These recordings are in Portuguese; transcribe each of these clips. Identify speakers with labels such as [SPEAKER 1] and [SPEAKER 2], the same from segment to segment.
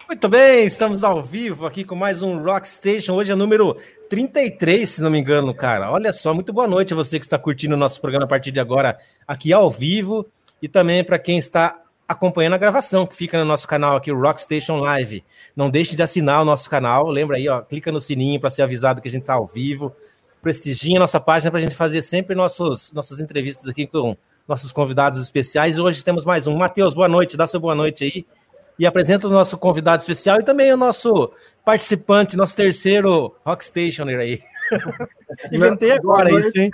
[SPEAKER 1] Muito bem, estamos ao vivo aqui com mais um Rock Station. Hoje é o número 33, se não me engano, cara. Olha só, muito boa noite a você que está curtindo o nosso programa a partir de agora aqui ao vivo e também para quem está acompanhando a gravação, que fica no nosso canal aqui, o Rock Station Live. Não deixe de assinar o nosso canal, lembra aí, ó, clica no sininho para ser avisado que a gente está ao vivo. Prestigie a nossa página para a gente fazer sempre nossas entrevistas aqui com nossos convidados especiais. Hoje temos mais um. Matheus, boa noite, dá seu boa noite aí. E apresenta o nosso convidado especial e também o nosso participante, nosso terceiro Rock Stationer aí. Inventei agora isso, hein?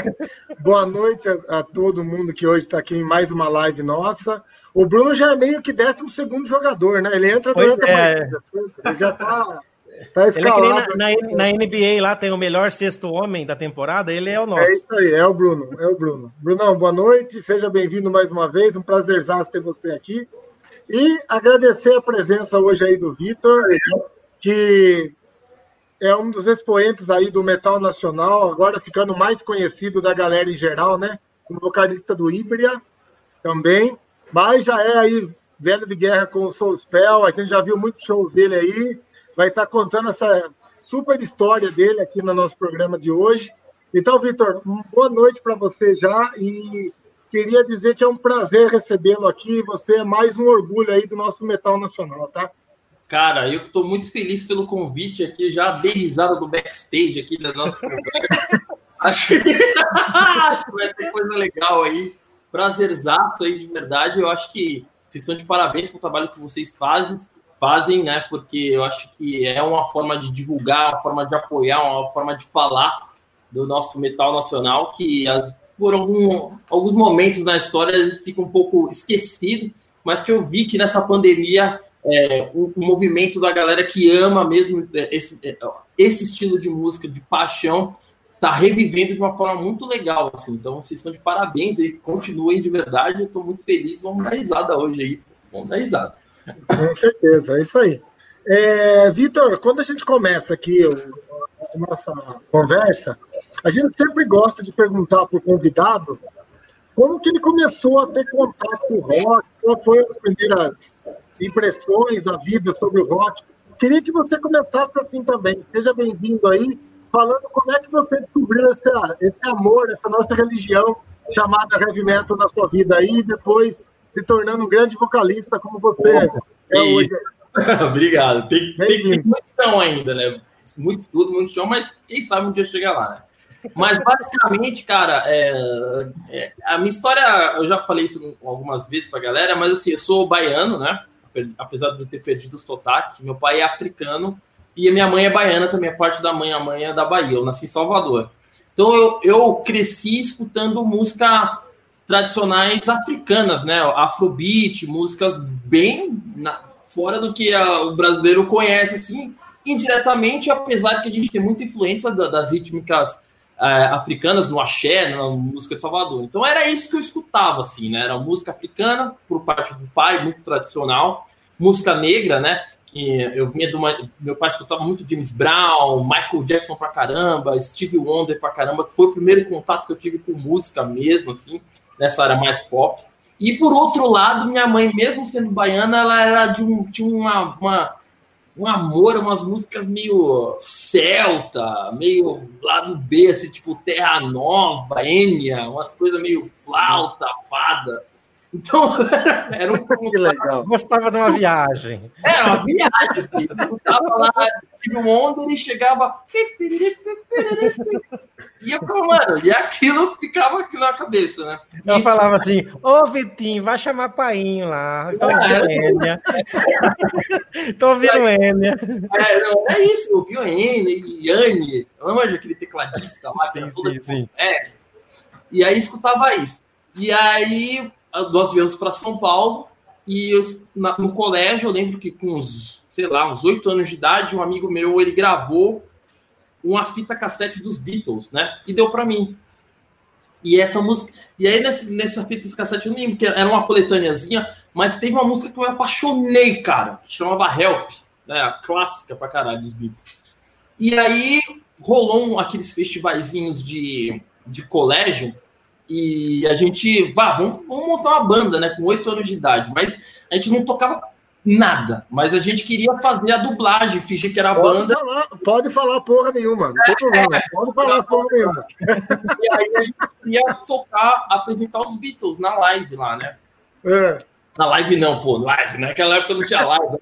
[SPEAKER 2] Boa noite a todo mundo que hoje está aqui em mais uma live nossa. O Bruno já é meio que 12º jogador, né? Ele entra durante a partida. Ele já tá escalado.
[SPEAKER 1] Ele é na NBA lá tem o melhor sexto homem da temporada, ele é o nosso.
[SPEAKER 2] É isso aí, é o Bruno. Brunão, boa noite, seja bem-vindo mais uma vez, um prazerzaço ter você aqui. E agradecer a presença hoje aí do Vitor, que é um dos expoentes aí do metal nacional, agora ficando mais conhecido da galera em geral, né? Como vocalista do Híbrida também, mas já é aí velho de guerra com o Soulspell, a gente já viu muitos shows dele aí, vai estar contando essa super história dele aqui no nosso programa de hoje. Então, Vitor, boa noite para você já e queria dizer que é um prazer recebê-lo aqui. Você é mais um orgulho aí do nosso metal nacional, tá?
[SPEAKER 3] Cara, eu estou muito feliz pelo convite aqui, já dei risada do backstage aqui da nossa conversa. Acho que vai ter coisa legal aí. Prazerzato aí, de verdade. Eu acho que vocês estão de parabéns pelo trabalho que vocês fazem, né? Porque eu acho que é uma forma de divulgar, uma forma de apoiar, uma forma de falar do nosso metal nacional que por alguns momentos na história fica um pouco esquecido, mas que eu vi que nessa pandemia o movimento da galera que ama mesmo esse estilo de música, de paixão, está revivendo de uma forma muito legal, assim. Então vocês estão de parabéns e continuem de verdade, eu estou muito feliz, vamos dar risada hoje aí, vamos dar risada.
[SPEAKER 2] Com certeza, é isso aí. Vitor, quando a gente começa aqui a nossa conversa, a gente sempre gosta de perguntar para o convidado como que ele começou a ter contato com o rock, qual foram as primeiras impressões da vida sobre o rock. Queria que você começasse assim também. Seja bem-vindo aí, falando como é que você descobriu esse amor, essa nossa religião chamada heavy metal na sua vida aí, e depois se tornando um grande vocalista como você é hoje.
[SPEAKER 3] Obrigado. Tem muito chão ainda, né? Muito estudo, muito chão, mas quem sabe um dia chegar lá, né? Mas basicamente, cara, a minha história, eu já falei isso algumas vezes pra galera, mas assim, eu sou baiano, né? Apesar de eu ter perdido o sotaque, meu pai é africano e a minha mãe é baiana também, a parte da mãe, a mãe é da Bahia, eu nasci em Salvador. Então eu cresci escutando música tradicionais africanas, né? Afrobeat, músicas bem fora do que o brasileiro conhece, assim, indiretamente, apesar de que a gente tem muita influência das rítmicas africanas no axé, na música de Salvador. Então era isso que eu escutava, assim, né? Era música africana, por parte do pai, muito tradicional, música negra, né? Que eu vinha meu pai escutava muito James Brown, Michael Jackson pra caramba, Stevie Wonder pra caramba, que foi o primeiro contato que eu tive com música mesmo, assim, nessa área mais pop. E por outro lado, minha mãe, mesmo sendo baiana, ela era tinha um amor, umas músicas meio celta, meio lado B, assim, tipo Terra Nova, Enya, umas coisas meio flauta, fada. Então, era um...
[SPEAKER 2] Que legal.
[SPEAKER 1] Gostava de uma viagem.
[SPEAKER 3] Uma viagem, assim. Eu tava lá, tive um onda, ele chegava... E eu falava, mano, e aquilo ficava aqui na cabeça, né?
[SPEAKER 1] Eu falava assim, ô Vitinho, vai chamar Painho lá. Estou ouvindo Enya. Estou ouvindo Enya.
[SPEAKER 3] É isso, eu ouvi o Enya e Yanni. Lembra aquele tecladista lá, que era todo E aí escutava isso. E aí... Nós viemos para São Paulo e no colégio, eu lembro que com uns 8 anos de idade, um amigo meu, ele gravou uma fita cassete dos Beatles, né? E deu para mim. E essa música... E aí, nessa fita cassete, eu não lembro, que era uma coletâneazinha, mas teve uma música que eu me apaixonei, cara, que chamava Help, né? A clássica pra caralho dos Beatles. E aí, rolou aqueles festivaizinhos de colégio. E a gente, vamos montar uma banda, né, com 8 anos de idade, mas a gente não tocava nada. Mas a gente queria fazer a dublagem, fingir que era a banda.
[SPEAKER 2] Pode falar porra nenhuma, não tem problema. Pode falar porra nenhuma.
[SPEAKER 3] E aí a gente ia apresentar os Beatles na live lá, né? Na live não, pô, live, né? Naquela época não tinha live.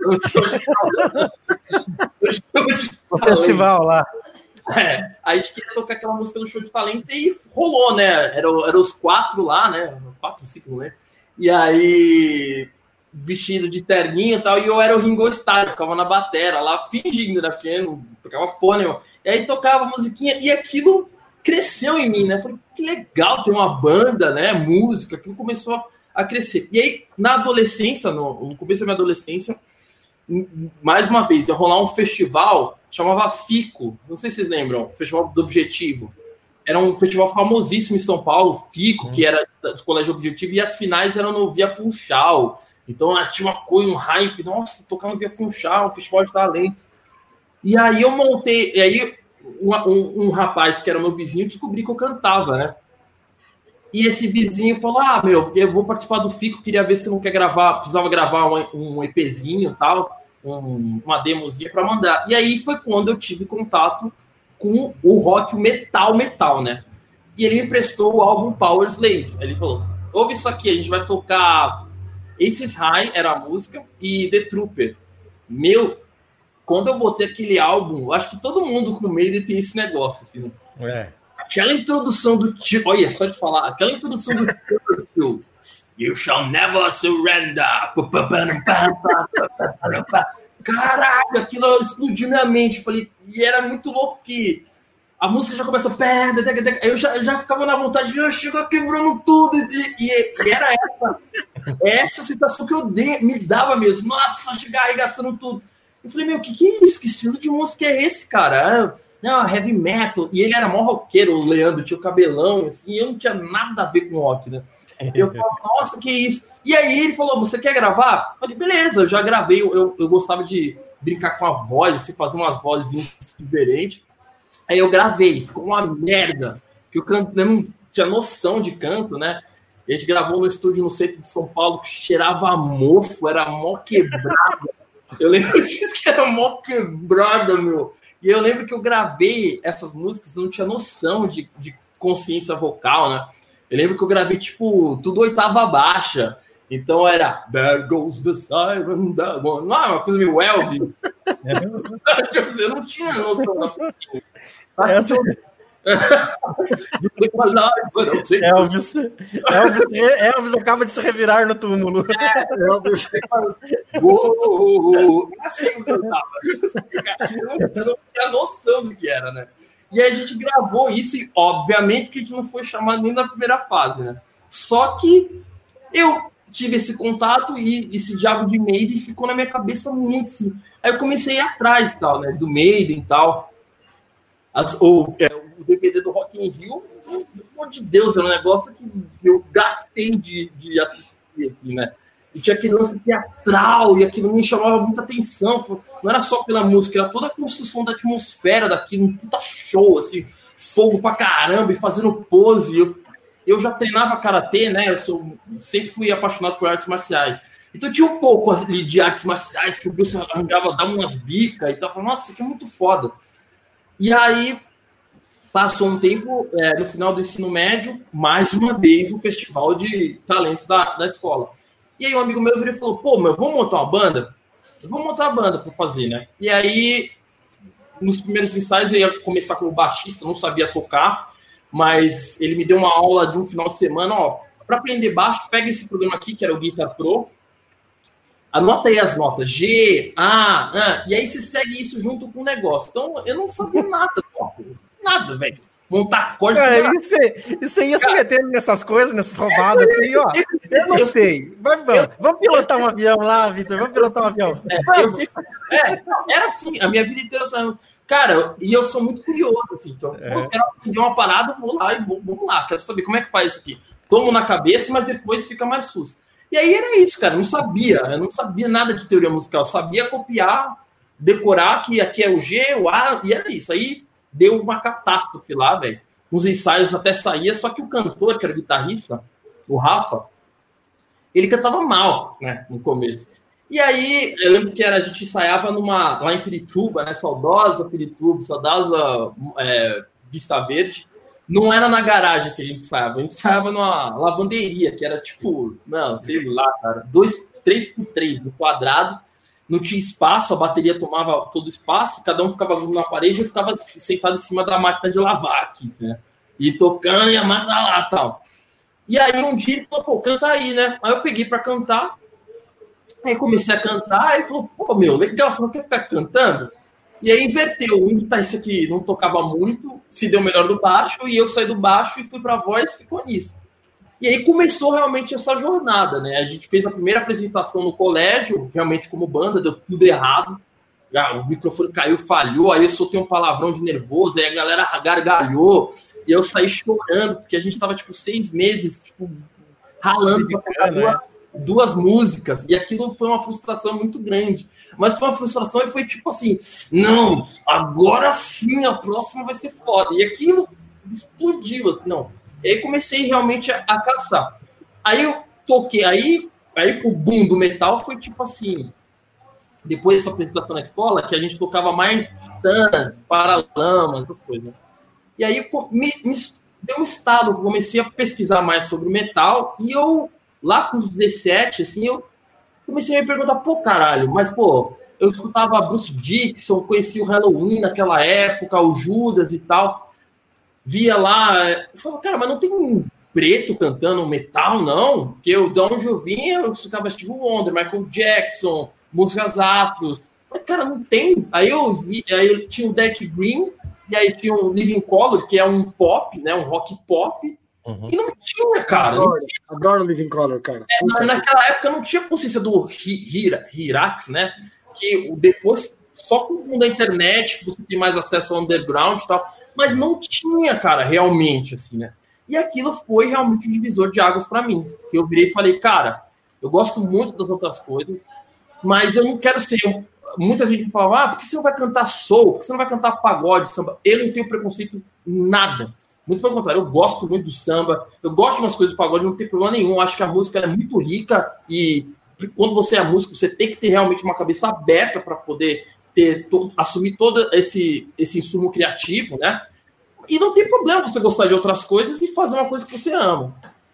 [SPEAKER 1] O festival lá.
[SPEAKER 3] A gente queria tocar aquela música do Show de Talentos e rolou, né? Eram os 4 lá, né? 4, 5, não lembro. E aí, vestido de terninho e tal, e eu era o Ringo Starr, ficava na batera lá, fingindo, né? Porque não tocava porra nenhuma. E aí tocava a musiquinha e aquilo cresceu em mim, né? Falei, que legal ter uma banda, né? Música, aquilo começou a crescer. E aí, na adolescência, no começo da minha adolescência, mais uma vez, ia rolar um festival, chamava FICO, não sei se vocês lembram, Festival do Objetivo. Era um festival famosíssimo em São Paulo, FICO, que era do Colégio Objetivo, e as finais eram no Via Funchal. Então, tinha uma coisa, um hype, nossa, tocar no Via Funchal, um festival de talento. E aí eu montei, e aí um rapaz que era meu vizinho descobri que eu cantava, né? E esse vizinho falou, eu vou participar do FICO, queria ver se não quer gravar, precisava gravar um EPzinho e tal, uma demozinha para mandar. E aí foi quando eu tive contato com o rock, o metal, né? E ele me emprestou o álbum Power Slave. Ele falou, ouve isso aqui, a gente vai tocar Aces High, era a música, e The Trooper. Quando eu botei aquele álbum, acho que todo mundo com medo tem esse negócio, assim, né? Aquela introdução do tio, olha, só de falar, aquela introdução do tio, You shall never surrender. Caraca, aquilo explodiu minha mente. Falei, e era muito louco que a música já começa. Eu já ficava na vontade de chegar quebrando tudo. E era essa sensação que me dava mesmo. Nossa, chegar arregaçando tudo. Eu falei, o que é isso? Que estilo de música é esse, cara? Não, heavy metal. E ele era mó roqueiro, o Leandro, tinha o cabelão, assim, e eu não tinha nada a ver com rock, né? Eu falei, nossa, que isso? E aí ele falou, você quer gravar? Eu falei, beleza, eu já gravei, eu gostava de brincar com a voz, assim, fazer umas vozes diferentes. Aí eu gravei, ficou uma merda, porque eu não tinha noção de canto, né? A gente gravou no estúdio no centro de São Paulo, que cheirava a mofo, era mó quebrada. Eu lembro disso que era mó quebrada, meu. E eu lembro que eu gravei essas músicas, não tinha noção de consciência vocal, né? Eu lembro que eu gravei, tipo, tudo oitava baixa. Então era There Goes the Siren, that one. Não, uma coisa meio Elvis. Eu não tinha noção da consciência.
[SPEAKER 1] Elvis acaba de se revirar no túmulo.
[SPEAKER 2] Elvis.
[SPEAKER 3] Eu não tinha noção do que era, né? E aí a gente gravou isso e, obviamente, que a gente não foi chamado nem na primeira fase, né? Só que eu tive esse contato e esse diabo de Maiden ficou na minha cabeça muito, assim. Aí eu comecei a ir atrás, tal, né? Do Maiden e tal. O DVD do Rock in Rio, pelo amor de Deus, era um negócio que eu gastei de assistir, assim, né? E tinha aquele lance teatral, e aquilo me chamava muita atenção. Não era só pela música, era toda a construção da atmosfera daquilo, um puta show, assim, fogo pra caramba, e fazendo pose. Eu já treinava karatê, né? Sempre fui apaixonado por artes marciais. Então tinha um pouco ali de artes marciais que o Bruce arranjava, dava umas bicas e tal. Eu falava, nossa, isso aqui é muito foda. E aí, passou um tempo, no final do ensino médio, mais uma vez, um festival de talentos da escola. E aí um amigo meu virou e falou, vamos montar uma banda? Vamos montar uma banda para fazer, né? E aí, nos primeiros ensaios, eu ia começar como baixista, não sabia tocar, mas ele me deu uma aula de um final de semana, para aprender baixo, pega esse programa aqui, que era o Guitar Pro, anota aí as notas, G, A, e aí você segue isso junto com o negócio. Então, eu não sabia nada, velho. Montar acorde.
[SPEAKER 1] Cara, isso aí ia se metendo nessas coisas, nessas roubadas aqui, ó. Eu não sei. Vamos pilotar um avião lá, Vitor. Vamos pilotar um avião.
[SPEAKER 3] Era assim, a minha vida inteira. Cara, e eu sou muito curioso, assim. Então, eu quero aprender uma parada, vou lá e vamos lá. Quero saber como é que faz isso aqui. Tomo na cabeça, mas depois fica mais susto. E aí era isso, cara. Eu não sabia nada de teoria musical. Eu sabia copiar, decorar que aqui é o G, o A, e era isso. Aí deu uma catástrofe lá, velho. Uns ensaios até saía, só que o cantor, que era o guitarrista, o Rafa, ele cantava mal, né, no começo. E aí, eu lembro que a gente ensaiava lá em Pirituba, né? Saudosa Pirituba, saudosa Vista Verde. Não era na garagem que a gente ensaiava numa lavanderia, que era tipo, não, sei lá, cara, 3x3 no quadrado, não tinha espaço, a bateria tomava todo o espaço, cada um ficava na parede, eu ficava sentado em cima da máquina de lavar aqui, né? E tocando e a máquina lá e tal. E aí um dia ele falou, pô, canta aí, né? Aí eu peguei pra cantar, aí comecei a cantar, aí ele falou, pô, meu, legal, você não quer ficar cantando? E aí inverteu, um guitarrista que não tocava muito, se deu melhor do baixo, e eu saí do baixo e fui pra voz, ficou nisso. E aí começou realmente essa jornada, né? A gente fez a primeira apresentação no colégio, realmente como banda, deu tudo errado. O microfone caiu, falhou, aí eu soltei um palavrão de nervoso, aí a galera gargalhou, e eu saí chorando, porque a gente tava, 6 meses, ralando pra duas músicas, e aquilo foi uma frustração muito grande. Mas foi uma frustração e foi assim, não, agora sim, a próxima vai ser foda. E aquilo explodiu, assim, não. E aí comecei realmente a caçar. Aí eu toquei, aí o boom do metal foi assim, depois dessa apresentação na escola, que a gente tocava mais Titãs, Paralamas, essas coisas. E aí me deu um estalo, comecei a pesquisar mais sobre metal, e eu, lá com os 17, assim, eu comecei a me perguntar, pô, caralho, mas, pô, eu escutava Bruce Dickinson, conhecia o Halloween naquela época, o Judas e tal, via lá, eu falava, cara, mas não tem um preto cantando metal, não? Porque de onde eu vinha, eu escutava Steve Wonder, Michael Jackson, músicas afros, mas, cara, não tem. Aí eu tinha o Derek Green, e aí tinha o Living Colour, que é um pop, né, um rock pop, e não tinha, cara.
[SPEAKER 2] Adoro Living Colour, cara.
[SPEAKER 3] Naquela época não tinha consciência do Hirax, né? Que depois, só com o mundo da internet, que você tem mais acesso ao underground e tal, mas não tinha, cara, realmente, assim, né? E aquilo foi realmente um divisor de águas para mim. Que eu virei e falei, cara, eu gosto muito das outras coisas, mas eu não quero ser... Muita gente falava, por que você não vai cantar soul? Por que você não vai cantar pagode, samba? Eu não tenho preconceito em nada. Muito pelo contrário, eu gosto muito do samba, eu gosto de umas coisas do pagode, não tem problema nenhum. Eu acho que a música é muito rica e quando você é músico, você tem que ter realmente uma cabeça aberta para poder assumir todo esse insumo criativo, né? E não tem problema você gostar de outras coisas e fazer uma coisa que você ama.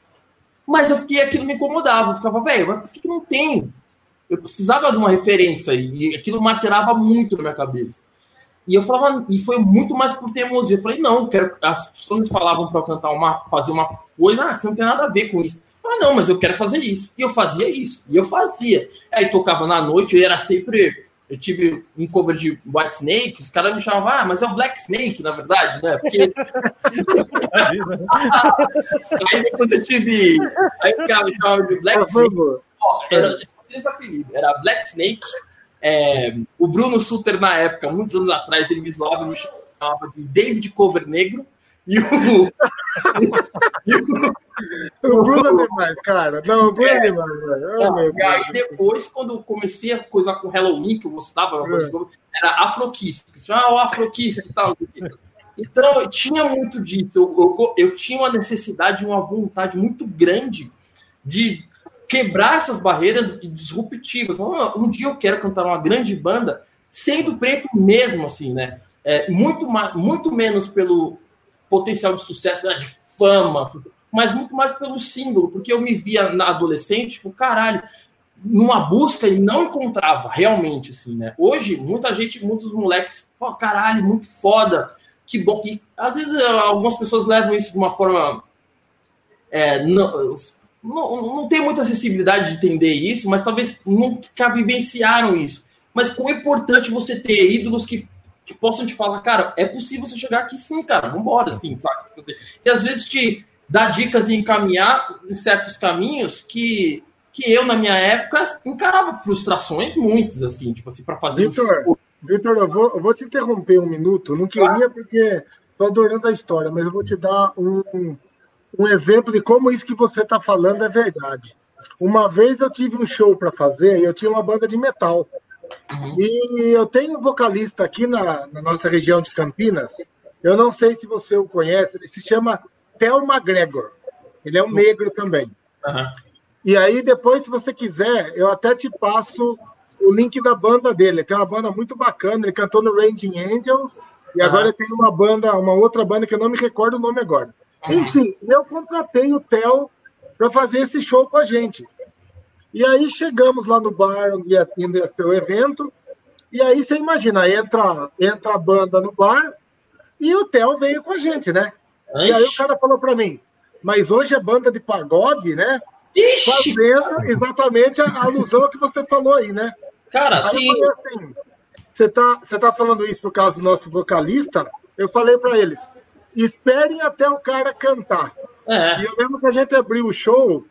[SPEAKER 3] Mas aquilo me incomodava, eu ficava, velho, mas por que não tem? Eu precisava de uma referência e aquilo materava muito na minha cabeça. E eu falava, e foi muito mais por teimosia. Eu falei, não, as pessoas falavam para eu cantar fazer uma coisa, você não tem nada a ver com isso. Eu falei, não, mas eu quero fazer isso. E eu fazia isso. E eu fazia. Aí tocava na noite, eu tive um cover de White Snake, os caras me chamavam, mas é o Black Snake, na verdade, né? Porque... Aí depois eu tive... Aí os caras me chamavam de Black Snake. Era esse apelido, era Black Snake. O Bruno Sutter, na época, muitos anos atrás, ele me zoava, me chamava de David Cover Negro. E o
[SPEAKER 2] Bruno é demais, cara. Não, o Bruno é demais, velho.
[SPEAKER 3] E aí depois, quando eu comecei a coisar com Halloween, que eu gostava, era Afrokiss. O Afrokiss e tal. Então, eu tinha muito disso. Eu tinha uma necessidade, uma vontade muito grande de quebrar essas barreiras disruptivas. Um dia eu quero cantar uma grande banda sendo preto mesmo, assim, né? Muito menos pelo potencial de sucesso, né, de fama, mas muito mais pelo símbolo, porque eu me via na adolescente, caralho, numa busca e não encontrava realmente, assim, né? Hoje, muitos moleques, caralho, muito foda, que bom. E às vezes algumas pessoas levam isso de uma forma... não tem muita acessibilidade de entender isso, mas talvez nunca vivenciaram isso. Mas como é importante você ter ídolos que possam te falar, cara, é possível você chegar aqui sim, cara, vambora, assim, sabe? E às vezes te dar dicas e encaminhar em certos caminhos que eu, na minha época, encarava frustrações muitas, assim, tipo assim, para fazer...
[SPEAKER 2] Vitor, eu vou te interromper um minuto, não queria porque tô adorando a história, mas eu vou te dar um exemplo de como isso que você está falando é verdade. Uma vez eu tive um show para fazer e eu tinha uma banda de metal. Uhum. E eu tenho um vocalista aqui na nossa região de Campinas, eu não sei se você o conhece, ele se chama Theo McGregor. Ele é um negro também. Uhum. E aí, depois, se você quiser, eu até te passo o link da banda dele. Tem uma banda muito bacana, ele cantou no Raging Angels, e agora ele tem uma outra banda que eu não me recordo o nome agora. Enfim, eu contratei o Theo para fazer esse show com a gente. E aí chegamos lá no bar onde ia ser o evento, e aí você imagina, entra a banda no bar, e o Theo veio com a gente, né? E aí o cara falou para mim, mas hoje é banda de pagode, né? Fazendo exatamente a alusão que você falou aí, né?
[SPEAKER 3] Cara,
[SPEAKER 2] aí eu falei assim, você tá falando isso por causa do nosso vocalista? Eu falei para eles, esperem até o cara cantar. E eu lembro que a gente abriu o show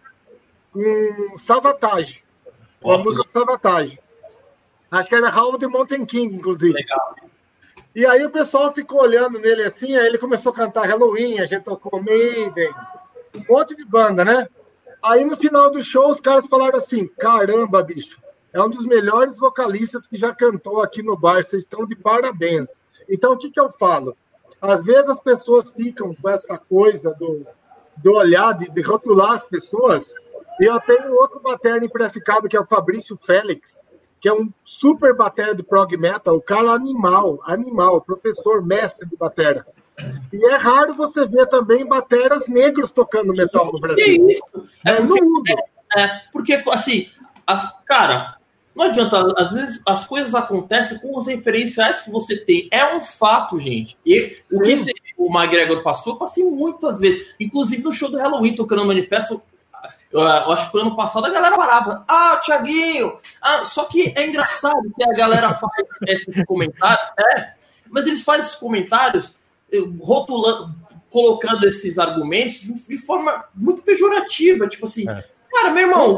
[SPEAKER 2] com Savatage, uma música de Savatage. Acho que era Howl the Mountain King, inclusive.
[SPEAKER 3] Legal.
[SPEAKER 2] E aí o pessoal ficou olhando nele assim, aí ele começou a cantar Halloween, a gente tocou Maiden, um monte de banda, né? Aí no final do show os caras falaram assim, caramba, bicho, é um dos melhores vocalistas que já cantou aqui no bar, vocês estão de parabéns. Então o que eu falo? Às vezes as pessoas ficam com essa coisa do olhar, de rotular as pessoas, e eu tenho outro batera em Piracicaba, que é o Fabrício Félix, que é um super batera de prog metal, o cara animal, professor, mestre de batera. E é raro você ver também bateras negros tocando metal no Brasil.
[SPEAKER 3] Que isso?
[SPEAKER 2] No mundo.
[SPEAKER 3] Porque, assim, cara, não adianta, às vezes as coisas acontecem com os referenciais que você tem. É um fato, gente. E o que o McGregor passou, eu passei muitas vezes. Inclusive no show do Halloween, tocando Manifesto, eu acho que foi ano passado, a galera parava. Thiaguinho! Só que é engraçado que a galera faz esses comentários, mas eles fazem esses comentários rotulando, colocando esses argumentos de forma muito pejorativa. Tipo assim, cara, meu irmão,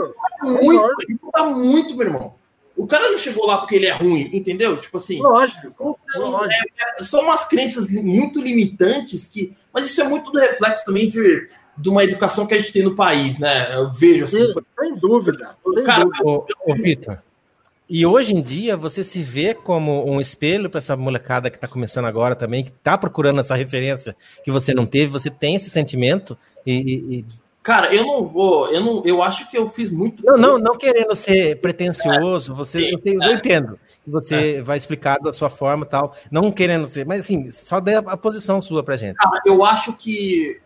[SPEAKER 3] tá muito, meu irmão. O cara não chegou lá porque ele é ruim, entendeu? Tipo assim,
[SPEAKER 2] lógico.
[SPEAKER 3] São umas crenças muito limitantes mas isso é muito do reflexo também de uma educação que a gente tem no país, né? Eu vejo assim.
[SPEAKER 2] Sem dúvida.
[SPEAKER 1] Ô, Vitor, e hoje em dia você se vê como um espelho para essa molecada que está começando agora também, que está procurando essa referência que você não teve, você tem esse sentimento
[SPEAKER 3] Cara, eu acho que eu fiz muito...
[SPEAKER 1] Não querendo ser pretencioso, eu entendo que você vai explicar da sua forma e tal, não querendo ser, mas assim, só dê a posição sua pra gente.
[SPEAKER 3] Cara, eu acho que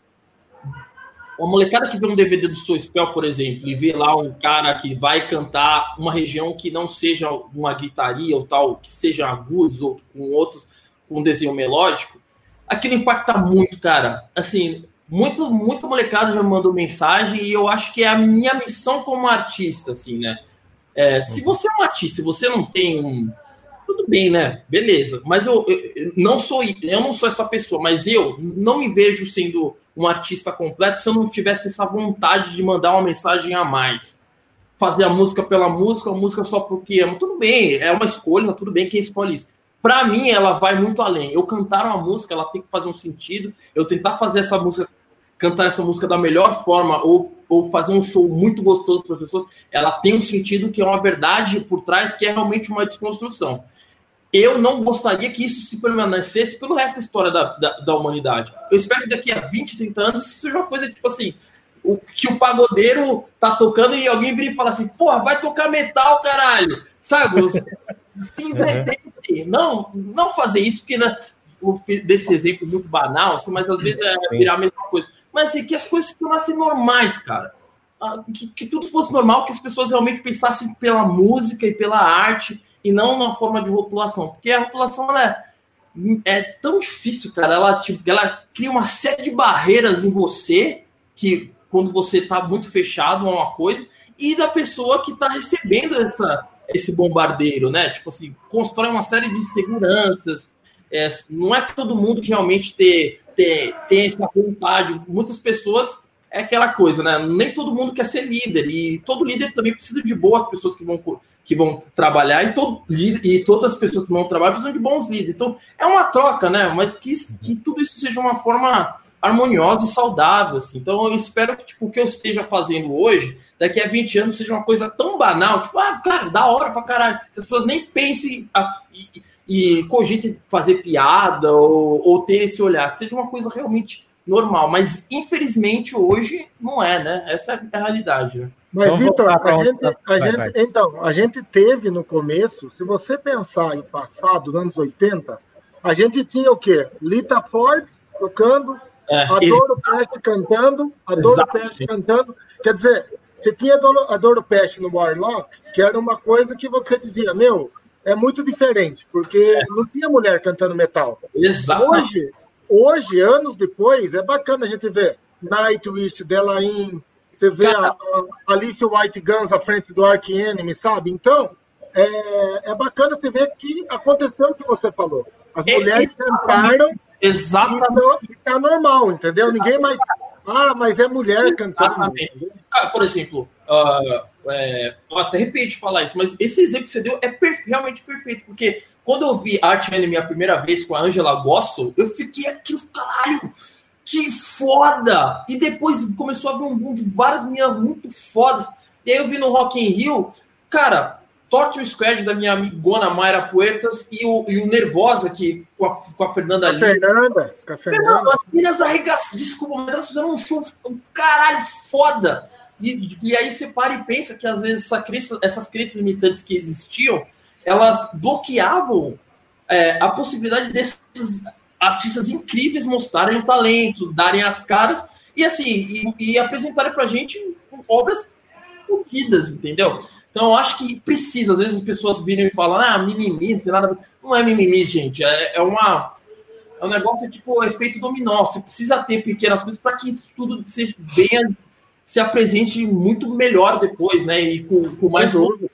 [SPEAKER 3] uma molecada que vê um DVD do Soulspell, por exemplo, e vê lá um cara que vai cantar uma região que não seja uma gritaria ou tal, que seja agudos ou com um desenho melódico, aquilo impacta muito, cara. Assim, muito molecada já me mandou mensagem e eu acho que é a minha missão como artista, assim, né? Se você é um artista, se você não tem tudo bem, né? Beleza. Mas eu não sou essa pessoa, mas eu não me vejo sendo um artista completo se eu não tivesse essa vontade de mandar uma mensagem a mais. Fazer a música pela música, a música só porque amo. Tudo bem, é uma escolha, tudo bem, quem escolhe isso. Para mim, ela vai muito além. Eu cantar uma música, ela tem que fazer um sentido. Eu tentar fazer essa música, cantar essa música da melhor forma, ou fazer um show muito gostoso para as pessoas, ela tem um sentido que é uma verdade por trás, que é realmente uma desconstrução. Eu não gostaria que isso se permanecesse pelo resto da história da humanidade. Eu espero que daqui a 20, 30 anos isso seja uma coisa tipo assim, que o pagodeiro tá tocando e alguém vira e fala assim, porra, vai tocar metal, caralho! Sabe? Não fazer isso, porque desse exemplo muito banal, assim, mas às vezes virar a mesma coisa. Mas assim, que as coisas se tornassem normais, cara. Que tudo fosse normal, que as pessoas realmente pensassem pela música e pela arte, e não na forma de rotulação. Porque a rotulação ela é tão difícil, cara. Ela cria uma série de barreiras em você, que quando você está muito fechado a uma coisa, e da pessoa que está recebendo esse bombardeiro, né? Tipo assim, constrói uma série de seguranças. Não é todo mundo que realmente tem essa vontade. Muitas pessoas é aquela coisa, né? Nem todo mundo quer ser líder, e todo líder também precisa de boas pessoas que vão trabalhar, e todas as pessoas que vão trabalhar precisam de bons líderes. Então, é uma troca, né? Mas que tudo isso seja uma forma harmoniosa e saudável, assim. Então, eu espero que o que eu esteja fazendo hoje, daqui a 20 anos, seja uma coisa tão banal, tipo, cara, da hora pra caralho, que as pessoas nem pensem e cogitem fazer piada ou ter esse olhar, que seja uma coisa realmente normal. Mas, infelizmente, hoje não é, né? Essa é a realidade, né?
[SPEAKER 2] Mas, Vitor, a gente teve no começo, se você pensar em passado, nos anos 80, a gente tinha o quê? Lita Ford tocando, a Doro Peste cantando, Quer dizer, você tinha a Doro Peste no Warlock, que era uma coisa que você dizia, é muito diferente, porque não tinha mulher cantando metal.
[SPEAKER 3] Exato.
[SPEAKER 2] Hoje, anos depois, é bacana a gente ver Nightwish, Delain, você vê a Alice White Guns à frente do Arch Enemy, sabe? Então, é bacana você ver que aconteceu o que você falou. As mulheres sentaram e tá normal, entendeu? Ninguém mais... mas é mulher cantando.
[SPEAKER 3] Por exemplo, eu até arrepio de falar isso, mas esse exemplo que você deu é realmente perfeito, porque quando eu vi Arch Enemy a primeira vez com a Angela Gossel, eu fiquei aquilo, caralho, que foda! E depois começou a vir um boom de várias meninas muito fodas. E aí eu vi no Rock in Rio, cara, Torture Squad da minha amigona Mayra Puertas e o Nervosa aqui com a Fernanda Lima.
[SPEAKER 2] Com a Fernanda.
[SPEAKER 3] As meninas arregaçaram, desculpa, mas elas fizeram um show, caralho, foda! E aí você para e pensa que às vezes essas crenças limitantes que existiam, elas bloqueavam a possibilidade desses artistas incríveis mostrarem o talento, darem as caras e assim, e apresentarem pra gente obras fodidas, entendeu? Então eu acho que precisa, às vezes as pessoas viram e falam, mimimi, não tem nada a ver. Não é mimimi, gente, é um negócio tipo efeito dominó, você precisa ter pequenas coisas para que tudo se apresente muito melhor depois, né, e com mais dúvida.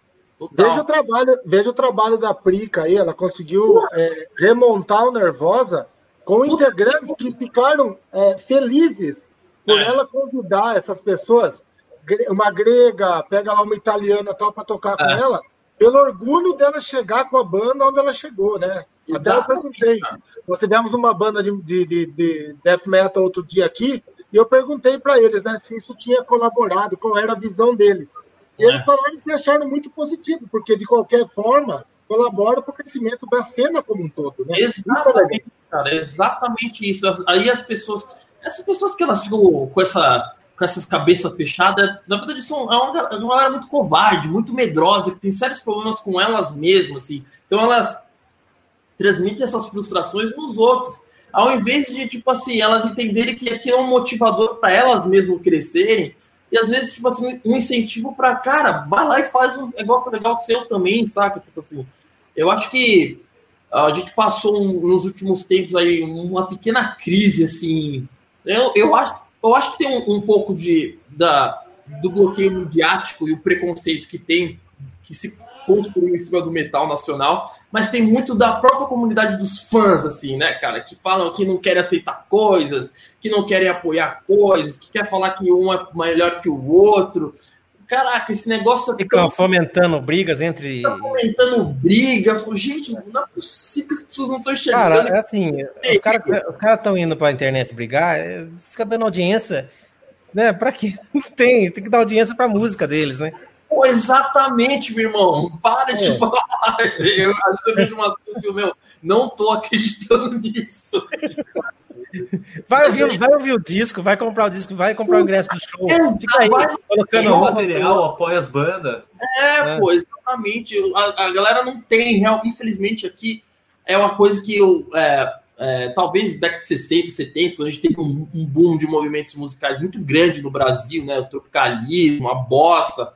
[SPEAKER 2] Veja o trabalho da Prica aí, ela conseguiu remontar o Nervosa com integrantes que ficaram felizes por ela convidar essas pessoas, uma grega, pega lá uma italiana tal para tocar com ela, pelo orgulho dela chegar com a banda onde ela chegou, né? Exatamente. Até eu perguntei, nós tivemos uma banda de death metal outro dia aqui, e eu perguntei para eles, né, se isso tinha colaborado, qual era a visão deles. E eles falaram que acharam muito positivo, porque, de qualquer forma, colabora para o crescimento da cena como um todo. Né?
[SPEAKER 3] Exatamente, cara, exatamente isso. Aí essas pessoas que elas ficam com essas cabeças fechadas, na verdade, são uma galera muito covarde, muito medrosa, que tem sérios problemas com elas mesmas. Assim. Então, elas transmitem essas frustrações nos outros. Ao invés de, tipo assim, elas entenderem que aquilo é um motivador para elas mesmas crescerem, e às vezes, tipo assim, um incentivo para, cara, vai lá e faz um negócio legal seu também, saca? Tipo assim, eu acho que a gente passou nos últimos tempos aí uma pequena crise, assim. Eu acho que tem um pouco do bloqueio midiático e o preconceito que se construiu em cima do metal nacional, mas tem muito da própria comunidade dos fãs, assim, né, cara, que falam que não querem aceitar coisas, que não querem apoiar coisas, que quer falar que um é melhor que o outro. Caraca, esse negócio...
[SPEAKER 1] Ficam fomentando brigas entre...
[SPEAKER 3] Fomentando briga. Gente, não é possível que as pessoas não estão enxergando.
[SPEAKER 1] Cara, é assim, os caras estão indo pra internet brigar, fica dando audiência, né, pra quê? Não tem que dar audiência pra música deles, né?
[SPEAKER 3] Pô, exatamente, meu irmão. Para de falar. Eu vejo umas coisas, não tô acreditando nisso.
[SPEAKER 1] Vai ouvir o disco, vai comprar o disco, vai comprar o ingresso do show. Fica aí,
[SPEAKER 4] colocando o material, apoia as bandas.
[SPEAKER 3] Pô, exatamente. A galera não tem, infelizmente, aqui é uma coisa que talvez década de 60, 70, quando a gente teve um boom de movimentos musicais muito grande no Brasil, né? O tropicalismo, a bossa.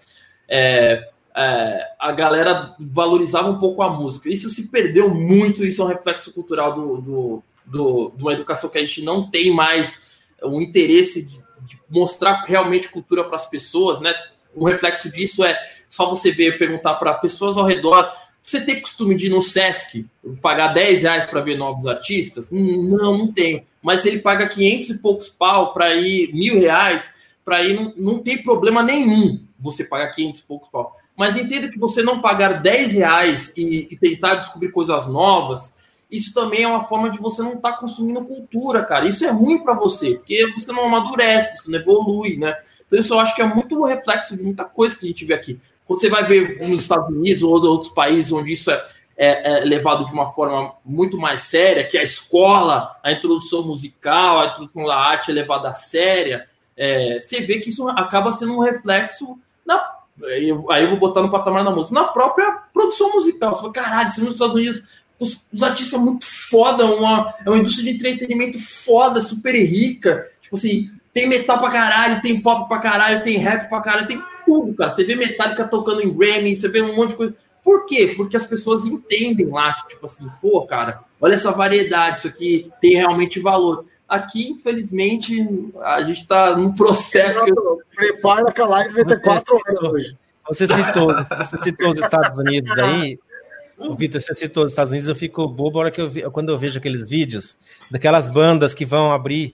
[SPEAKER 3] A galera valorizava um pouco a música. Isso se perdeu muito, isso é um reflexo cultural de uma educação que a gente não tem mais o interesse de mostrar realmente cultura para as pessoas, né? Um reflexo disso é só você perguntar para pessoas ao redor: você tem costume de ir no Sesc pagar R$10 para ver novos artistas? Não tenho. Mas se ele paga 500 e poucos pau para ir, R$1.000 para ir, não tem problema nenhum você pagar 500 e poucos pau. Mas entenda que você não pagar R$10 e tentar descobrir coisas novas, isso também é uma forma de você não estar consumindo cultura, cara. Isso é ruim para você, porque você não amadurece, você não evolui, né? Então isso eu acho que é muito reflexo de muita coisa que a gente vê aqui. Quando você vai ver nos Estados Unidos ou outros países onde isso é levado de uma forma muito mais séria, que a escola, a introdução musical, a introdução da arte é levada a séria, você vê que isso acaba sendo um reflexo aí eu vou botar no patamar da música, na própria produção musical. Você fala, caralho, nos Estados Unidos os artistas são muito foda, é uma indústria de entretenimento foda, super rica, tipo assim, tem metal pra caralho, tem pop pra caralho, tem rap pra caralho, tem tudo, cara. Você vê Metallica tocando em Grammy, você vê um monte de coisa. Por quê? Porque as pessoas entendem lá que, tipo assim, pô, cara, olha essa variedade, isso aqui tem realmente valor. Aqui, infelizmente, a gente tá num processo
[SPEAKER 2] Prepara que a live vai ter 4 horas hoje.
[SPEAKER 1] Você citou os Estados Unidos aí, Vitor, você citou os Estados Unidos, eu fico bobo quando eu vejo aqueles vídeos daquelas bandas que vão abrir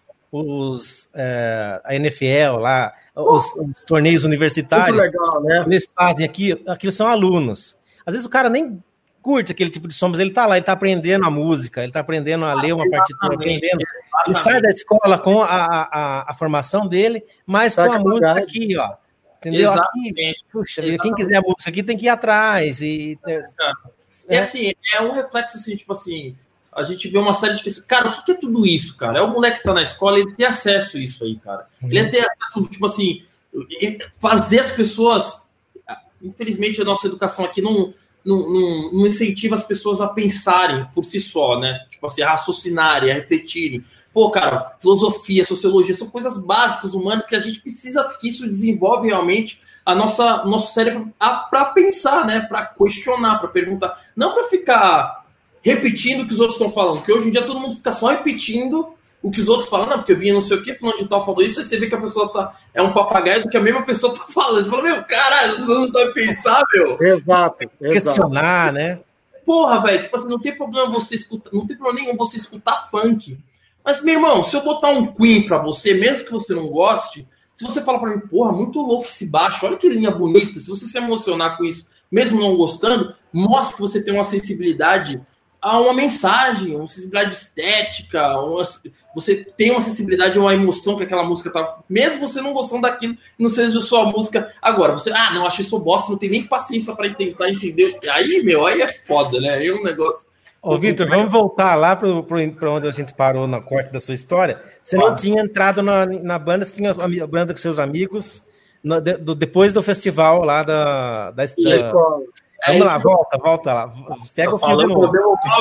[SPEAKER 1] a NFL lá, os torneios universitários.
[SPEAKER 2] Muito legal, né?
[SPEAKER 1] Eles fazem aquilo são alunos. Às vezes o cara nem curte aquele tipo de som, mas ele tá lá, ele tá aprendendo a música, ele tá aprendendo a ler uma partitura, aprendendo. Ele sai da escola com a formação dele, mas com a música aqui, ó. Entendeu? Aqui, puxa, quem quiser a música aqui tem que ir atrás. E
[SPEAKER 3] assim, é um reflexo assim, tipo assim, a gente vê uma série de questões. Cara, o que é tudo isso, cara? É o moleque que tá na escola, ele tem acesso a isso aí, cara. Ele tem acesso, tipo assim, fazer as pessoas... Infelizmente, a nossa educação aqui não incentiva as pessoas a pensarem por si só, né? Tipo assim, a raciocinarem, a refletirem. Pô, cara, filosofia, sociologia, são coisas básicas, humanas, que a gente precisa que isso desenvolve realmente nosso cérebro para pensar, né? Para questionar, para perguntar. Não para ficar repetindo o que os outros estão falando, porque hoje em dia todo mundo fica só repetindo o que os outros falam. Não, porque eu vi não sei o que, fulano de tal falou isso, aí você vê que a pessoa é um papagaio do que a mesma pessoa tá falando. Você fala, meu, caralho, você não sabe pensar, meu.
[SPEAKER 2] Exato.
[SPEAKER 1] Questionar, né?
[SPEAKER 3] Porra, velho, tipo assim, não tem problema você escutar, não tem problema nenhum você escutar funk. Mas, meu irmão, se eu botar um Queen pra você, mesmo que você não goste, se você fala pra mim, porra, muito louco esse baixo, olha que linha bonita, se você se emocionar com isso, mesmo não gostando, mostra que você tem uma sensibilidade a uma mensagem, uma sensibilidade estética, você tem uma sensibilidade a uma emoção que aquela música tá... Mesmo você não gostando daquilo, não seja só a música... Agora, você... não, achei isso bosta, não tem nem paciência pra tentar entender. Aí, meu, aí é foda, né? Aí é um negócio...
[SPEAKER 1] Ô, Vitor, vamos voltar lá para onde a gente parou na corte da sua história. Você não tinha entrado na banda, você tinha a banda com seus amigos depois do festival lá da escola. Vamos lá, volta lá. Pega o fio de novo.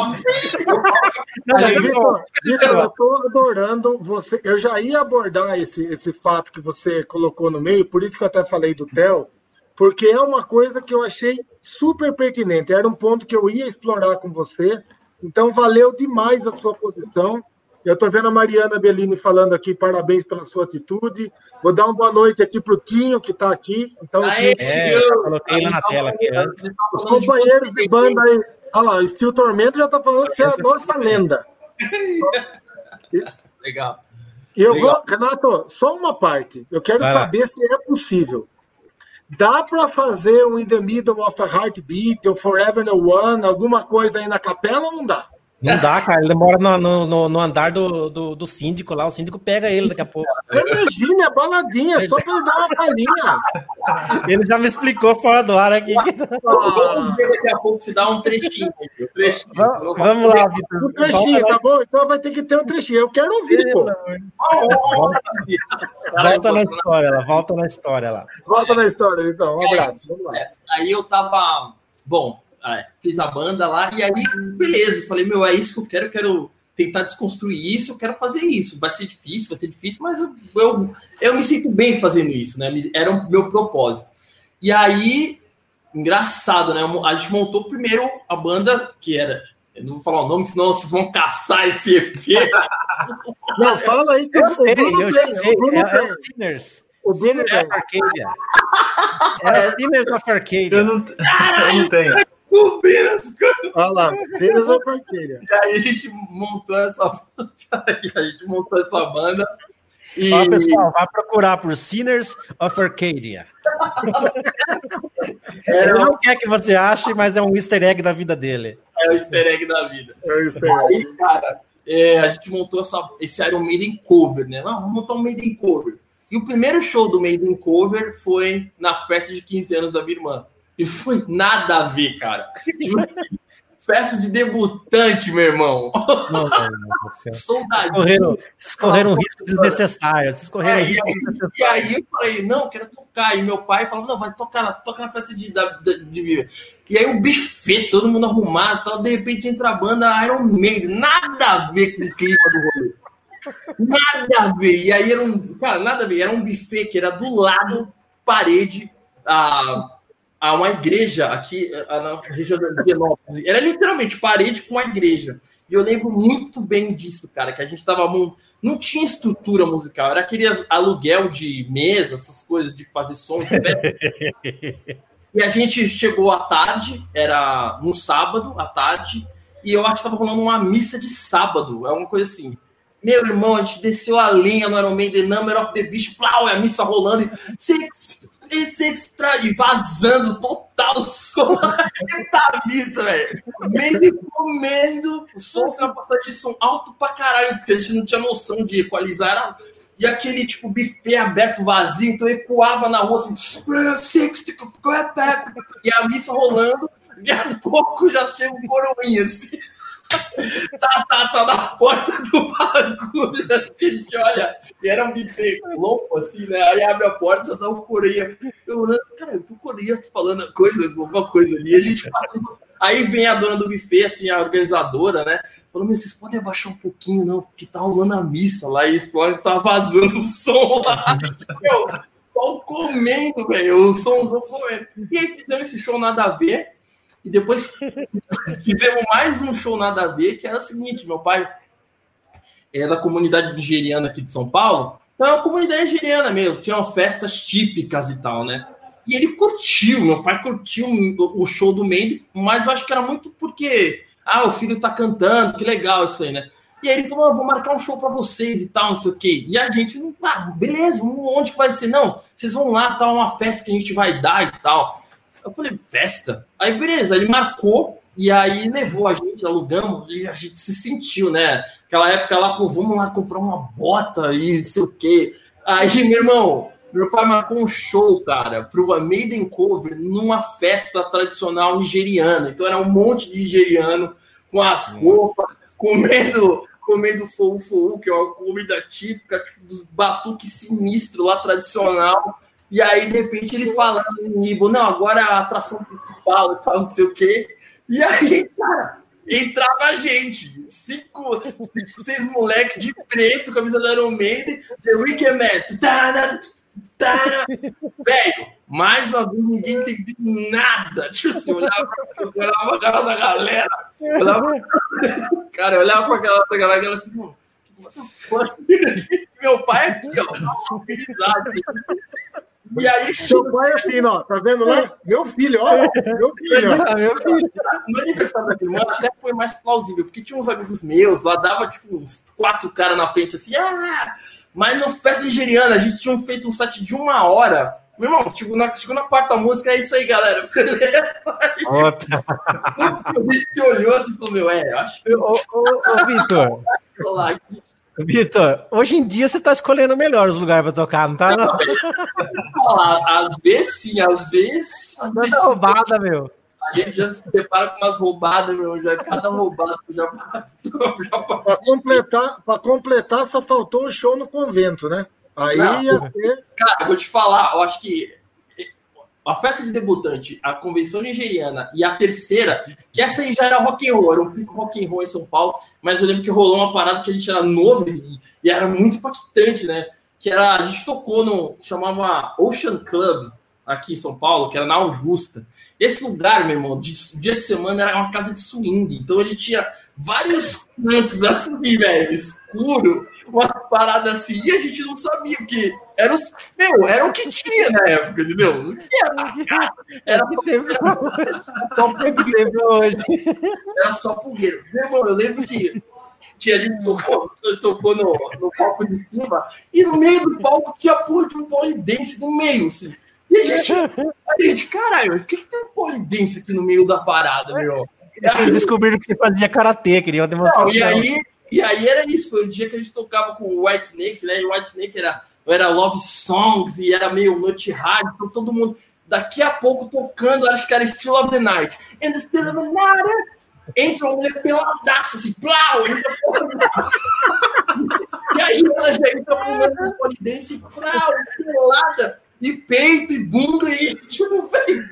[SPEAKER 2] Vitor, eu estou adorando você. Eu já ia abordar esse fato que você colocou no meio, por isso que eu até falei do Theo, porque é uma coisa que eu achei super pertinente. Era um ponto que eu ia explorar com você. Então, valeu demais a sua posição. Eu estou vendo a Mariana Bellini falando aqui, parabéns pela sua atitude. Vou dar uma boa noite aqui para o Tinho, que está aqui. Então,
[SPEAKER 1] eu coloquei ele na tela aqui antes.
[SPEAKER 2] Os companheiros de banda aí. Olha lá, o Steel Tormento já está falando que você é a nossa lenda.
[SPEAKER 3] Legal.
[SPEAKER 2] E eu vou, Renato, só uma parte. Eu quero saber se é possível. Dá para fazer um In the Middle of a Heartbeat, ou Forever No One, alguma coisa aí na capela ou não dá?
[SPEAKER 1] Não dá, cara. Ele mora no andar do síndico lá. O síndico pega ele daqui a pouco.
[SPEAKER 2] Imagina, a baladinha, só para ele dar uma palhinha.
[SPEAKER 1] Ele já me explicou fora do ar aqui.
[SPEAKER 3] Vamos ver daqui a pouco se dá um trechinho.
[SPEAKER 1] Vamos lá, Vitor.
[SPEAKER 2] Um trechinho, tá bom? Então vai ter que ter um trechinho. Eu quero ouvir, pô.
[SPEAKER 1] Volta na história lá. Volta na história, então. Um abraço. Vamos lá.
[SPEAKER 3] Aí eu tava... Bom... fiz a banda lá, e aí, beleza, falei, meu, é isso que eu quero tentar desconstruir isso, eu quero fazer isso, vai ser difícil, mas eu me sinto bem fazendo isso, né, era o meu propósito. E aí, engraçado, né, a gente montou primeiro a banda, que era, eu não vou falar o nome, senão vocês vão caçar esse EP.
[SPEAKER 2] Não, fala aí.
[SPEAKER 1] Eu já sei, é o Sinners. O Sinners of Arcadia. É o Sinners of Arcadia.
[SPEAKER 4] Eu não tenho.
[SPEAKER 3] Cobrindo as coisas.
[SPEAKER 2] Olha lá, Sinners of Arcadia.
[SPEAKER 3] E aí a gente montou essa banda. E...
[SPEAKER 1] Ó, pessoal, vai procurar por Sinners of Arcadia. Ele não quer que você ache, mas é um easter egg da vida dele.
[SPEAKER 3] É o easter egg da vida. Aí, cara, a gente montou esse Iron Maiden cover, né? Não, vamos montar um Maiden cover. E o primeiro show do Maiden cover foi na festa de 15 anos da minha irmã. E foi nada a ver, cara. Festa de debutante, meu irmão.
[SPEAKER 1] Não,
[SPEAKER 3] Soldadinho.
[SPEAKER 1] Vocês correram um risco desnecessário.
[SPEAKER 3] E aí eu falei, não, quero tocar. E meu pai falou, não, vai tocar na festa de E aí o buffet, todo mundo arrumado, tal, de repente entra a banda Iron Maiden. Nada a ver com o clima do rolê. Nada a ver. E aí nada a ver. Era um buffet que era do lado, parede, a uma igreja aqui na região de Genópolis. Era literalmente parede com uma igreja. E eu lembro muito bem disso, cara, que a gente tava... Não tinha estrutura musical, era aquele aluguel de mesa, essas coisas de fazer som. E a gente chegou à tarde, era no sábado, à tarde, e eu acho que tava rolando uma missa de sábado, alguma coisa assim. Meu irmão, a gente desceu a linha no Iron Maiden, The Number of the Beast, plau, a missa rolando, e vazando total som da missa, velho. Meio comendo o som, capacidade de som alto pra caralho, porque a gente não tinha noção de equalizar. E aquele tipo buffet aberto, vazio, então ecoava na rua assim, e a missa rolando, e a pouco já chega um coroinha assim. Tá na porta do bagulho, assim, olha, e era um buffet louco, assim, né? Aí abre a porta, só dá um coroinha. Eu olhando, cara, o coroinha tá falando alguma coisa ali, a gente passando. Aí vem a dona do buffet, assim, a organizadora, né? Falou, vocês podem abaixar um pouquinho, não, porque tá rolando a missa lá, e tá vazando o som lá. Meu, tô comendo, velho, o somzão comendo. E aí fizemos esse show nada a ver. E depois fizemos mais um show nada a ver, que era o seguinte, meu pai é da comunidade nigeriana aqui de São Paulo, então é uma comunidade nigeriana mesmo, tinha festas típicas e tal, né? E ele curtiu, meu pai curtiu o show do Maiden, mas eu acho que era muito porque, o filho tá cantando, que legal isso aí, né? E aí ele falou, vou marcar um show pra vocês e tal, não sei o quê. E a gente, beleza, onde que vai ser? Não, vocês vão lá, tá uma festa que a gente vai dar e tal. Eu falei, festa? Aí, beleza, ele marcou e aí levou a gente, alugamos e a gente se sentiu, né? Aquela época lá, vamos lá comprar uma bota e não sei o quê. Aí, meu pai marcou um show, cara, pro Maiden Cover numa festa tradicional nigeriana. Então era um monte de nigeriano com as roupas, comendo foу-foou, que é uma comida típica, tipo, dos batuques sinistros lá, tradicional. E aí, de repente, ele falando em Ibo, não, agora a atração principal e tal, não sei o quê. E aí, cara, entrava a gente. 6 moleques de preto, camisa da Iron Maiden, The Wicked Man. Velho, mais uma vez, ninguém entendeu nada. Tipo assim, olhava pra cara da galera. Eu olhava pra aquela galera assim, mano, meu pai aqui, ó, felicidade. E aí,
[SPEAKER 2] seu pai assim, ó, tá vendo lá? Meu filho, ó. Meu filho.
[SPEAKER 3] No aniversário da minha irmã até foi mais plausível, porque tinha uns amigos meus, lá dava tipo uns 4 caras na frente assim, mas no festa nigeriana a gente tinha feito um set de 1 hora. Meu irmão, chegou na quarta música, é isso aí, galera. Beleza? A gente olhou assim e falou, eu acho que...
[SPEAKER 1] Ô, Vitor, hoje em dia você tá escolhendo melhor os lugares pra tocar, não tá? Não?
[SPEAKER 3] Às vezes sim, às vezes...
[SPEAKER 1] Não é roubada, meu.
[SPEAKER 3] A gente já se depara com umas roubadas, meu. Cada roubada já
[SPEAKER 2] Pra completar, só faltou o show no convento, né? Aí ia ser...
[SPEAKER 3] Cara, eu vou te falar, eu acho que a festa de debutante, a convenção nigeriana e a terceira, que essa aí já era rock and roll, era um pico rock and roll em São Paulo, mas eu lembro que rolou uma parada que a gente era novo e era muito impactante, né? Que era, a gente tocou chamava Ocean Club, aqui em São Paulo, que era na Augusta. Esse lugar, meu irmão, dia de semana era uma casa de swing, então ele tinha vários cantos assim, velho, escuro, umas paradas assim, e a gente não sabia o que era. Era o que tinha na época, entendeu? Não tinha. Era só hoje. Era só fogueiro. Meu irmão, eu lembro que a gente tocou no palco de cima, e no meio do palco tinha porra de um polidense no meio, assim. E a gente, caralho, por que tem um polidense aqui no meio da parada, meu?
[SPEAKER 1] Eles descobriram que você fazia karatê, queriam demonstração.
[SPEAKER 3] E aí era isso, foi o dia que a gente tocava com o White Snake, né? E o White Snake era Love Songs e era meio noite rádio, então todo mundo, daqui a pouco tocando, acho que era Still of the Night. And Still of the Night, entra uma mulher peladaça, assim, plau! E aí ela já entra com uma polidense, plau, pelada, e peito, e bunda, e tipo, velho,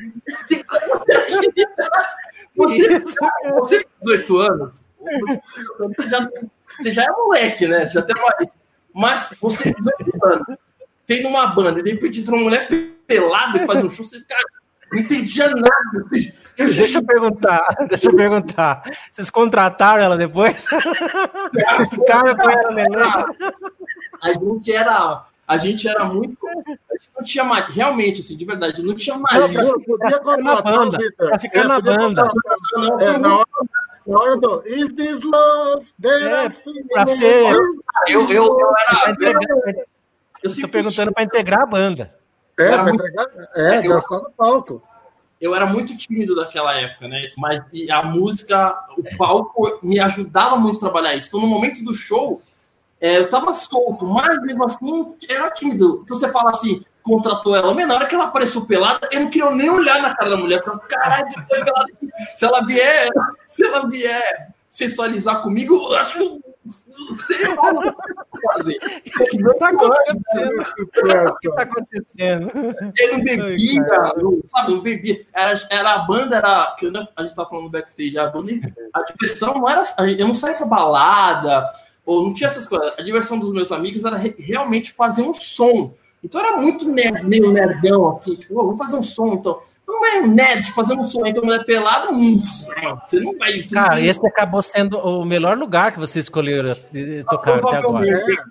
[SPEAKER 3] você com 18 anos, você já é moleque, né? Já tem mais. Mas você com 18 anos, tem numa banda, e de repente entra uma mulher pelada e faz um show, você, cara, não entendia nada. Assim.
[SPEAKER 1] Deixa eu perguntar. Vocês contrataram ela depois? Ficaram com ela, né?
[SPEAKER 3] A gente era muito. A gente não tinha mais. Realmente, assim, de verdade, não tinha mais.
[SPEAKER 2] Podia contratar o Vitor.
[SPEAKER 1] Pra ficar na banda.
[SPEAKER 2] Na hora do Is this love?
[SPEAKER 1] Pra ser.
[SPEAKER 3] Eu
[SPEAKER 1] tô perguntando pra integrar a banda.
[SPEAKER 2] Pra entregar. Dançar no palco.
[SPEAKER 3] Eu era muito tímido naquela época, né? Mas a música, o palco me ajudava muito a trabalhar isso. Então, no momento do show, eu tava solto, mas mesmo assim, era tímido. Então, você fala assim, contratou ela, mas na hora que ela apareceu pelada, eu não queria nem olhar na cara da mulher. Pra caralho, se ela vier sensualizar comigo, eu acho que sei lá, não fazer.
[SPEAKER 1] Não tá acontecendo. O que tá acontecendo?
[SPEAKER 3] Eu não bebia, sabe? Eu bebia. Era a banda, que a gente tava falando no backstage, a diversão não era. Eu não saía pra balada, ou não tinha essas coisas. A diversão dos meus amigos era realmente fazer um som. Então era muito meio nerdão, assim, tipo, vamos fazer um som, então. Não é um nerd fazendo um som, então mulher pelada, você não vai.
[SPEAKER 1] Cara, esse acabou sendo o melhor lugar que você escolheu tocar até agora.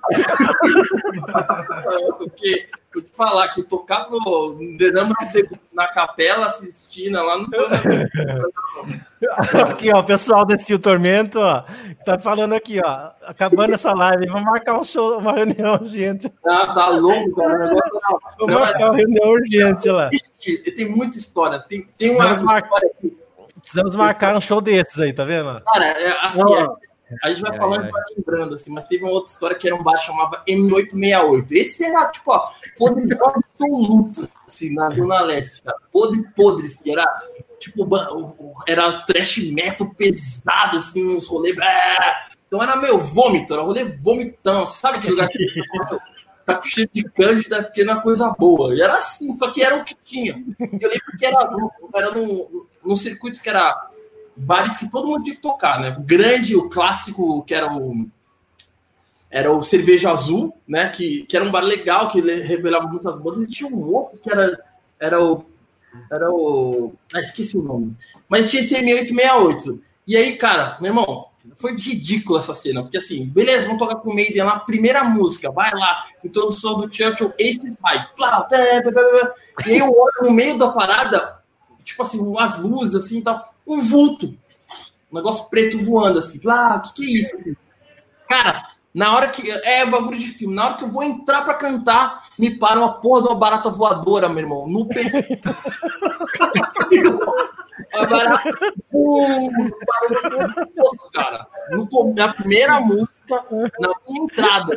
[SPEAKER 3] Porque, vou te falar que tocar no Derama na capela assistindo lá não foi.
[SPEAKER 1] Aqui, ó, o pessoal desse Tormento, ó, tá falando aqui, ó, acabando essa live, vamos marcar um show, uma reunião urgente.
[SPEAKER 3] Ah, tá louco, cara.
[SPEAKER 1] Vamos marcar uma reunião urgente lá.
[SPEAKER 3] Tem muita história. Tem uma história aqui.
[SPEAKER 1] Precisamos marcar um show desses aí, tá vendo?
[SPEAKER 3] Cara, assim, a gente vai falando e vai lembrando, assim, mas teve uma outra história que era um bar que chamava M868. Esse era, tipo, ó, podridão absoluto, assim, na Zona Leste, cara. Podre, assim, era, tipo, era trash metal pesado, assim, uns rolês. Então era meu vômito, era rolê vomitão. Você sabe que lugar que tá com cheiro de cândida, porque não é coisa boa. E era assim, só que era o que tinha. Eu lembro que era num circuito que era bares que todo mundo tinha que tocar, né? O grande, o clássico, que era o Cerveja Azul, né? Que era um bar legal, que revelava muitas bandas, e tinha um outro que era o... esqueci o nome. Mas tinha esse M868. E aí, cara, meu irmão, foi ridículo essa cena, porque assim, beleza, vamos tocar com o Maiden lá, primeira música, vai lá, introdução do Churchill, Aces High, e aí eu olho no meio da parada, tipo assim, umas luzes assim, tal, um vulto, um negócio preto voando assim, que é isso? Cara, na hora que, bagulho de filme, na hora que eu vou entrar pra cantar, me para uma porra de uma barata voadora, meu irmão, no PC. A barata, cara, na primeira música, na minha entrada,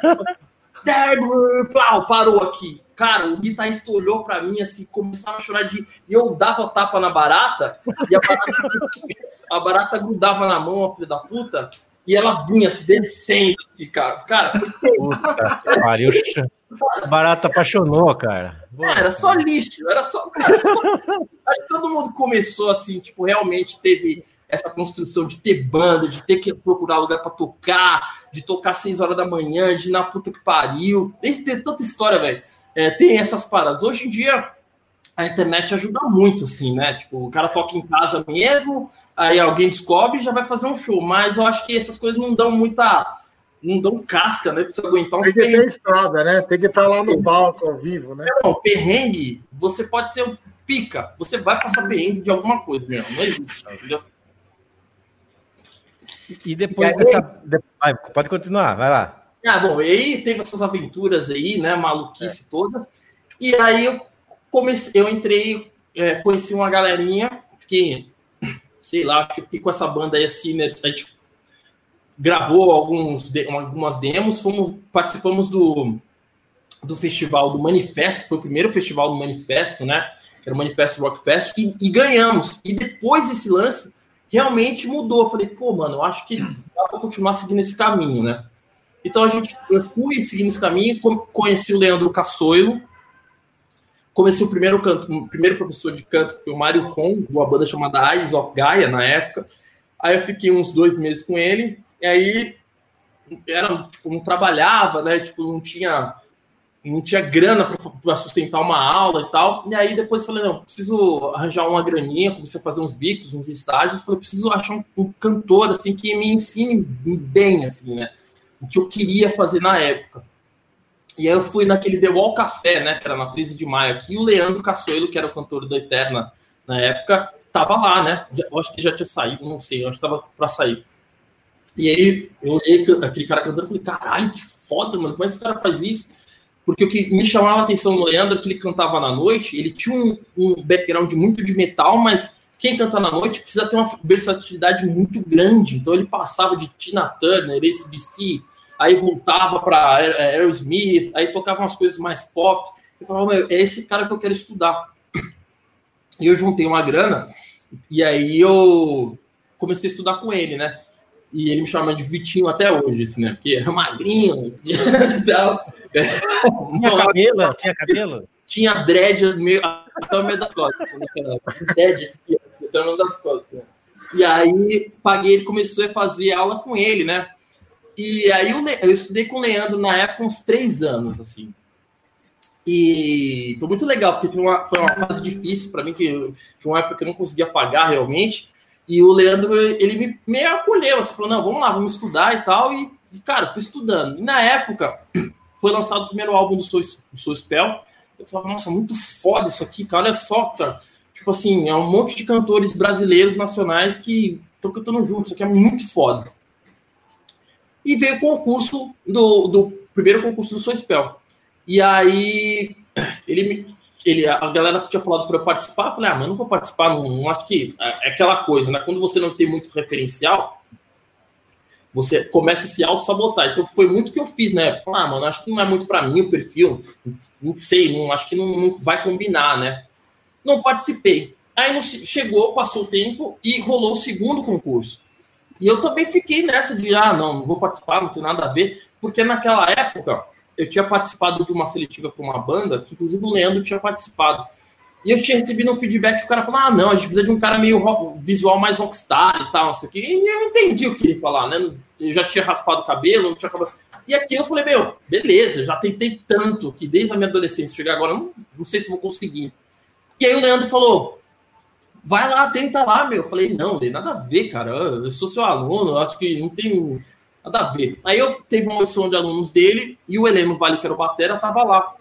[SPEAKER 3] parou aqui. Cara, o guitarrista olhou pra mim assim, começava a chorar e eu dava tapa na barata, e a barata grudava na mão, a filha da puta, e ela vinha se descendo, assim, cara. Cara,
[SPEAKER 1] puta, pariu. A barata apaixonou, cara.
[SPEAKER 3] Era só lixo, era só, cara. Aí todo mundo começou assim, tipo, realmente teve essa construção de ter banda, de ter que procurar lugar pra tocar, de tocar 6 horas da manhã, de ir na puta que pariu. Tem tanta história, velho. Tem essas paradas. Hoje em dia, a internet ajuda muito, assim, né? Tipo, o cara toca em casa mesmo, aí alguém descobre e já vai fazer um show. Mas eu acho que essas coisas não dão casca, né? Precisa aguentar uns
[SPEAKER 2] perrengues. Tem que ter estrada, né? Tem que estar lá no palco, ao vivo, né?
[SPEAKER 3] Não, perrengue, você pode ser um pica. Você vai passar perrengue de alguma coisa, mesmo. Não existe, entendeu?
[SPEAKER 1] E depois pode continuar, vai lá.
[SPEAKER 3] Bom, e aí teve essas aventuras aí, né? Maluquice toda. E aí eu entrei, conheci uma galerinha que, sei lá, acho que fiquei com essa banda aí, assim, né? A gente gravou algumas demos, participamos do festival do Manifesto, foi o primeiro festival do Manifesto, né? Que era o Manifesto Rock Fest, e ganhamos. E depois desse lance, realmente mudou. Eu falei, pô, mano, eu acho que dá pra continuar seguindo esse caminho, né? Então eu fui seguindo esse caminho, conheci o Leandro Cassoilo, comecei o primeiro professor de canto, que foi o Mário Com, de uma banda chamada Eyes of Gaia, na época. Aí eu fiquei uns 2 meses com ele, e aí não trabalhava, né? Tipo, não tinha grana para sustentar uma aula e tal. E aí depois falei, não, preciso arranjar uma graninha, comecei a fazer uns bicos, uns estágios. Falei, preciso achar um cantor, assim, que me ensine bem, assim, né? O que eu queria fazer na época. E aí eu fui naquele The Wall Café, né? Que era na 13 de maio aqui. E o Leandro Cassoilo, que era o cantor da Eterna na época, tava lá, né? Eu acho que já tinha saído, não sei. Eu acho que tava para sair. E aí eu olhei aquele cara cantando e falei, caralho, que foda, mano. Como é que esse cara faz isso? Porque o que me chamava a atenção no Leandro é que ele cantava na noite, ele tinha um background muito de metal, mas quem canta na noite precisa ter uma versatilidade muito grande. Então ele passava de Tina Turner, AC/DC, aí voltava para Aerosmith, aí tocava umas coisas mais pop. Eu falava, meu, é esse cara que eu quero estudar. E eu juntei uma grana, e aí eu comecei a estudar com ele, né? E ele me chama de Vitinho até hoje, assim, né? Porque é magrinho.
[SPEAKER 1] Tinha cabelo?
[SPEAKER 3] Tinha dread até o meio das costas. Dread até o meio das costas. Né? E aí, paguei, ele começou a fazer aula com ele, né? E aí eu estudei com o Leandro na época uns 3 anos, assim. E foi muito legal, porque foi uma fase difícil para mim, que foi uma época que eu não conseguia pagar realmente. E o Leandro, ele me acolheu, assim, falou, não, vamos lá, vamos estudar e tal. E cara, fui estudando. E na época, foi lançado o primeiro álbum do Soul Spell. Eu falava, nossa, muito foda isso aqui, cara, olha só, cara. Tipo assim, é um monte de cantores brasileiros, nacionais, que estão cantando juntos, isso aqui é muito foda. E veio o concurso, do primeiro concurso do Soul Spell. E aí, a galera tinha falado para eu participar, eu falei, mas não vou participar, não acho que é aquela coisa, né? Quando você não tem muito referencial, você começa a se auto-sabotar. Então foi muito o que eu fiz, né? Falei, mano, acho que não é muito para mim o perfil, não sei, acho que não vai combinar, né? Não participei. Aí passou o tempo e rolou o segundo concurso. E eu também fiquei nessa de, não vou participar, não tem nada a ver, porque naquela época eu tinha participado de uma seletiva com uma banda, que inclusive o Leandro tinha participado. E eu tinha recebido um feedback que o cara falou, não, a gente precisa de um cara meio visual mais rockstar e tal, não sei o quê. E eu entendi o que ele falar, né? Eu já tinha raspado o cabelo, não tinha acabado. E aqui eu falei, meu, beleza, já tentei tanto, que desde a minha adolescência chegar agora, não sei se vou conseguir. E aí o Leandro falou, vai lá, tenta lá, meu. Eu falei, não, tem nada a ver, cara, eu sou seu aluno, eu acho que não tem nada a ver. Aí eu teve uma audição de alunos dele, e o Heleno Vale, que era o batera, tava lá.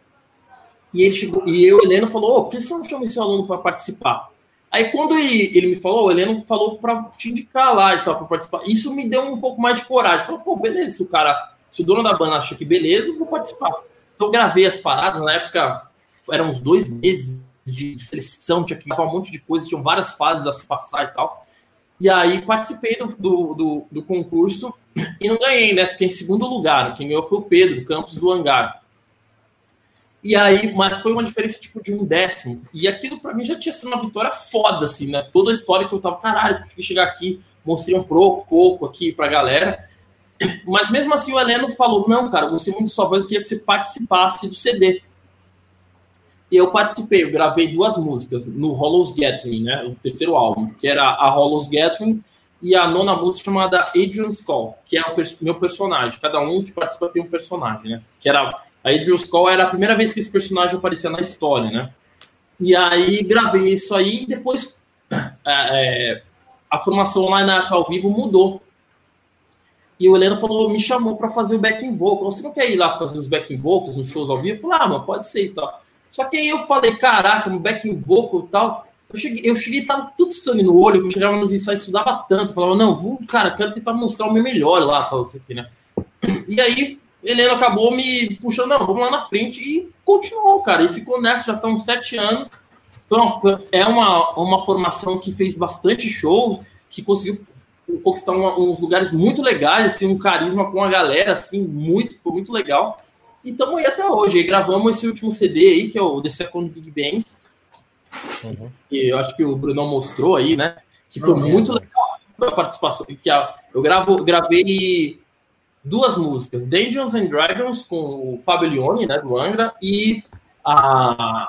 [SPEAKER 3] E ele chegou, e o Heleno falou, por que você não chama esse aluno para participar? Aí quando ele me falou, o Heleno falou para te indicar lá e tal, para participar. Isso me deu um pouco mais de coragem. Falei, pô, beleza, se o dono da banda acha que beleza, eu vou participar. Então eu gravei as paradas, na época eram uns 2 meses de seleção, tinha que gravar um monte de coisa, tinham várias fases a se passar e tal. E aí participei do concurso e não ganhei, né? Fiquei em segundo lugar. Quem ganhou foi o Pedro Campos do Hangar. E aí, mas foi uma diferença tipo de 1/10. E aquilo pra mim já tinha sido uma vitória foda, assim, né? Toda a história que eu tava, caralho, consegui chegar aqui, mostrei um pouco aqui pra galera. Mas mesmo assim o Heleno falou, não, cara, eu gostei muito de sua voz, eu queria que você participasse do CD. E eu participei, eu gravei 2 músicas no Hollows Gathering, né? O terceiro álbum, que era a Hollows Gathering, e a 9ª música chamada Adrian's Call, que é o meu personagem. Cada um que participa tem um personagem, né? Que era... A Adrian's Call era a primeira vez que esse personagem aparecia na história, né? E aí gravei isso aí e depois a formação online ao vivo mudou. E o Heleno me chamou para fazer o backing vocal. Você não quer ir lá fazer os backing vocals nos shows ao vivo? Eu falei, mano, pode ser e tal. Só que aí eu falei, caraca, no backing vocal e tal. Eu cheguei e tava tudo sangue no olho. Eu chegava nos ensaios, estudava tanto. Falava, não, quero tentar mostrar o meu melhor lá, tal, isso aqui, né? E aí Heleno acabou me puxando, não, vamos lá na frente, e continuou, cara, e ficou nessa, já estão 7 anos, é uma formação que fez bastante shows, que conseguiu conquistar uns lugares muito legais, assim, um carisma com a galera, assim, foi muito legal, e estamos aí até hoje, aí gravamos esse último CD aí, que é o The Second Big Bang, que eu acho que o Brunão mostrou aí, né, que foi muito legal a participação. Eu gravei 2 músicas, Dungeons and Dragons, com o Fábio Leone, né, do Angra, e a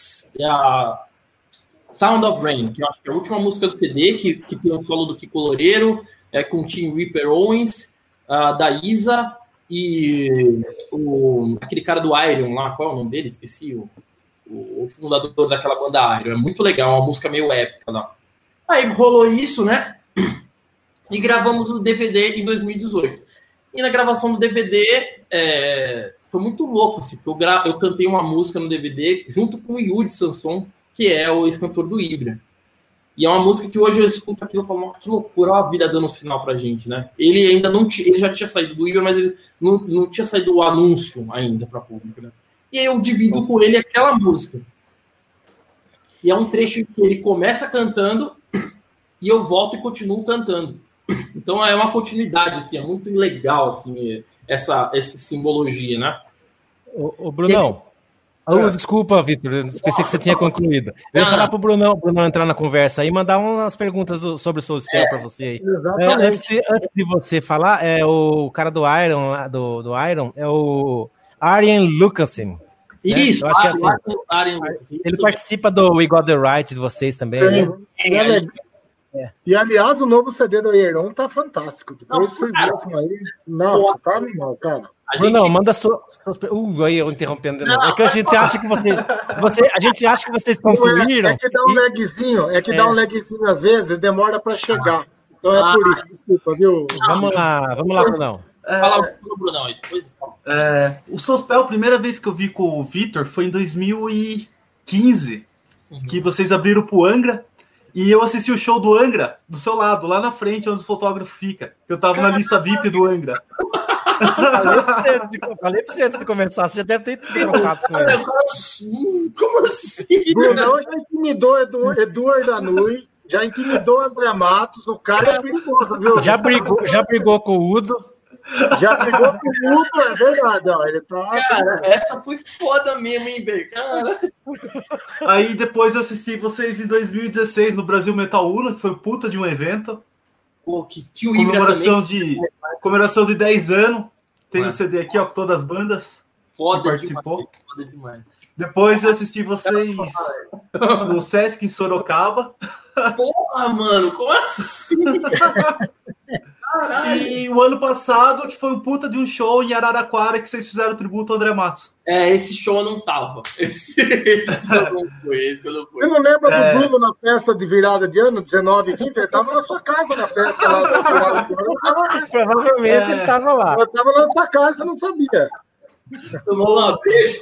[SPEAKER 3] Sound of Rain, que eu acho que é a última música do CD, que tem o solo do Kiko Loureiro, com o Tim Ripper Owens, da Isa, e aquele cara do Iron lá, qual é o nome dele? Esqueci, o fundador daquela banda Iron. É muito legal, uma música meio épica lá. Aí rolou isso, né? E gravamos o DVD em 2018. E na gravação do DVD foi muito louco, assim, porque eu cantei uma música no DVD junto com o Yudi Sanson, que é o ex-cantor do Hydra. E é uma música que hoje eu escuto aquilo e falo, que loucura, olha a vida dando um sinal pra gente, né? Ele ainda não tinha, ele já tinha saído do Hydra, mas ele não tinha saído o anúncio ainda pra público, né? E aí eu divido com ele aquela música. E é um trecho que ele começa cantando e eu volto e continuo cantando. Então é uma continuidade, assim, é muito legal, assim, essa simbologia, né?
[SPEAKER 1] Ô Brunão, desculpa, Vitor, pensei que você tinha concluído. Eu ia falar pro Brunão entrar na conversa aí e mandar umas perguntas sobre o Soul Spell para você aí. Antes de você falar, o cara do Iron, do Iron é o Arjen Lucassen.
[SPEAKER 3] Isso,
[SPEAKER 1] eu acho que é assim. Ele participa do We Got the Right de vocês também.
[SPEAKER 2] Sim, né? E aliás, o novo CD do Iron tá fantástico. Depois vocês ouçam aí. Nossa, tá animal, cara.
[SPEAKER 1] Não, manda sua. Aí eu interrompendo de novo. É que a gente acha que vocês concluíram.
[SPEAKER 2] É que dá um lagzinho, dá um lagzinho às vezes, demora para chegar. Então é por isso, desculpa, viu?
[SPEAKER 1] Vamos lá, Brunão.
[SPEAKER 3] Fala o Brunão aí, depois eu falo.
[SPEAKER 4] O Sospel, a primeira vez que eu vi com o Vitor foi em 2015, que vocês abriram pro Angra. E eu assisti o show do Angra, do seu lado, lá na frente, onde o fotógrafo fica. Eu tava na lista VIP do Angra.
[SPEAKER 1] Falei pra você antes de começar, você já deve ter contato com ele.
[SPEAKER 3] Como assim?
[SPEAKER 2] Brunão já intimidou Eduardo Danui, já intimidou André Matos, o cara é perigoso, viu?
[SPEAKER 1] Já brigou com o Udo.
[SPEAKER 2] Já brigou com o Udo, é verdade. Ó, ele tá...
[SPEAKER 3] Cara, essa foi foda mesmo, hein, velho? Cara.
[SPEAKER 4] Aí depois eu assisti vocês em 2016 no Brasil Metal Uno, que foi puta de um evento.
[SPEAKER 3] Pô, que o Ibra
[SPEAKER 4] comemoração de 10 anos. Tem o CD aqui, ó, com todas as bandas.
[SPEAKER 3] Foda
[SPEAKER 4] participou.
[SPEAKER 3] Foda demais.
[SPEAKER 4] Depois eu assisti vocês no Sesc em Sorocaba.
[SPEAKER 3] Porra, mano, como assim? Caralho.
[SPEAKER 4] E o ano passado, que foi um puta de um show em Araraquara, que vocês fizeram tributo ao André Matos.
[SPEAKER 3] Esse show eu não tava. Esse eu não fui.
[SPEAKER 2] Você não lembra do Bruno na festa de virada de ano, 19 e 20? Ele tava na sua casa na festa lá da virada de ano.
[SPEAKER 1] Provavelmente ele tava lá.
[SPEAKER 2] Eu tava na sua casa, você não sabia.
[SPEAKER 3] Tomou uma beijo.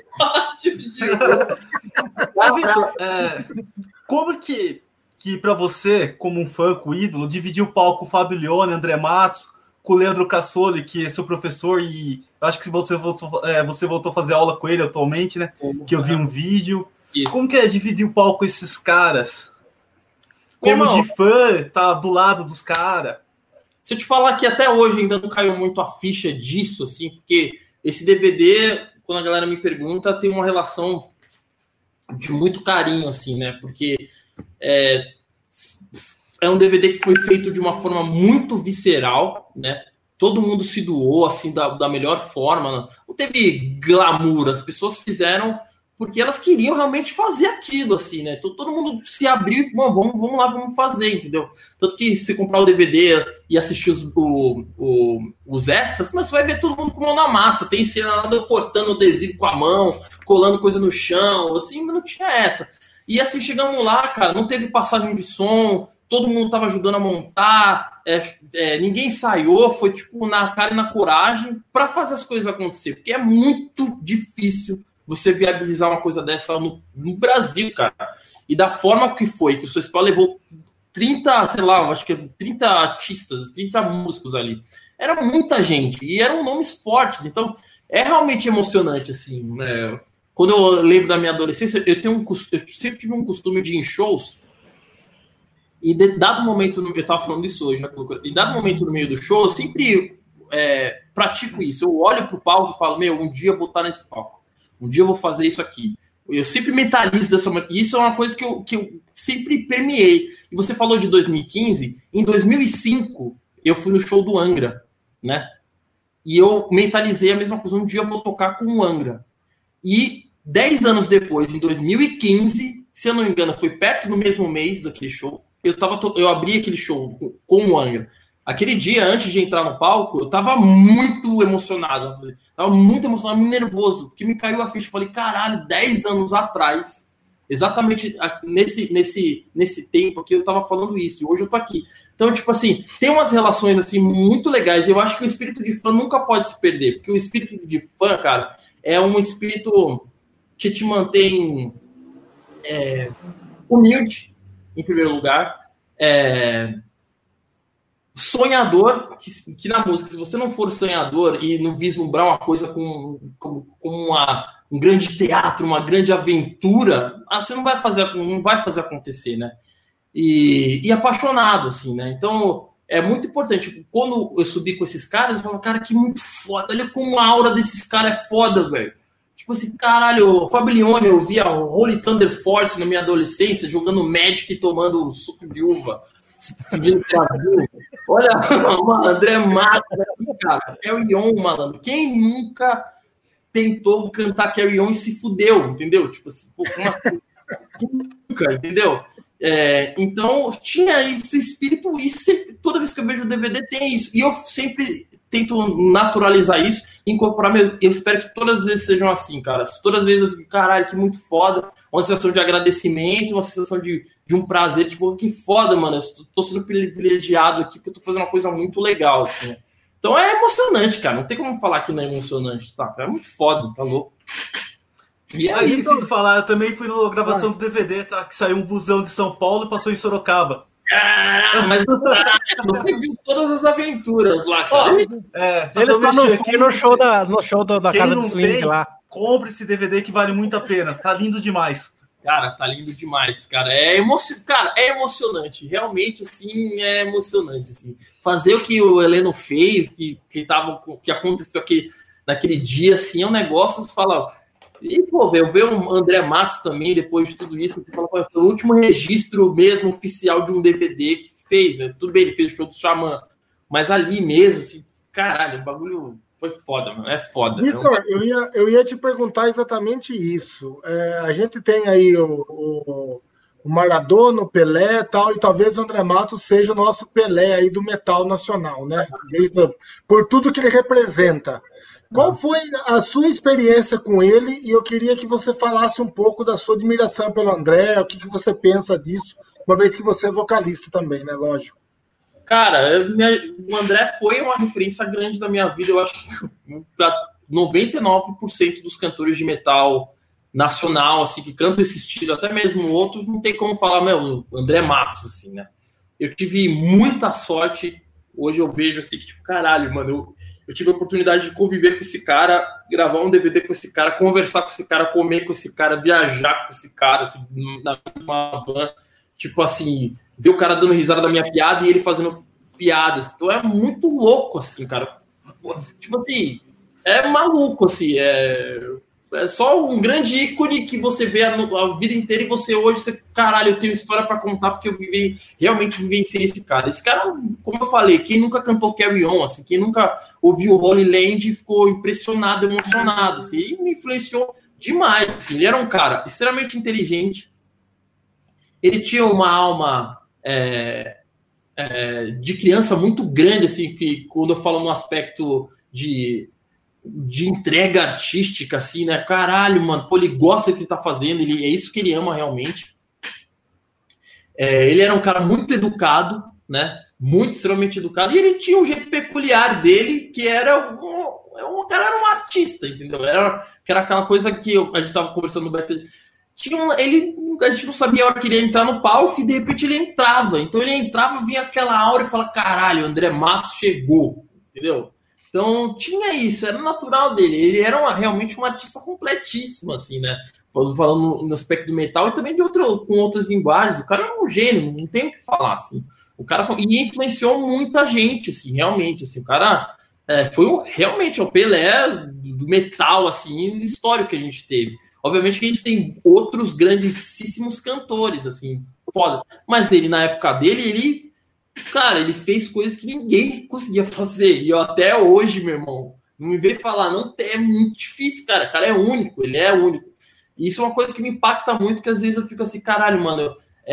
[SPEAKER 4] Vitor, como que para você, como um fã, com o ídolo, dividir o palco com o Fábio Leone, André Matos, com o Leandro Cassoli, que é seu professor, e acho que você voltou a fazer aula com ele atualmente, né? Que eu vi um vídeo. Isso. Como que é dividir o palco com esses caras? Como de fã, tá do lado dos caras?
[SPEAKER 3] Se eu te falar que até hoje ainda não caiu muito a ficha disso, assim, porque esse DVD, quando a galera me pergunta, tem uma relação de muito carinho, assim, né? Porque é um DVD que foi feito de uma forma muito visceral, né? Todo mundo se doou, assim, da melhor forma. Não teve glamour, as pessoas fizeram porque elas queriam realmente fazer aquilo, assim, né? Então, todo mundo se abriu e, vamos lá, vamos fazer, entendeu? Tanto que se você comprar o DVD e assistir os extras, mas você vai ver todo mundo com a mão na massa. Tem cena lá cortando o adesivo com a mão, colando coisa no chão, assim, mas não tinha essa. E assim, chegamos lá, cara, não teve passagem de som, todo mundo tava ajudando a montar, ninguém ensaiou, foi tipo na cara e na coragem para fazer as coisas acontecer, porque é muito difícil você viabilizar uma coisa dessa no Brasil, cara. E da forma que foi, que o Sospel levou 30, sei lá, acho que 30 artistas, 30 músicos ali. Era muita gente, e eram nomes fortes, então é realmente emocionante, assim, né? Quando eu lembro da minha adolescência, eu sempre tive um costume de ir em shows, e dado momento, eu estava falando isso hoje, em dado momento no meio do show, eu sempre pratico isso. Eu olho pro palco e falo, um dia eu vou estar nesse palco, um dia eu vou fazer isso aqui. Eu sempre mentalizo dessa maneira. Isso é uma coisa que eu sempre permeei. E você falou de 2015. Em 2005, eu fui no show do Angra, né? E eu mentalizei a mesma coisa. Um dia eu vou tocar com o Angra. E 10 anos depois, em 2015, se eu não me engano, foi perto do mesmo mês daquele show, eu abri aquele show com o Angra. Aquele dia, antes de entrar no palco, eu tava muito emocionado. Muito nervoso, porque me caiu a ficha. Falei, caralho, 10 anos atrás, exatamente nesse tempo aqui, eu tava falando isso, e hoje eu tô aqui. Então, tipo assim, tem umas relações assim muito legais. Eu acho que o espírito de fã nunca pode se perder, porque o espírito de fã, cara, é um espírito que te mantém humilde, em primeiro lugar, sonhador, que na música, se você não for sonhador e não vislumbrar uma coisa com um grande teatro, uma grande aventura, você não vai fazer acontecer, né? E apaixonado, assim, né? Então, é muito importante. Quando eu subi com esses caras, eu falo, cara, que muito foda. Olha como a aura desses caras é foda, velho. Tipo assim, caralho, o Fablione, eu via o Holy Thunder Force na minha adolescência, jogando Magic e tomando suco de uva. Olha, mano, André Matos, cara, Carry On, malandro. Quem nunca tentou cantar Carry On e se fudeu, entendeu? Tipo assim, pô, como assim? Nunca, entendeu? Então, tinha esse espírito, e sempre, toda vez que eu vejo o DVD tem isso. E eu sempre tento naturalizar isso, incorporar meu. Eu espero que todas as vezes sejam assim, cara. Todas as vezes eu fico, caralho, que muito foda. Uma sensação de agradecimento, uma sensação de um prazer, tipo, que foda, mano. Eu tô sendo privilegiado aqui porque eu tô fazendo uma coisa muito legal, assim. Então é emocionante, cara. Não tem como falar que não é emocionante, tá? É muito foda, tá louco.
[SPEAKER 4] E aí, esqueci de falar, eu também fui na gravação do DVD, tá? Que saiu um busão de São Paulo e passou em Sorocaba.
[SPEAKER 3] Mas você viu todas as aventuras lá, cara.
[SPEAKER 1] Eles estão no show da Casa do Swing lá.
[SPEAKER 4] Compre esse DVD que vale muito a pena. Tá lindo demais.
[SPEAKER 3] Cara, tá lindo demais, cara. É emocionante. Realmente, assim, é emocionante, assim. Fazer o que o Heleno fez, que aconteceu aqui naquele dia, assim, é um negócio, você fala... E, pô, eu ver o André Matos também, depois de tudo isso, você fala, foi o último registro mesmo oficial de um DVD que fez, né? Tudo bem, ele fez o show do Xamã, mas ali mesmo, assim, caralho, o bagulho foi foda, mano, é foda.
[SPEAKER 2] Vitor, eu ia te perguntar exatamente isso. A gente tem aí o Maradona, o Pelé e tal, e talvez o André Matos seja o nosso Pelé aí do metal nacional, né? Por tudo que ele representa. Qual foi a sua experiência com ele? E eu queria que você falasse um pouco da sua admiração pelo André, o que você pensa disso, uma vez que você é vocalista também, né? Lógico.
[SPEAKER 3] Cara, o André foi uma referência grande da minha vida. Eu acho que 99% dos cantores de metal nacional, assim, que cantam esse estilo, até mesmo outros, não tem como falar, meu, André Matos, assim, né? Eu tive muita sorte. Hoje eu vejo, assim, que tipo, caralho, mano, eu tive a oportunidade de conviver com esse cara, gravar um DVD com esse cara, conversar com esse cara, comer com esse cara, viajar com esse cara, assim, na mesma van. Tipo assim, ver o cara dando risada da minha piada e ele fazendo piadas. Então é muito louco, assim, cara. Tipo assim, é maluco, assim. É só um grande ícone que você vê a vida inteira e você hoje, caralho, eu tenho história pra contar porque eu realmente vivenciei esse cara. Esse cara, como eu falei, quem nunca cantou Carry On, assim, quem nunca ouviu Holy Land ficou impressionado, emocionado, assim, e me influenciou demais, assim. Ele era um cara extremamente inteligente, ele tinha uma alma de criança muito grande, assim, que quando eu falo no aspecto de entrega artística, assim, né? Caralho, mano, pô, ele gosta do que ele tá fazendo, é isso que ele ama realmente. Ele era um cara muito educado, né? Muito, extremamente educado, e ele tinha um jeito peculiar dele, que era o cara era um artista, entendeu? Que era aquela coisa que a gente tava conversando no backstage. A gente não sabia a hora que ele ia entrar no palco, e de repente ele entrava. Então ele entrava, vinha aquela aura e falava, caralho, o André Matos chegou, entendeu? Então, tinha isso, era natural dele. Ele era realmente um artista completíssimo, assim, né? Falando no aspecto do metal e também com outras linguagens. O cara era um gênio, não tem o que falar, assim. O cara influenciou muita gente, assim, realmente. Assim, o cara foi realmente o Pelé do metal, assim, histórico que a gente teve. Obviamente que a gente tem outros grandíssimos cantores, assim, foda. Mas ele, na época dele, ele fez coisas que ninguém conseguia fazer. E eu, até hoje, meu irmão, não me veio falar, não, é muito difícil, cara. O cara é único, ele é único. E isso é uma coisa que me impacta muito, que às vezes eu fico assim, caralho, mano,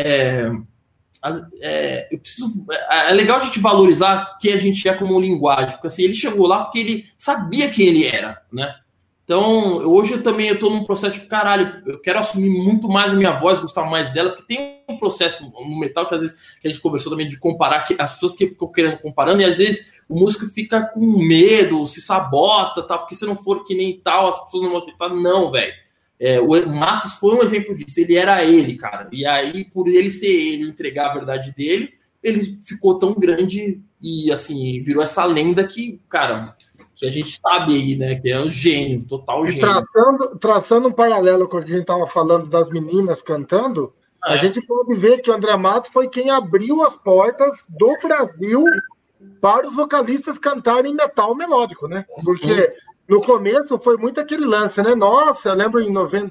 [SPEAKER 3] eu preciso. É legal a gente valorizar quem a gente é como linguagem, porque assim, ele chegou lá porque ele sabia quem ele era, né? Então, hoje eu tô num processo de caralho, eu quero assumir muito mais a minha voz, gostar mais dela, porque tem um processo no metal que às vezes que a gente conversou também de comparar, que as pessoas que ficam querendo comparando, e às vezes o músico fica com medo, se sabota, tá? Porque se não for que nem tal, as pessoas não vão aceitar. Não, velho. O Matos foi um exemplo disso, ele era ele, cara. E aí, por ele ser ele, entregar a verdade dele, ele ficou tão grande e, assim, virou essa lenda que, cara, que a gente sabe aí, né, que é um gênio, total gênio.
[SPEAKER 2] Traçando um paralelo com o que a gente estava falando das meninas cantando, a gente pode ver que o André Matos foi quem abriu as portas do Brasil para os vocalistas cantarem metal melódico, né? Porque no começo foi muito aquele lance, né? Nossa, eu lembro em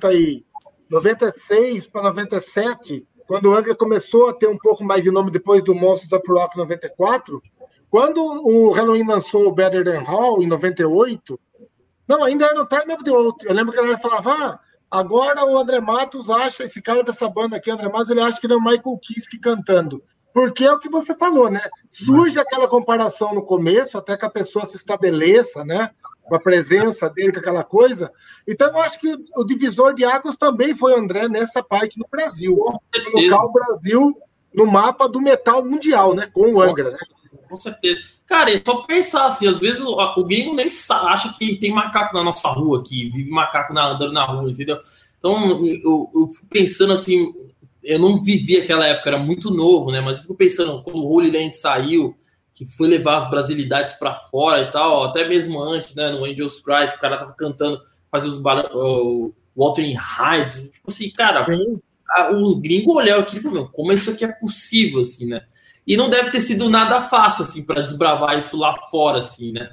[SPEAKER 2] 96 para 97, quando o Angra começou a ter um pouco mais de nome depois do Monsters of Rock 94, quando o Halloween lançou o Better Than Hall em 98, não, ainda era no Time of the Oath. Eu lembro que a galera falava, agora o André Matos acha, esse cara dessa banda aqui, André Matos, ele acha que ele é o Michael Kiske cantando. Porque é o que você falou, né? Surge aquela comparação no começo, até que a pessoa se estabeleça, né? Com a presença dele, com aquela coisa. Então, eu acho que o divisor de águas também foi o André nessa parte no Brasil. Colocar o Brasil no mapa do metal mundial, né? Com o Angra, né?
[SPEAKER 3] Com certeza. Cara, é só pensar assim, às vezes o gringo nem acha que tem macaco na nossa rua, que vive macaco andando na rua, entendeu? Então, eu fico pensando assim, eu não vivi aquela época, era muito novo, né? Mas eu fico pensando, quando o Holy Land saiu, que foi levar as brasilidades para fora e tal, até mesmo antes, né? No Angels Cry, que o cara tava cantando, fazia os Wuthering Heights, tipo assim, cara, o gringo olhou aquilo e falou, como isso aqui é possível, assim, né? E não deve ter sido nada fácil, assim, para desbravar isso lá fora, assim, né?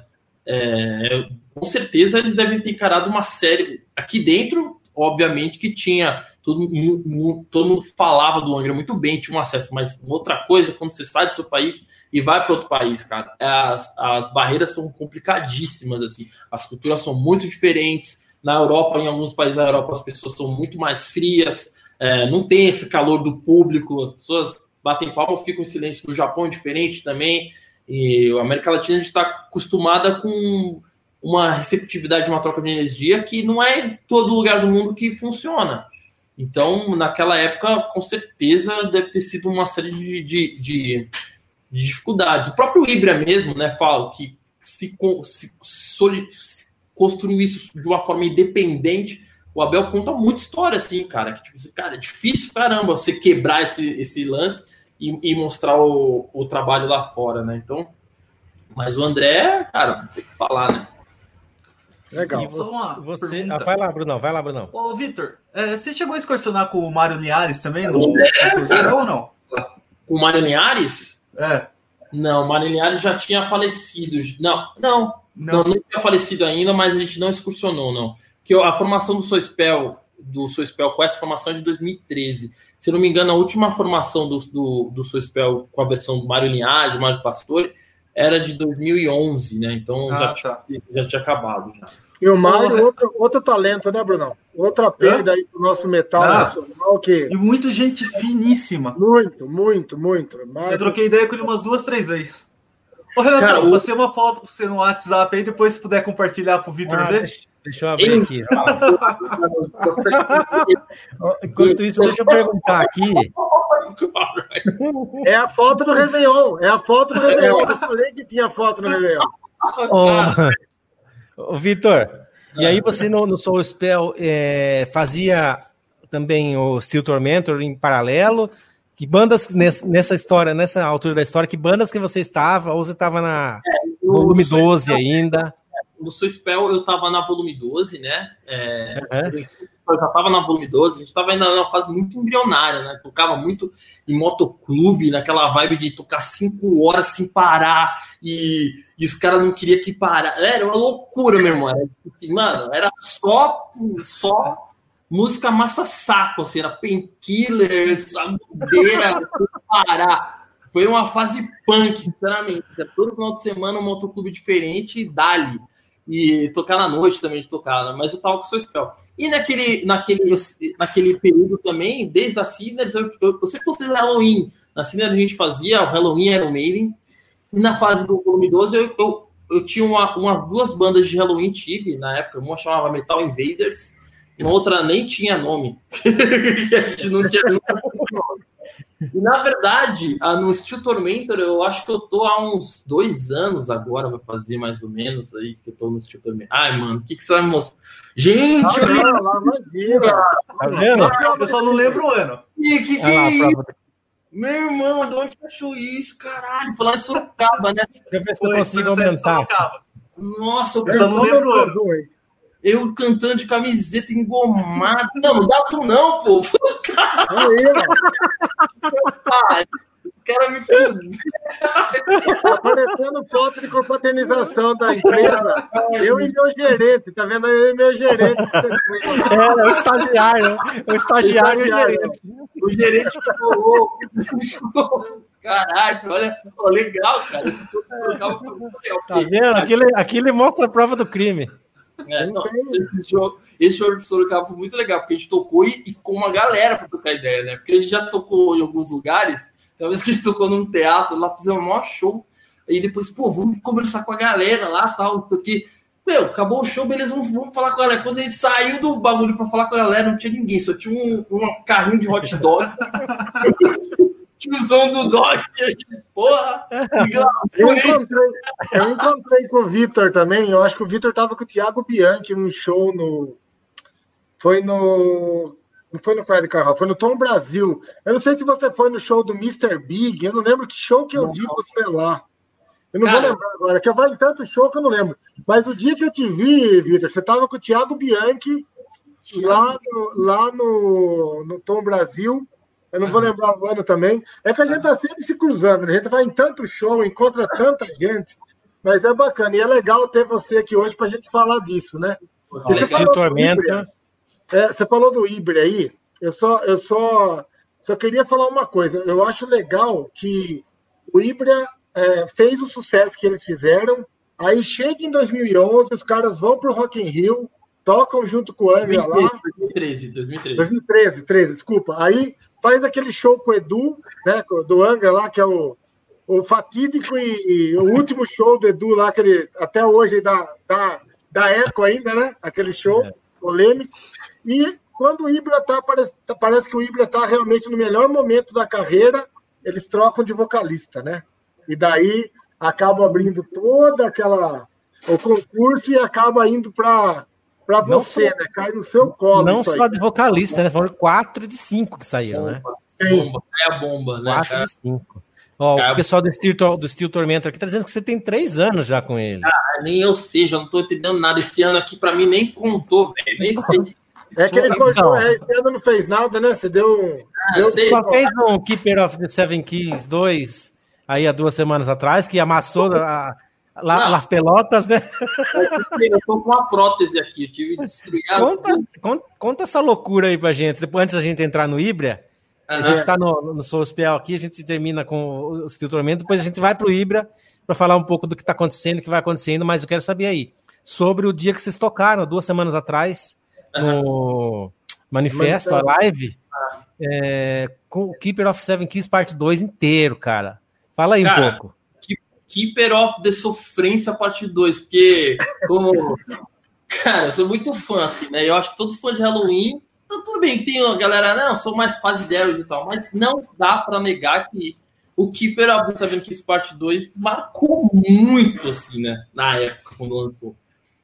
[SPEAKER 3] Com certeza eles devem ter encarado uma série aqui dentro, obviamente que tinha todo mundo falava do Angra muito bem, tinha um acesso, mas outra coisa, quando você sai do seu país e vai para outro país, cara, as barreiras são complicadíssimas, assim, as culturas são muito diferentes. Na Europa, em alguns países da Europa, as pessoas são muito mais frias, não tem esse calor do público, as pessoas batem palma, ficam em silêncio. No Japão é diferente também, e a América Latina a gente está acostumada com uma receptividade, uma troca de energia que não é em todo lugar do mundo que funciona. Então, naquela época, com certeza, deve ter sido uma série de dificuldades. O próprio Ibra mesmo, né, fala que se construiu isso de uma forma independente. O Abel conta muita história, assim, cara. Que, tipo, cara, é difícil, caramba, você quebrar esse lance e mostrar o trabalho lá fora, né? Então, mas o André, cara, tem que falar, né?
[SPEAKER 2] Legal.
[SPEAKER 1] Vai lá, Brunão.
[SPEAKER 4] Ô, Vitor, você chegou a excursionar com o Mário Linhares também no seu hospital ou não?
[SPEAKER 3] Com o Mário Linhares?
[SPEAKER 4] É.
[SPEAKER 3] Não, o Mário Linhares já tinha falecido. Não tinha falecido ainda, mas a gente não excursionou, não. Porque a formação do Soispel com essa formação é de 2013. Se eu não me engano, a última formação do Soispel com a versão do Mário Linhares, Mário Pastore, era de 2011, né? Então já tinha acabado. Já.
[SPEAKER 2] E o Mário, outro talento, né, Brunão? Outra perda aí pro nosso metal nacional.
[SPEAKER 4] E muita gente finíssima.
[SPEAKER 2] Muito. Mário...
[SPEAKER 4] Eu troquei ideia com ele umas 2-3 vezes. Ô, Renato, você uma foto pra você no WhatsApp aí, depois se puder compartilhar pro Vitor ver.
[SPEAKER 1] Deixa eu abrir aqui. Enquanto isso, deixa eu perguntar aqui.
[SPEAKER 2] É a foto do Réveillon. Eu falei que tinha foto no Réveillon.
[SPEAKER 1] Ô, Vitor, e aí você no Soulspell fazia também o Steel Tormentor em paralelo? Que bandas nessa história, nessa altura da história, que bandas que você estava? Ou você estava na volume 12 ainda?
[SPEAKER 3] No Soulspell eu estava na volume 12, né? Eu já estava na volume 12, a gente estava ainda numa fase muito embrionária, né? Tocava muito em motoclube, naquela vibe de tocar 5 horas sem parar, e os caras não queriam que parar. Era uma loucura, meu irmão. Era, assim, mano, era só música massa-saco, assim, era Painkiller, Sabudeira, Pará. Foi uma fase punk, sinceramente. Todo final de semana um motoclube diferente e dali. E tocar na noite também de tocar, mas eu tava com o seu spell. E naquele período também, desde a Sinners, eu sempre gostei do Halloween. Na Sinners a gente fazia o Halloween Iron Maiden. E na fase do volume 12 eu tinha umas 2 bandas de Halloween, tive na época. Uma chamava Metal Invaders, uma outra nem tinha nome. A gente não tinha nome. E na verdade, no Steel Tormentor, eu acho que eu tô há uns 2 anos agora, vai fazer mais ou menos aí que eu tô no Steel Tormentor. Ai, mano, o que você vai mostrar? Gente!
[SPEAKER 1] Tá vendo?
[SPEAKER 4] Eu só não lembro o ano.
[SPEAKER 3] Que é isso? Meu irmão, de onde achou isso? Caralho, falar em Sorocaba, né?
[SPEAKER 1] Deixa eu ver se eu consigo aumentar.
[SPEAKER 3] Nossa,
[SPEAKER 4] eu só não lembro o ano.
[SPEAKER 3] Eu cantando de camiseta engomada. Não dá zoom não, pô. Cara, o cara me fudeu.
[SPEAKER 2] Aparecendo foto de confraternização da empresa. Eu e meu gerente, tá vendo? Eu e meu gerente.
[SPEAKER 1] É o estagiário. O estagiário e o gerente.
[SPEAKER 3] O gerente ficou louco. Caralho, olha, legal, cara.
[SPEAKER 1] Tá vendo? Aquilo mostra a prova do crime.
[SPEAKER 3] Esse show de Sorocaba foi muito legal, porque a gente tocou e ficou uma galera pra trocar ideia, né? Porque a gente já tocou em alguns lugares, talvez que a gente tocou num teatro, lá fizemos um maior show, aí depois, vamos conversar com a galera lá, tal, isso aqui. Meu, acabou o show, beleza, vamos falar com a galera. Quando a gente saiu do bagulho pra falar com a galera, não tinha ninguém, só tinha um carrinho de hot dog. Tiozão do Dodge, porra!
[SPEAKER 2] Eu encontrei com o Vitor também. Eu acho que o Vitor tava com o Thiago Bianchi num show no. Não foi no Cry Carro, foi no Tom Brasil. Eu não sei se você foi no show do Mr. Big, eu não lembro que show que eu vi você lá. Eu não vou lembrar agora, que eu vou em tanto show que eu não lembro. Mas o dia que eu te vi, Vitor, você tava com o Thiago Bianchi lá no Tom Brasil. Eu não vou lembrar o ano também. É que a gente tá sempre se cruzando, né? A gente vai em tanto show, encontra tanta gente, mas é bacana. E é legal ter você aqui hoje pra gente falar disso, né?
[SPEAKER 1] Você
[SPEAKER 2] falou do Ibre aí, eu só queria falar uma coisa. Eu acho legal que o Ibra fez o sucesso que eles fizeram, aí chega em 2011, os caras vão pro Rock in Rio, tocam junto com o Angra lá. 2013, desculpa. Aí faz aquele show com o Edu, né, do Angra lá, que é o fatídico e o último show do Edu lá, que ele até hoje dá eco ainda, né? Aquele show polêmico. E quando o Ibra parece que o Ibra tá realmente no melhor momento da carreira, eles trocam de vocalista, né? E daí acaba abrindo toda o concurso e acaba indo para você, né? Cai no seu colo.
[SPEAKER 1] Não só de vocalista, né? Foram 4 de 5 que saíram, né?
[SPEAKER 3] Sim. É a bomba, né?
[SPEAKER 1] 4 de 5. O pessoal do Steel Tormentor aqui tá dizendo que você tem 3 anos já com eles.
[SPEAKER 3] Nem eu sei, já não tô entendendo nada. Esse ano aqui, pra mim, nem contou, velho. Nem sei.
[SPEAKER 2] É que ele cortou, esse ano não fez nada, né? Você deu
[SPEAKER 1] só fez um Keeper of the Seven Keys 2 aí há 2 semanas atrás, que amassou as pelotas, né?
[SPEAKER 3] Eu tô com uma prótese aqui, eu tive que destruir
[SPEAKER 1] conta essa loucura aí pra gente. Depois, antes da gente entrar no Ibra, a gente tá no Soulspiel aqui, a gente termina com o Steel Tormentor, depois a gente vai pro Ibra para falar um pouco do que tá acontecendo, o que vai acontecendo, mas eu quero saber aí, sobre o dia que vocês tocaram, 2 semanas atrás, no Manifesto, a live, com o Keeper of Seven Keys parte 2 inteiro, cara. Fala aí um pouco.
[SPEAKER 3] Keeper of the Sofrência parte 2, porque cara, eu sou muito fã, assim, né? Eu acho que todo fã de Halloween, tudo bem, tem a galera, não, sou mais fase delas e tal, mas não dá pra negar que o Keeper of the Seven Keys parte 2 marcou muito, assim, né? Na época, quando lançou.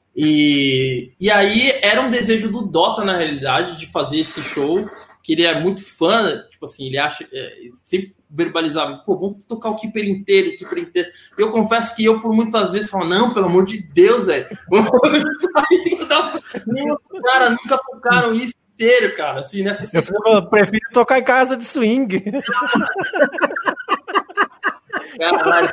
[SPEAKER 3] E aí era um desejo do Dota, na realidade, de fazer esse show, que ele é muito fã, tipo assim, ele acha, sempre verbalizava, vamos tocar o Keeper inteiro. Eu confesso que eu, por muitas vezes, falo, não, pelo amor de Deus, velho, cara, nunca tocaram isso inteiro, cara, assim, nessa
[SPEAKER 1] eu prefiro tocar em casa de swing.
[SPEAKER 3] Caralho,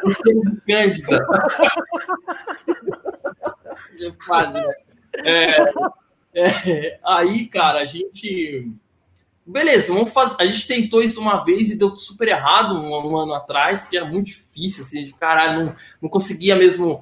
[SPEAKER 3] Cândida. Quase, né? Aí, cara, a gente... Beleza, vamos fazer. A gente tentou isso uma vez e deu super errado um ano atrás, porque era muito difícil, assim, de caralho, não conseguia mesmo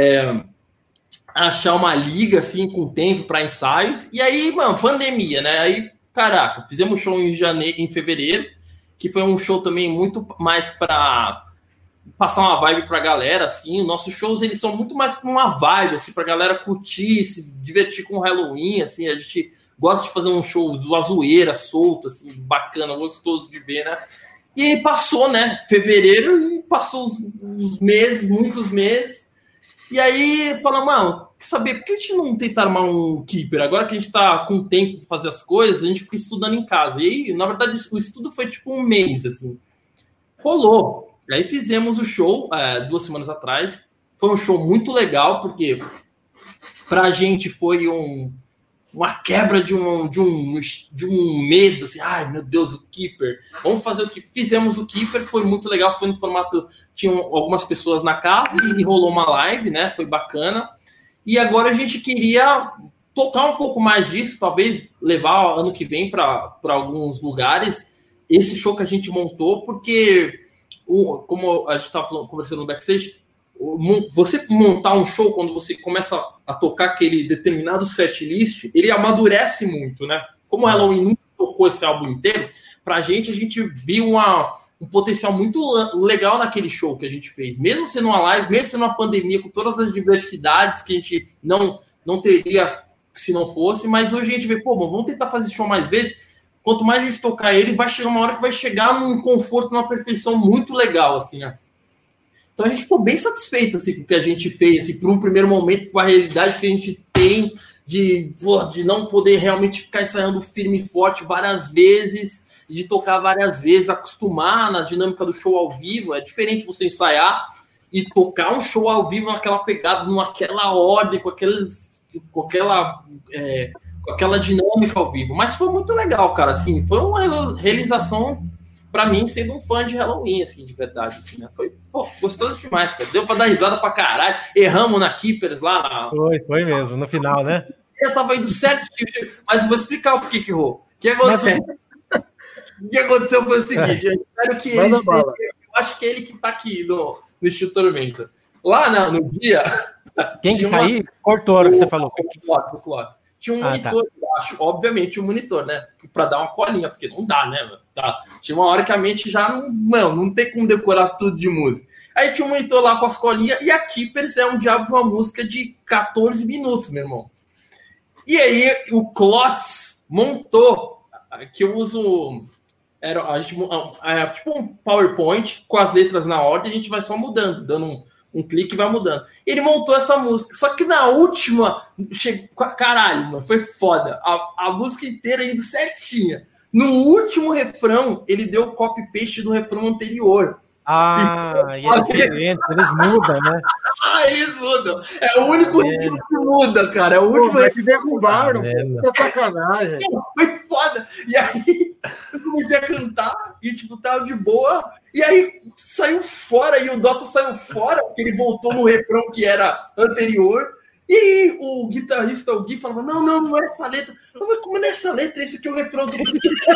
[SPEAKER 3] achar uma liga, assim, com tempo para ensaios. E aí, mano, pandemia, né? Aí, caraca, fizemos show em fevereiro, que foi um show também muito mais para passar uma vibe pra galera, assim. Nossos shows, eles são muito mais pra uma vibe, assim, pra galera curtir, se divertir com o Halloween, assim. A gente gosta de fazer um show zoeira, solto, assim, bacana, gostoso de ver, né? E aí passou, né? Fevereiro, e passou os meses, muitos meses. E aí falamos, mano, quer saber, por que a gente não tenta armar um keeper? Agora que a gente tá com tempo pra fazer as coisas, a gente fica estudando em casa. E aí, na verdade, o estudo foi tipo um mês, assim. Rolou. E aí fizemos o show 2 semanas atrás. Foi um show muito legal, porque pra gente foi uma quebra de um medo, assim, ai meu Deus, o Keeper, vamos fazer o Keeper. Fizemos o Keeper, foi muito legal, foi no formato, tinham algumas pessoas na casa e rolou uma live, né, foi bacana. E agora a gente queria tocar um pouco mais disso, talvez levar ano que vem para alguns lugares esse show que a gente montou, porque como a gente estava conversando no backstage, você montar um show quando você começa a tocar aquele determinado set list, ele amadurece muito, né? Como o Halloween nunca tocou esse álbum inteiro, a gente viu um potencial muito legal naquele show que a gente fez. Mesmo sendo uma live, mesmo sendo uma pandemia, com todas as diversidades que a gente não teria se não fosse, mas hoje a gente vê, pô, vamos tentar fazer esse show mais vezes. Quanto mais a gente tocar ele, vai chegar uma hora que vai chegar num conforto, numa perfeição muito legal, assim, né? Então a gente ficou bem satisfeito assim, com o que a gente fez, assim, por um primeiro momento, com a realidade que a gente tem de não poder realmente ficar ensaiando firme e forte várias vezes, de tocar várias vezes, acostumar na dinâmica do show ao vivo. É diferente você ensaiar e tocar um show ao vivo naquela pegada, naquela ordem, com aquela dinâmica ao vivo. Mas foi muito legal, cara, assim, foi uma realização pra mim, sendo um fã de Halloween, assim, de verdade, assim, né? Foi, gostoso demais, cara. Deu pra dar risada pra caralho. Erramos na Keepers lá.
[SPEAKER 1] Foi mesmo, no final, né?
[SPEAKER 3] Eu tava indo certo, mas vou explicar o porquê que errou. O que aconteceu? O que aconteceu foi o seguinte, eu espero que ele esteja, eu acho que ele que tá aqui no Estilo Tormenta. Lá no dia...
[SPEAKER 1] Quem que tá aí? Cortou a hora que você falou.
[SPEAKER 3] O Clotes. Tinha um monitor, embaixo, obviamente um monitor, né? Pra dar uma colinha, porque não dá, né? Tá. Tinha uma hora que a mente já não tem como decorar tudo de música. Aí tinha um monitor lá com as colinhas, e a Keepers é um diabo de uma música de 14 minutos, meu irmão. E aí o Clots montou, que eu uso... tipo um PowerPoint com as letras na ordem, a gente vai só mudando, dando um clique e vai mudando. Ele montou essa música. Só que na última... Caralho, mano, foi foda. A música inteira indo certinha. No último refrão, ele deu copy-paste do refrão anterior.
[SPEAKER 1] E é diferente. Eles mudam, né?
[SPEAKER 3] Eles mudam. É o único que muda, cara. É o último...
[SPEAKER 2] Mas que derrubaram. Que sacanagem.
[SPEAKER 3] Foi foda. E aí, eu comecei a cantar e, tipo, tava de boa... E aí saiu fora, e o Dota saiu fora, porque ele voltou no refrão que era anterior. E aí o guitarrista, o Gui, falava, não é essa letra. Eu falei, como não é essa letra? Esse aqui é o refrão do...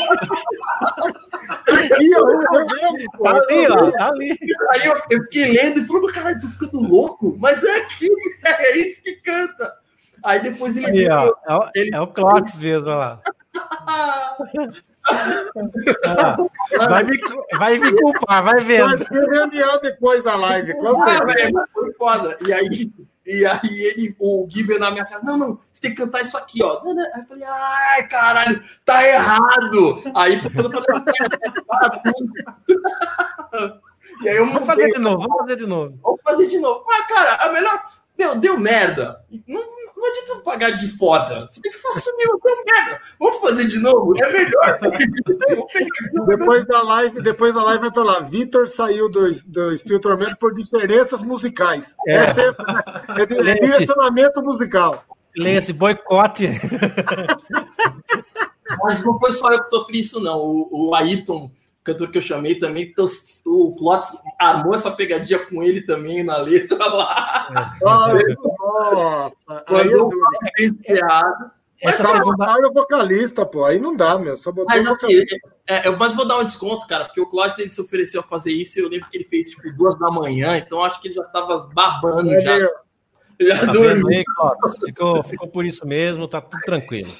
[SPEAKER 1] Tá ali.
[SPEAKER 3] Aí eu fiquei lendo e falei, caralho, tu ficando louco? Mas é aqui, é isso que canta. Aí depois ele...
[SPEAKER 1] Aí, é o Clots mesmo, olha lá. Vai me culpar, vai vendo.
[SPEAKER 2] Vai ter reunião depois da live, com certeza.
[SPEAKER 3] Foi foda. E aí o Gui veio na minha casa, não, você tem que cantar isso aqui, ó. Aí eu falei, ai, caralho, tá errado. Aí foi quando eu falei, para tudo. E aí
[SPEAKER 1] vamos fazer de novo.
[SPEAKER 3] Vamos fazer de novo. Mas, cara, a melhor... deu merda. Não adianta pagar de foda. Você tem que assumir, deu merda. Vamos fazer de novo? É melhor.
[SPEAKER 2] Depois da live vai estar lá. Vitor saiu do Estilo Tormento por diferenças musicais. Esse é direcionamento musical.
[SPEAKER 1] Leia-se boicote.
[SPEAKER 3] Mas não foi só eu que sofri isso, não. O Ayrton, cantor que eu chamei também, o Clots armou essa pegadinha com ele também na letra lá.
[SPEAKER 2] Nossa!
[SPEAKER 3] Quando eu falei errado,
[SPEAKER 2] Essa botaram o vocalista, pô. Aí não dá, meu. Só botou o vocalista.
[SPEAKER 3] Mas vou dar um desconto, cara, porque o Clóvis ele se ofereceu a fazer isso e eu lembro que ele fez tipo 2 da manhã, então acho que ele já tava babando já.
[SPEAKER 1] Já dormiu. Ficou por isso mesmo, tá tudo tranquilo.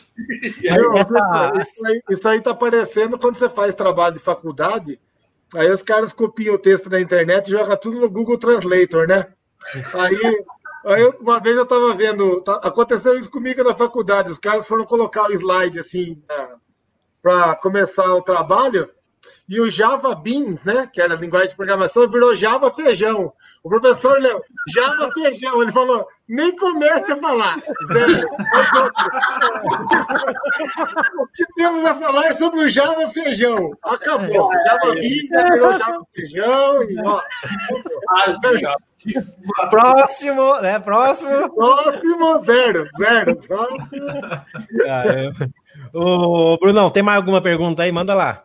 [SPEAKER 2] Isso aí tá parecendo quando você faz trabalho de faculdade, aí os caras copiam o texto na internet e jogam tudo no Google Translator, né? Aí uma vez eu tava vendo, aconteceu isso comigo na faculdade, os caras foram colocar o slide assim, para começar o trabalho, e o Java Beans, né, que era a linguagem de programação, virou Java Feijão. O professor leu Java Feijão, ele falou, nem comece a falar. Zero. O que temos a falar sobre o Java Feijão? Acabou. Java Beans já virou Java Feijão e ó.
[SPEAKER 1] Próximo, né? Próximo,
[SPEAKER 2] zero. Próximo.
[SPEAKER 1] Ô, Brunão, tem mais alguma pergunta aí? Manda lá.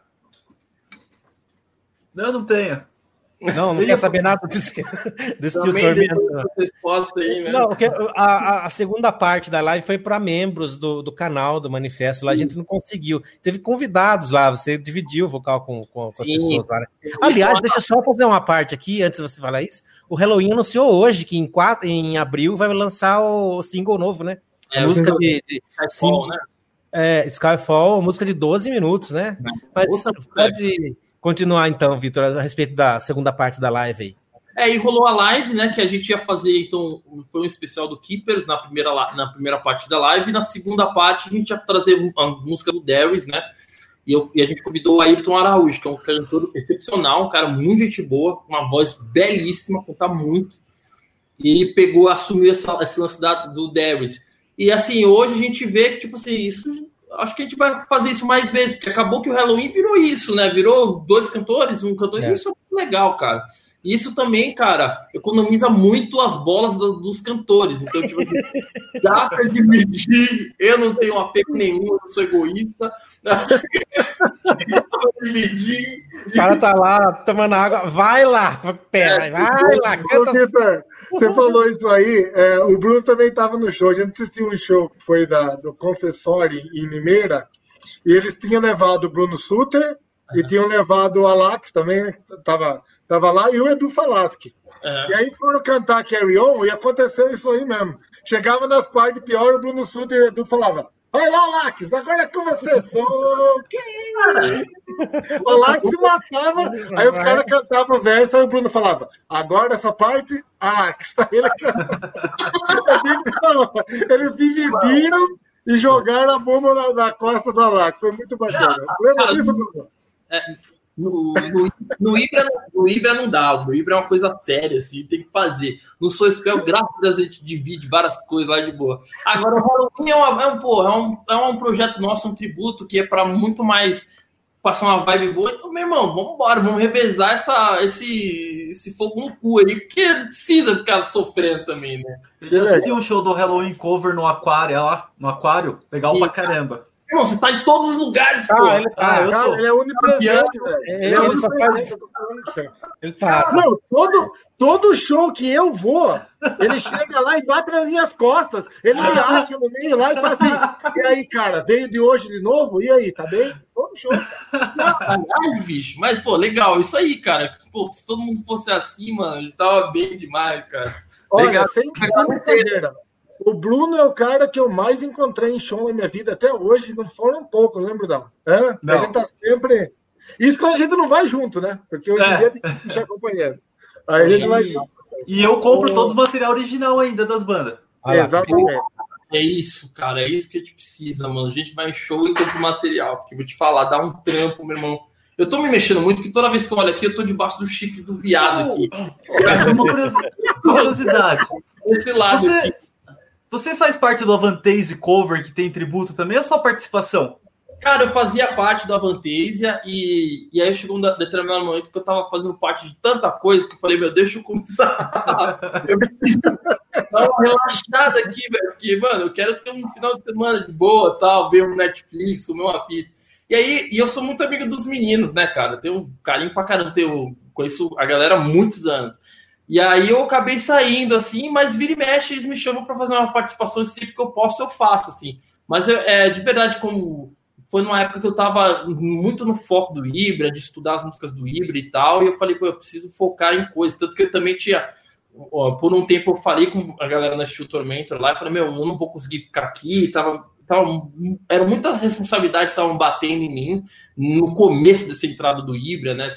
[SPEAKER 4] Não tenho.
[SPEAKER 1] Não quer saber nada desse tio Tormento.
[SPEAKER 3] Aí, né?
[SPEAKER 1] Não, porque a segunda parte da live foi para membros do canal, do Manifesto. Lá a gente não conseguiu. Teve convidados lá, você dividiu o vocal com as pessoas lá, né? Aliás, deixa eu só fazer uma parte aqui, antes de você falar isso. O Halloween anunciou hoje que em abril vai lançar o single novo, né? Música de
[SPEAKER 3] Skyfall, né?
[SPEAKER 1] Skyfall, música de 12 minutos, né? Mas pode continuar então, Vitor, a respeito da segunda parte da live aí.
[SPEAKER 3] E rolou a live, né, que a gente ia fazer, então, foi um especial do Keepers na primeira parte da live, e na segunda parte a gente ia trazer a música do Darius, né, e a gente convidou o Ayrton Araújo, que é um cantor excepcional, um cara muito gente boa, uma voz belíssima, canta muito, e ele assumiu esse lance do Darius. E assim, hoje a gente vê que, tipo assim, isso... Acho que a gente vai fazer isso mais vezes, porque acabou que o Halloween virou isso, né? Virou 2 cantores, um cantor. Isso é muito legal, cara. E isso também, cara, economiza muito as bolas dos cantores. Então, tipo, dá pra dividir. Eu não tenho apego nenhum, eu não sou egoísta. Dá pra
[SPEAKER 1] dividir. O cara tá lá tomando água. Vai lá, vai lá.
[SPEAKER 2] Canta. Você falou isso aí. O Bruno também estava no show. A gente assistiu um show que foi do Confessori em Limeira. E eles tinham levado o Bruno Sutter e tinham levado o Alax também, né? Tava lá, e o Edu Falaschi. E aí foram cantar Carry On, e aconteceu isso aí mesmo. Chegava nas partes pior, o Bruno Sutter e o Edu falava: vai lá, Alax, agora é com você. O Alax se matava, aí os caras cantavam o verso, aí o Bruno falava: agora essa parte, Alax. Eles dividiram e jogaram a bomba na costa do Alax. Foi muito bacana. Lembra disso, Bruno?
[SPEAKER 3] No Ibra não dá. No Ibra é uma coisa séria, assim, tem que fazer. No Sou Spell, graças a Deus, a gente divide várias coisas lá de boa. Agora, o Halloween é um projeto nosso, um tributo, que é para muito mais passar uma vibe boa. Então, meu irmão, vamos embora, vamos revezar esse fogo no cu aí, porque precisa ficar sofrendo também, né?
[SPEAKER 4] Eu já assisti um show do Halloween cover no Aquário, legal pra caramba.
[SPEAKER 3] Irmão, você tá em todos os lugares, pô.
[SPEAKER 2] Ele é onipresente, velho.
[SPEAKER 1] Ele só faz... Ele tá...
[SPEAKER 2] Não, todo show que eu vou, ele chega lá e bate nas minhas costas. Ele me acha no meio lá e fala assim: e aí, cara, veio de hoje de novo? E aí, tá bem? Todo show.
[SPEAKER 3] Ai, bicho. Mas, pô, legal. Isso aí, cara. Pô, se todo mundo fosse assim, mano, tava bem demais, cara.
[SPEAKER 2] Olha,
[SPEAKER 3] legal.
[SPEAKER 2] Sem brincadeira. O Bruno é o cara que eu mais encontrei em show na minha vida até hoje. Não foram poucos, né, Brunão? A gente tá sempre... Isso quando a gente não vai junto, né? Porque hoje em dia tem que deixar companheiro. Aí a gente vai junto.
[SPEAKER 4] E eu compro todos os material original ainda das bandas.
[SPEAKER 2] Exatamente.
[SPEAKER 3] É isso, cara. É isso que a gente precisa, mano. A gente vai em show e compra material. Porque vou te falar, dá um trampo, meu irmão. Eu tô me mexendo muito, porque toda vez que eu olho aqui, eu tô debaixo do chifre do viado aqui.
[SPEAKER 4] Uma curiosidade.
[SPEAKER 3] Esse lado aqui.
[SPEAKER 4] Você faz parte do Avantasia Cover, que tem tributo também, ou só participação?
[SPEAKER 3] Cara, eu fazia parte do Avantasia e aí chegou um determinado momento que eu tava fazendo parte de tanta coisa que eu falei, meu, deixa eu começar. Eu preciso dar uma relaxada aqui, velho, porque, mano, eu quero ter um final de semana de boa, tal, ver um Netflix, comer uma pizza. E eu sou muito amigo dos meninos, né, cara? Eu tenho um carinho pra caramba, eu conheço a galera há muitos anos. E aí eu acabei saindo, assim, mas vira e mexe, eles me chamam para fazer uma participação, sempre que eu posso, eu faço, assim. Mas de verdade, como foi numa época que eu tava muito no foco do Ibra, de estudar as músicas do Ibra e tal, e eu falei, pô, eu preciso focar em coisas. Tanto que eu também tinha, por um tempo eu falei com a galera na Steel Tormentor lá, e falei, meu, eu não vou conseguir ficar aqui, eram muitas responsabilidades que estavam batendo em mim no começo dessa entrada do Ibra, né?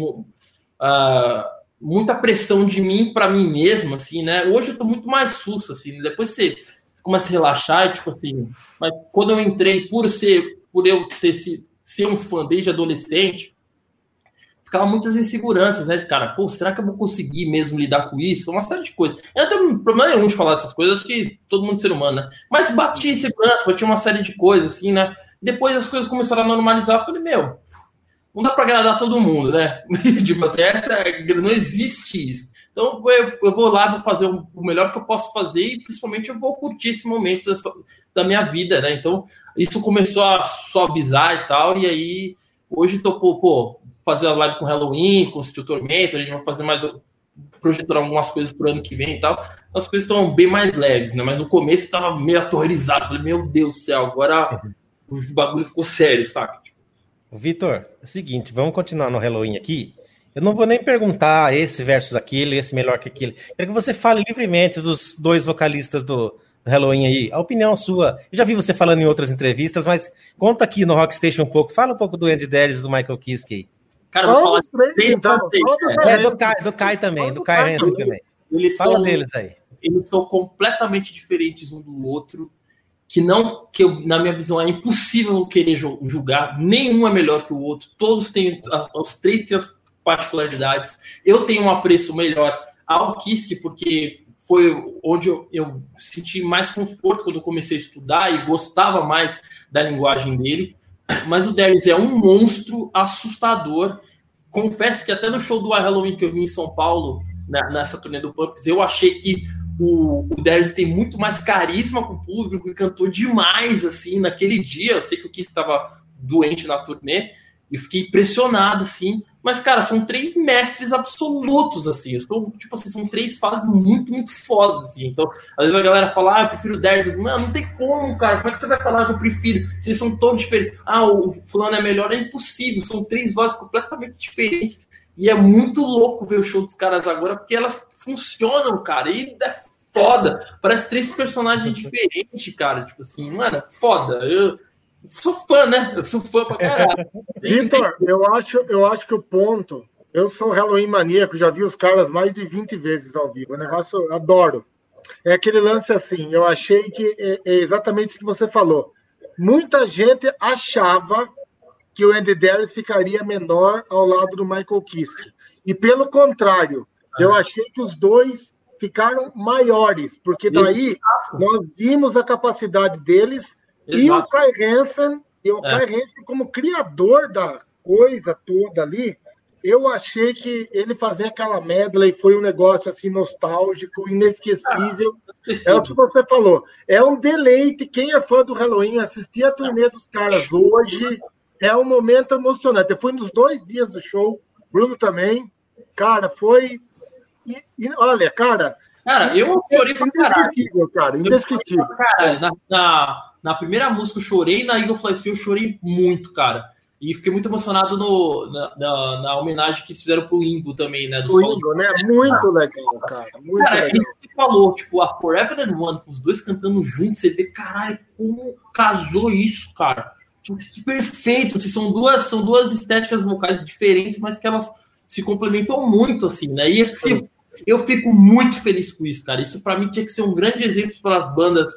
[SPEAKER 3] Muita pressão de mim para mim mesmo, assim, né? Hoje eu tô muito mais susto, assim, depois você começa a relaxar, tipo assim, mas quando eu entrei, por eu ser um fã desde adolescente, ficava muitas inseguranças, né, cara? Pô, será que eu vou conseguir mesmo lidar com isso? Uma série de coisas. Eu não tenho problema nenhum de falar essas coisas, acho que todo mundo é ser humano, né? Mas batia insegurança, batia uma série de coisas, assim, né? Depois as coisas começaram a normalizar, eu falei, meu, não dá pra agradar todo mundo, né? Tipo assim, não existe isso. Então eu vou lá, vou fazer o melhor que eu posso fazer e principalmente eu vou curtir esse momento da minha vida, né? Então isso começou a suavizar e tal, e aí hoje tô, fazer a live com Halloween, com o Steel Tormentor, a gente vai fazer mais, projetar algumas coisas pro ano que vem e tal. As coisas estão bem mais leves, né? Mas no começo tava meio aterrorizado, falei, meu Deus do céu, agora o bagulho ficou sério, sabe?
[SPEAKER 1] Vitor, é o seguinte, vamos continuar no Halloween aqui. Eu não vou nem perguntar esse versus aquele, esse melhor que aquele. Quero que você fale livremente dos dois vocalistas do Halloween aí. A opinião sua. Eu já vi você falando em outras entrevistas, mas conta aqui no Rockstation um pouco. Fala um pouco do Andy Darius e do Michael Kiske.
[SPEAKER 3] Cara, vou falar
[SPEAKER 2] então.
[SPEAKER 1] Do Kai também, do Kai Hansen também. Fala deles aí.
[SPEAKER 3] Eles são completamente diferentes um do outro. Na minha visão, é impossível querer julgar. Nenhum é melhor que o outro. Todos têm, os três têm as particularidades. Eu tenho um apreço melhor ao Kiske, porque foi onde eu senti mais conforto quando eu comecei a estudar e gostava mais da linguagem dele. Mas o Darius é um monstro assustador. Confesso que até no show do Halloween que eu vi em São Paulo, nessa turnê do Pumpkins, eu achei que o Darius tem muito mais carisma com o público e cantou demais, assim, naquele dia. Eu sei que o Kiss estava doente na turnê e fiquei impressionado, assim. Mas, cara, são três mestres absolutos, assim. São três fases muito, muito fodas, assim. Então, às vezes a galera fala, eu prefiro o Darius. Não tem como, cara. Como é que você vai falar que eu prefiro? Vocês são todos diferentes. O fulano é melhor. É impossível. São três vozes completamente diferentes. E é muito louco ver o show dos caras agora, porque elas funcionam, cara. E é foda. Parece três personagens diferentes, cara. Tipo assim, mano, foda. Eu sou fã, né? Eu sou fã pra caralho.
[SPEAKER 2] Vitor, eu acho que o ponto... Eu sou Halloween maníaco, já vi os caras mais de 20 vezes ao vivo. O negócio, eu adoro. É aquele lance assim, eu achei que é exatamente isso que você falou. Muita gente achava que o Andy Darius ficaria menor ao lado do Michael Kiske. E pelo contrário, eu achei que os dois ficaram maiores, porque daí nós vimos a capacidade deles. Exato. E o Kai Hansen, como criador da coisa toda ali, eu achei que ele fazer aquela medley foi um negócio assim nostálgico, inesquecível. É o que você falou. É um deleite. Quem é fã do Halloween, assistir a turnê dos caras hoje é um momento emocionante. Eu fui nos 2 dias do show, Bruno também. Cara, foi... olha, cara...
[SPEAKER 3] Cara, eu chorei pra caralho.
[SPEAKER 2] Indescritível, cara. Indescritível.
[SPEAKER 3] Na primeira música eu chorei, na Eagle Fly Free eu chorei muito, cara. E fiquei muito emocionado na homenagem que eles fizeram pro Ingo também, né?
[SPEAKER 2] Do Ingo, né? Muito legal, cara. Muito legal.
[SPEAKER 3] Isso que você falou, tipo, a Forever and One, os dois cantando juntos, você vê, caralho, como casou isso, cara. Que perfeito. Assim, são duas estéticas vocais diferentes, mas que elas se complementam muito, assim, né? E assim, eu fico muito feliz com isso, cara. Isso pra mim tinha que ser um grande exemplo para as bandas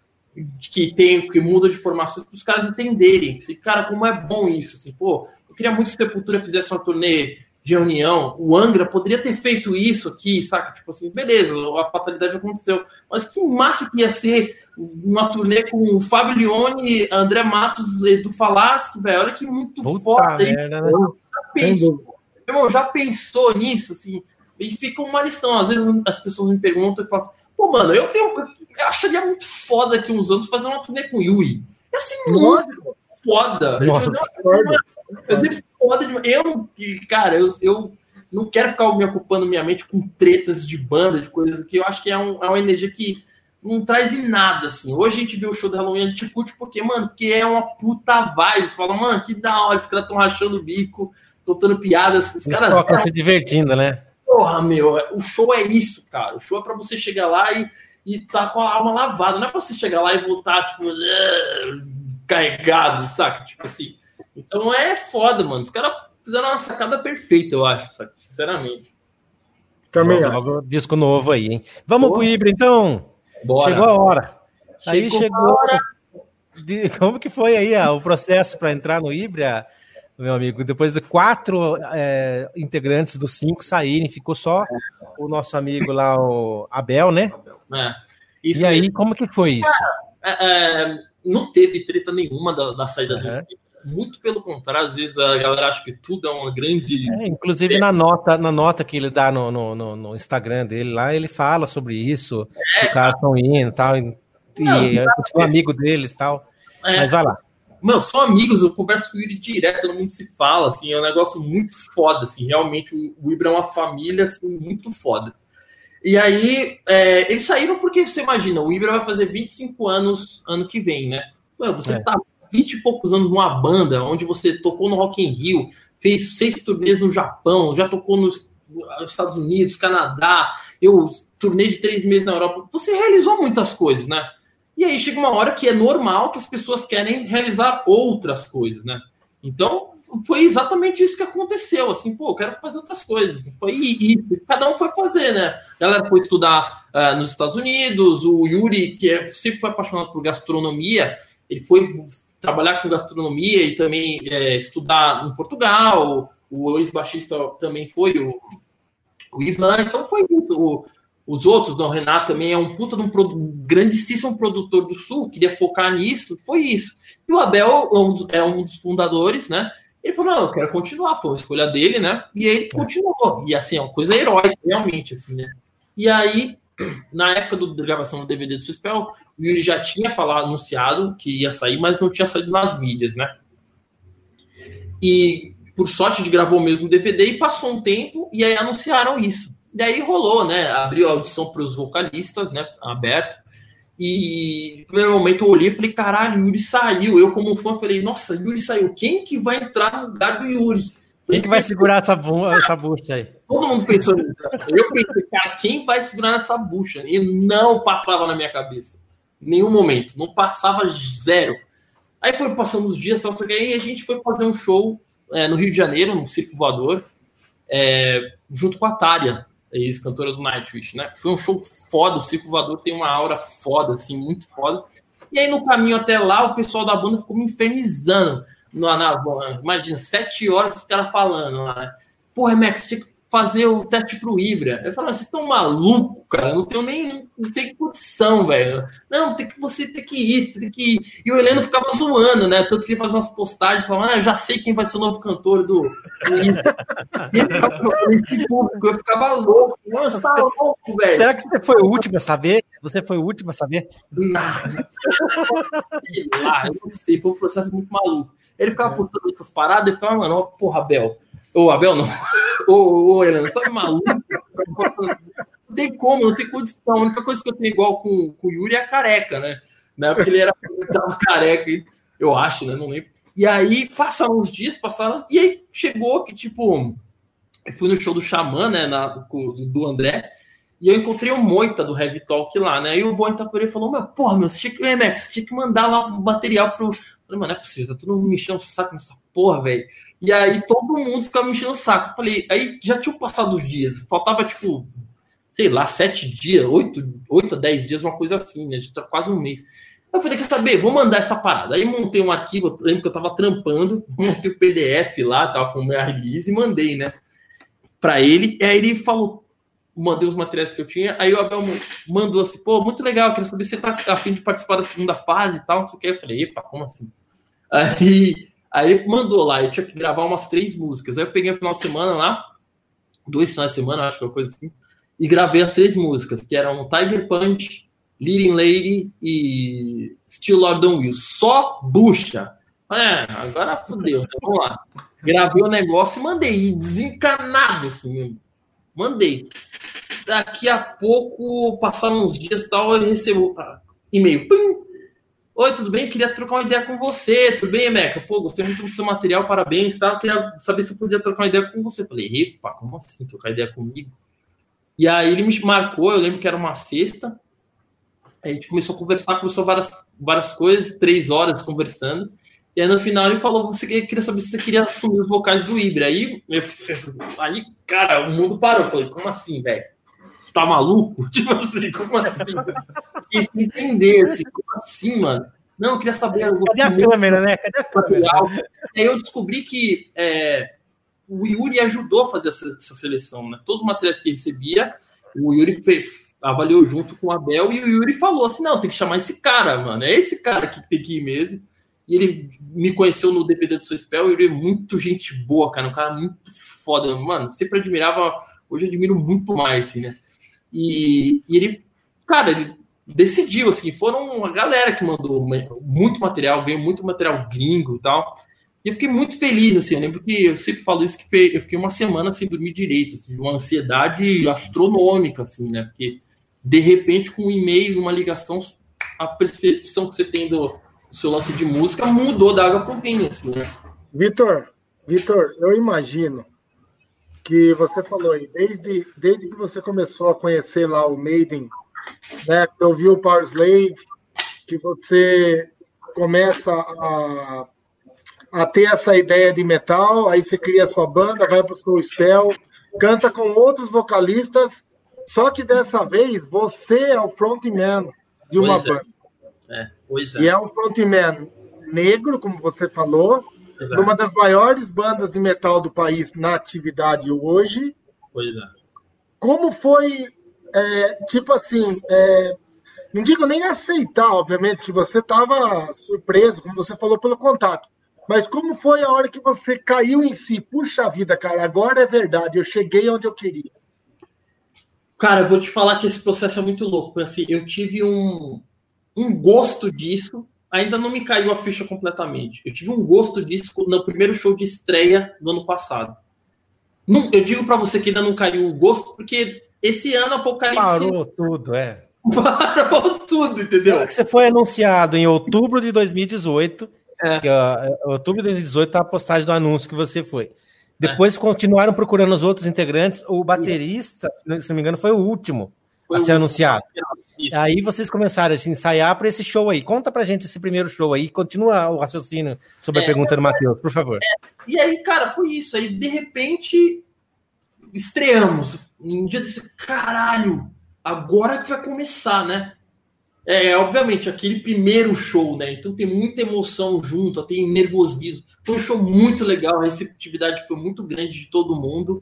[SPEAKER 3] que mudam de formações, para os caras entenderem. Assim, cara, como é bom isso. Assim, pô, eu queria muito que o Sepultura fizesse uma turnê de reunião. O Angra poderia ter feito isso aqui, saca? Tipo assim, beleza, a fatalidade aconteceu. Mas que massa que ia ser uma turnê com o Fábio Lione, André Matos, Edu Falaschi, velho. Olha que muito foda.
[SPEAKER 1] Merda, né?
[SPEAKER 3] Já pensou nisso, assim? E fica uma lição. Às vezes as pessoas me perguntam e falam, pô, mano, eu acharia muito foda daqui uns anos fazer uma turnê com o Yui. É assim, muito foda. Vai ser foda demais. Cara, eu não quero ficar me ocupando minha mente com tretas de banda, de coisas que eu acho que é uma energia que não traz em nada, assim. Hoje a gente vê o show do Halloween, a gente curte porque, mano, porque é uma puta vibe. Você fala, mano, que da hora, os caras estão rachando o bico, contando piadas. Os
[SPEAKER 1] Eles
[SPEAKER 3] caras
[SPEAKER 1] tocam se divertindo, né?
[SPEAKER 3] Porra, meu, o show é isso, cara. O show é pra você chegar lá e tá com a alma lavada. Não é pra você chegar lá e voltar, tipo, carregado, saca? Tipo assim. Então é foda, mano. Os caras fizeram uma sacada perfeita, eu acho, saca? Sinceramente.
[SPEAKER 2] Também
[SPEAKER 1] logo disco novo aí, hein? Vamos pro Ibra, então.
[SPEAKER 3] Bora.
[SPEAKER 1] Chegou a hora.
[SPEAKER 3] Chegou a hora.
[SPEAKER 1] Como que foi aí o processo para entrar no Ibra, meu amigo? Depois de 4 integrantes dos 5 saírem, ficou só o nosso amigo lá, o Abel, né?
[SPEAKER 3] Isso
[SPEAKER 1] e aí, como que foi isso?
[SPEAKER 3] Não teve treta nenhuma da saída dos Ibra. Muito pelo contrário, às vezes a galera acha que tudo é uma grande...
[SPEAKER 1] inclusive na nota que ele dá no Instagram dele lá, ele fala sobre isso, que os caras estão indo e tal, e eu sou amigo deles e tal, mas vai lá.
[SPEAKER 3] Meu, são amigos, eu converso com o Yuri direto, todo mundo se fala, assim, é um negócio muito foda, assim, realmente o Ibra é uma família, assim, muito foda. E aí, eles saíram porque, você imagina, o Ibra vai fazer 25 anos ano que vem, né? Você tá 20 e poucos anos numa banda, onde você tocou no Rock in Rio, fez 6 turnês no Japão, já tocou nos Estados Unidos, Canadá, eu turnê de 3 meses na Europa. Você realizou muitas coisas, né? E aí chega uma hora que é normal que as pessoas querem realizar outras coisas, né? Então, foi exatamente isso que aconteceu, assim, eu quero fazer outras coisas. Foi isso, cada um foi fazer, né? A galera foi estudar nos Estados Unidos, o Yuri, que sempre foi apaixonado por gastronomia, ele foi trabalhar com gastronomia e também estudar em Portugal. O ex-baixista também foi, o Ivan. Então foi isso. Os outros, o Renato também é um puta de um grandíssimo produtor do Sul, queria focar nisso, foi isso. E o Abel é um dos fundadores, né? Ele falou, não, eu quero continuar, foi uma escolha dele, né? E aí ele continuou. E assim, é uma coisa heróica, realmente, assim, né? E aí, na época da gravação do DVD do Suspel, o Yuri já tinha anunciado que ia sair, mas não tinha saído nas mídias, né? E, por sorte, a gente gravou mesmo o DVD e passou um tempo, e aí anunciaram isso. E aí rolou, né? Abriu a audição para os vocalistas, né? Aberto. E, no primeiro momento, eu olhei e falei, caralho, o Yuri saiu. Eu, como fã, falei, nossa, o Yuri saiu. Quem que vai entrar no lugar do Yuri?
[SPEAKER 1] Quem que vai segurar essa bucha aí?
[SPEAKER 3] Todo mundo pensou nisso. Eu pensei, cara, quem vai segurar essa bucha? E não passava na minha cabeça. Em nenhum momento. Não passava zero. Aí foi passando os dias, e a gente foi fazer um show no Rio de Janeiro, no Circo Voador, junto com a Tária, ex-cantora do Nightwish, né? Foi um show foda, o Circo Voador tem uma aura foda, assim, muito foda. E aí, no caminho até lá, o pessoal da banda ficou me infernizando. Imagina, 7 horas os caras falando lá, né? Porra, Max, você tinha que fazer o teste pro Ibra. Eu falei, vocês estão malucos, cara? Não tem condição, velho. Não, você tem que ir, você tem que ir. E o Heleno ficava zoando, né? Tanto que ele fazia umas postagens falando, eu já sei quem vai ser o novo cantor do Ibra. E ele ficava esse público, eu ficava louco. Nossa, tá louco, velho.
[SPEAKER 1] Será que você foi o último a saber?
[SPEAKER 3] Não. Eu não sei, foi um processo muito maluco. Ele ficava postando essas paradas, ele ficava, mano, porra, Abel. Ô, Abel não. Ô, Helena, você tá maluco? Não tem como, não tem condição. A única coisa que eu tenho igual com o Yuri é a careca, né? Porque ele tava careca, eu acho, né? Não lembro. E aí, passaram uns dias, e aí chegou que, tipo, eu fui no show do Xamã, né? Do André, e eu encontrei o Moita do Heavy Talk lá, né? E o Moita por ele falou, porra, Max, você tinha que mandar lá um material pro... Eu falei, mano, não é possível, tá todo mundo me enchendo o saco nessa porra, velho. E aí todo mundo ficava me enchendo o saco. Eu falei, aí já tinham passado os dias, faltava, tipo, sei lá, 7 dias, 8 a 10 dias, uma coisa assim, né? Já tá quase um mês. Eu falei, quer saber? Vou mandar essa parada. Aí montei um arquivo, eu lembro que eu tava trampando, montei o PDF lá, tava com o meu release e mandei, né? Pra ele. E aí ele falou, mandei os materiais que eu tinha, aí o Abel mandou assim, pô, muito legal, quero saber se você tá a fim de participar da segunda fase e tal, não sei o que. Eu falei, epa, como assim? Aí mandou lá, eu tinha que gravar umas 3 músicas. Aí eu peguei no final de semana lá, 2 finais de semana, acho que é uma coisa assim, e gravei as 3 músicas, que eram Tiger Punch, Leading Lady e Still Lord Don't Will. Só bucha. Agora fodeu, né? Vamos lá. Gravei o negócio e mandei, desencanado assim mesmo. Mandei. daqui a pouco, passaram uns dias e tal, eu recebo e-mail. Pum! Oi, tudo bem? Queria trocar uma ideia com você. Tudo bem, Meca? Pô, gostei muito do seu material, parabéns, tá? Queria saber se eu podia trocar uma ideia com você. Falei, epa, como assim trocar ideia comigo? E aí ele me marcou, eu lembro que era uma sexta. Aí a gente começou a conversar, começou várias coisas, 3 horas conversando. E aí no final ele falou, você queria saber se você queria assumir os vocais do Ibra. Aí, cara, o mundo parou. Eu falei, como assim, velho? Tá maluco? Tipo assim, como assim? Fiquei sem entender, assim, como assim, mano? Não, eu queria saber...
[SPEAKER 1] Cadê a câmera, né? Cadê a câmera?
[SPEAKER 3] Aí eu descobri que o Yuri ajudou a fazer essa seleção, né? Todos os materiais que ele recebia, o Yuri avaliou junto com o Abel, e o Yuri falou assim, não, tem que chamar esse cara, mano. É esse cara que tem que ir mesmo. E ele me conheceu no DVD do Sospel, o Yuri é muito gente boa, cara, um cara muito foda. Mano, sempre admirava, hoje eu admiro muito mais, assim, né? E ele, cara, ele decidiu, assim, foram uma galera que mandou muito material, veio muito material gringo e tal, e eu fiquei muito feliz, assim, eu lembro que eu sempre falo isso, que eu fiquei uma semana sem dormir direito, assim, uma ansiedade astronômica, assim, né, porque de repente com um e-mail, uma ligação, a percepção que você tem do seu lance de música mudou da água pro vinho, assim, né.
[SPEAKER 2] Vitor, eu imagino que você falou aí, desde que você começou a conhecer lá o Maiden, né, que ouviu o Power Slave, que você começa a ter essa ideia de metal, aí você cria a sua banda, vai para o seu spell, canta com outros vocalistas, só que dessa vez você é o frontman de uma banda.
[SPEAKER 3] Pois é.
[SPEAKER 2] E é um frontman negro, como você falou,
[SPEAKER 3] Exato.
[SPEAKER 2] Numa das maiores bandas de metal do país na atividade hoje.
[SPEAKER 3] Pois é.
[SPEAKER 2] Como foi, tipo assim, não digo nem aceitar, obviamente, que você estava surpreso, como você falou, pelo contato, mas como foi a hora que você caiu em si? Puxa vida, cara, agora é verdade, eu cheguei onde eu queria.
[SPEAKER 3] Cara, eu vou te falar que esse processo é muito louco, porque assim, eu tive um gosto disso. Ainda não me caiu a ficha completamente. Eu tive um gosto disso no primeiro show de estreia do ano passado. Eu digo pra você que ainda não caiu o gosto, porque esse ano a Apocalipse...
[SPEAKER 1] Parou tudo,
[SPEAKER 3] Parou tudo, entendeu?
[SPEAKER 1] Que você foi anunciado em outubro de 2018, que outubro de 2018 tá a postagem do anúncio que você foi. Depois continuaram procurando os outros integrantes. O baterista, se não me engano, foi o último a ser anunciado. Isso. Aí vocês começaram a ensaiar para esse show aí. Conta pra gente esse primeiro show aí. Continua o raciocínio sobre a pergunta do Matheus, por favor.
[SPEAKER 3] E aí, cara, foi isso. Aí, de repente, estreamos. Um dia desse, caralho, agora que vai começar, né? Obviamente, aquele primeiro show, né? Então tem muita emoção junto, tem nervosismo. Foi um show muito legal, a receptividade foi muito grande de todo mundo.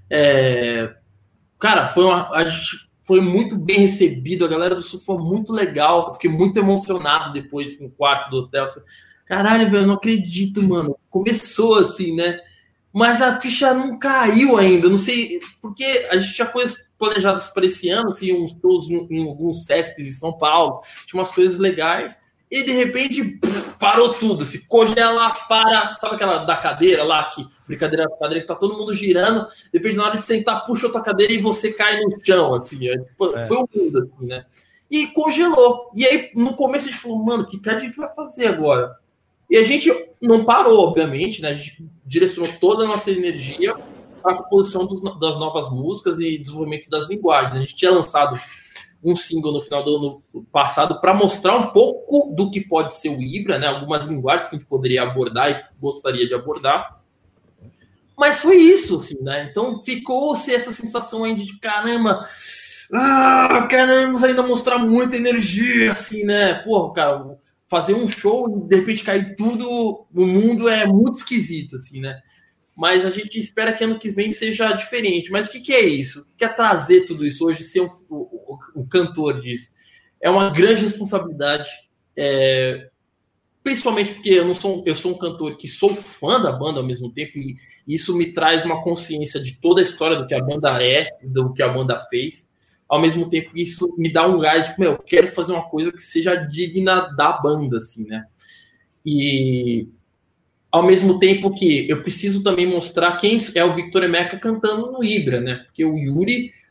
[SPEAKER 3] Cara, a gente foi muito bem recebido, a galera do Sul foi muito legal, eu fiquei muito emocionado depois no quarto do hotel. Caralho, velho, eu não acredito, mano. Começou assim, né? Mas a ficha não caiu ainda, não sei, porque a gente tinha coisas planejadas para esse ano, assim, uns shows em alguns Sescs em São Paulo, tinha umas coisas legais, e de repente parou tudo, se congela, para, sabe aquela da cadeira lá, que brincadeira da cadeira, que tá todo mundo girando, depois na hora de sentar, puxa outra cadeira e você cai no chão, assim, foi um mundo, assim, né? E congelou. E aí, no começo, a gente falou, mano, o que a gente vai fazer agora? E a gente não parou, obviamente, né? A gente direcionou toda a nossa energia para a composição das novas músicas e desenvolvimento das linguagens. A gente tinha lançado um single no final do ano passado para mostrar um pouco do que pode ser o Ibra, né? Algumas linguagens que a gente poderia abordar e gostaria de abordar. Mas foi isso, assim, né? Então ficou-se essa sensação ainda de caramba, queremos ainda mostrar muita energia, assim, né? Porra, cara, fazer um show e de repente cair tudo no mundo é muito esquisito, assim, né? Mas a gente espera que ano que vem seja diferente. Mas o que é isso? O que é trazer tudo isso hoje, ser o cantor disso? É uma grande responsabilidade, principalmente porque eu sou um cantor que sou fã da banda ao mesmo tempo, e isso me traz uma consciência de toda a história do que a banda do que a banda fez. Ao mesmo tempo, isso me dá um gás de, eu quero fazer uma coisa que seja digna da banda, assim, né? E ao mesmo tempo que eu preciso também mostrar quem é o Victor Emeca cantando no Ibra, né? Porque o Yuri,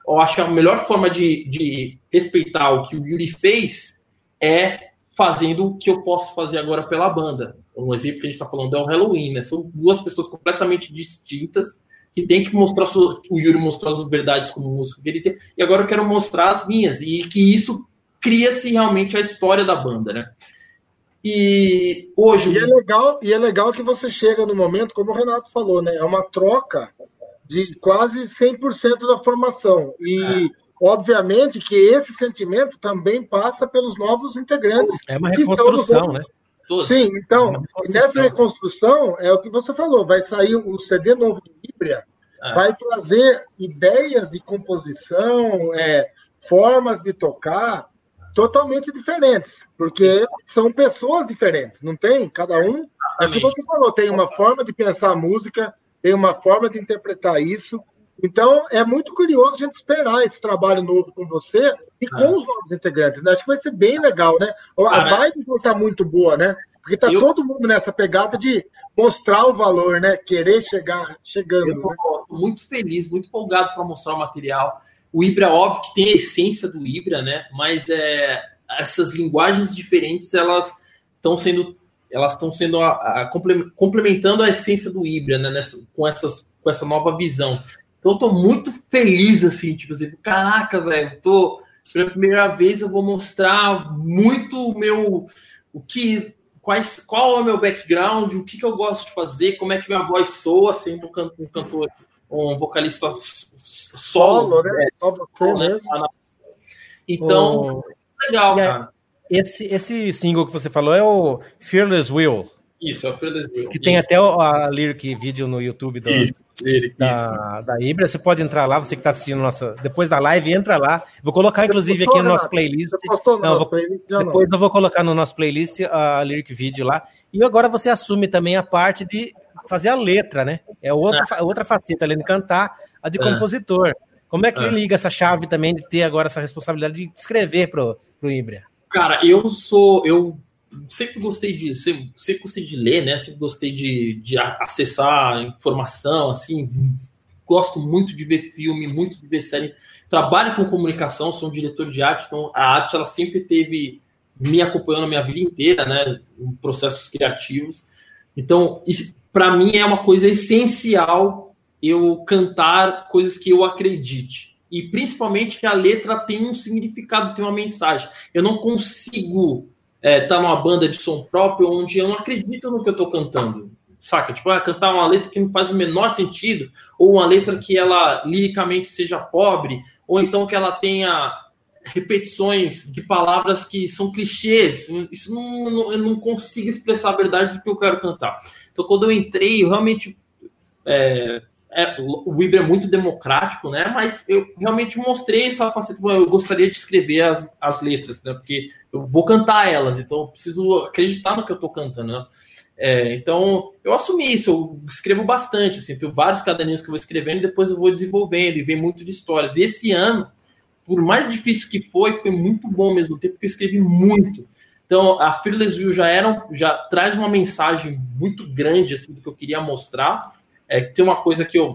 [SPEAKER 3] eu acho que a melhor forma de respeitar o que o Yuri fez é fazendo o que eu posso fazer agora pela banda. Um exemplo que a gente está falando é o Halloween, né? São duas pessoas completamente distintas que tem que mostrar, o Yuri mostrou as verdades como músico que ele tem, e agora eu quero mostrar as minhas, e que isso cria-se realmente a história da banda, né? E hoje...
[SPEAKER 2] E é legal que você chega no momento, como o Renato falou, né? É uma troca de quase 100% da formação. E, obviamente, que esse sentimento também passa pelos novos integrantes.
[SPEAKER 1] É uma reconstrução, né?
[SPEAKER 2] Sim, então, nessa reconstrução, é o que você falou, vai sair o CD novo do Híbria, vai trazer ideias de composição, formas de tocar totalmente diferentes, porque são pessoas diferentes, não tem? Cada um, é o que você falou, tem uma forma de pensar a música, tem uma forma de interpretar isso. Então, é muito curioso a gente esperar esse trabalho novo com você e com os novos integrantes, né? Acho que vai ser bem legal, né? A vibe vai estar muito boa, né? Porque tá todo mundo nessa pegada de mostrar o valor, né? Querer chegando. Eu
[SPEAKER 3] tô muito feliz, muito empolgado para mostrar o material. O Híbria, óbvio que tem a essência do Híbria, né? Mas essas linguagens diferentes, elas estão sendo complementando a essência do Híbria, né? Com essa nova visão. Então eu tô muito feliz, assim, tipo assim, caraca, velho, pela primeira vez eu vou mostrar muito qual é o meu background, o que eu gosto de fazer, como é que minha voz soa, sendo um cantor, um vocalista solo,
[SPEAKER 2] né? Só você mesmo.
[SPEAKER 3] Então, legal, cara.
[SPEAKER 1] Esse single que você falou é o Fearless Will.
[SPEAKER 3] Isso, é o Fearless Will.
[SPEAKER 1] Que tem até a lyric vídeo no YouTube da Híbria. Você pode entrar lá, você que está assistindo depois da live, entra lá. Vou colocar, inclusive, aqui no nosso playlist.
[SPEAKER 2] Você postou no nosso playlist?
[SPEAKER 1] Depois eu vou colocar no nosso playlist a lyric vídeo lá. E agora você assume também a parte de fazer a letra, né? É outra faceta, além de cantar, a de compositor. Como é que liga essa chave também de ter agora essa responsabilidade de escrever pro Híbria?
[SPEAKER 3] Cara, eu sempre gostei de ler, né? Sempre gostei de acessar informação, assim. Gosto muito de ver filme, muito de ver série. Trabalho com comunicação, sou um diretor de arte, então a arte ela sempre teve me acompanhando a minha vida inteira, né? Em processos criativos. Então, para mim é uma coisa essencial eu cantar coisas que eu acredite. E principalmente que a letra tem um significado, tem uma mensagem. Eu não consigo tá numa banda de som próprio onde eu não acredito no que eu tô cantando, saca? Tipo, cantar uma letra que não faz o menor sentido, ou uma letra que ela liricamente seja pobre, ou então que ela tenha repetições de palavras que são clichês. Isso eu não consigo expressar a verdade do que eu quero cantar. Então, quando eu entrei, eu realmente... o Híbria é muito democrático, né? Mas eu realmente mostrei essa faceta. Eu gostaria de escrever as letras, né? Porque eu vou cantar elas, então eu preciso acreditar no que eu tô cantando, né? Então eu assumi isso, eu escrevo bastante, assim, tenho vários caderninhos que eu vou escrevendo e depois eu vou desenvolvendo e vem muito de histórias. E esse ano, por mais difícil que foi muito bom ao mesmo tempo, porque eu escrevi muito. Então a Fearless Will já traz uma mensagem muito grande, assim, do que eu queria mostrar. Tem uma coisa que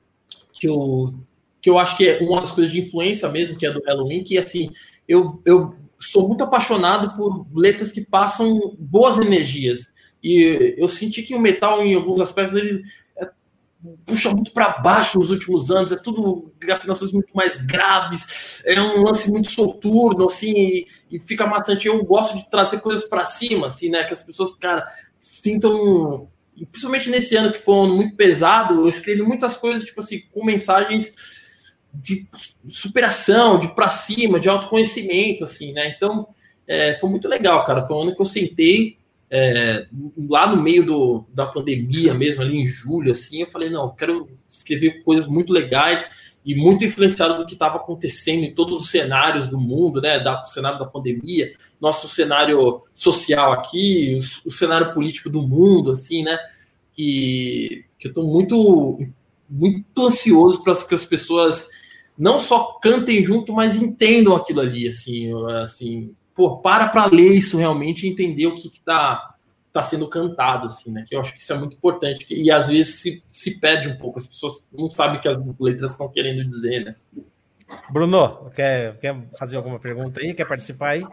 [SPEAKER 3] eu acho que é uma das coisas de influência mesmo, que é do Halloween, que assim, eu sou muito apaixonado por letras que passam boas energias. E eu senti que o metal, em alguns aspectos, ele puxa muito para baixo nos últimos anos, é tudo afinações muito mais graves, é um lance muito soturno, assim, e fica maçante. Eu gosto de trazer coisas para cima, assim, né, que as pessoas, cara, sintam... Principalmente nesse ano que foi um ano muito pesado, eu escrevi muitas coisas, tipo assim, com mensagens de superação, de pra cima, de autoconhecimento, assim, né? Então, foi muito legal, cara. Foi um ano que eu sentei lá no meio da pandemia mesmo, ali em julho, assim, eu falei, não, eu quero escrever coisas muito legais e muito influenciado do que estava acontecendo em todos os cenários do mundo, né? O cenário da pandemia, nosso cenário social aqui, o cenário político do mundo, assim, né? Que eu estou muito, muito ansioso para que as pessoas não só cantem junto, mas entendam aquilo ali, assim, para ler isso realmente e entender o que está sendo cantado, assim, né? Que eu acho que isso é muito importante. E às vezes se perde um pouco, as pessoas não sabem o que as letras estão querendo dizer, né?
[SPEAKER 1] Bruno, quer fazer alguma pergunta aí? Quer participar aí?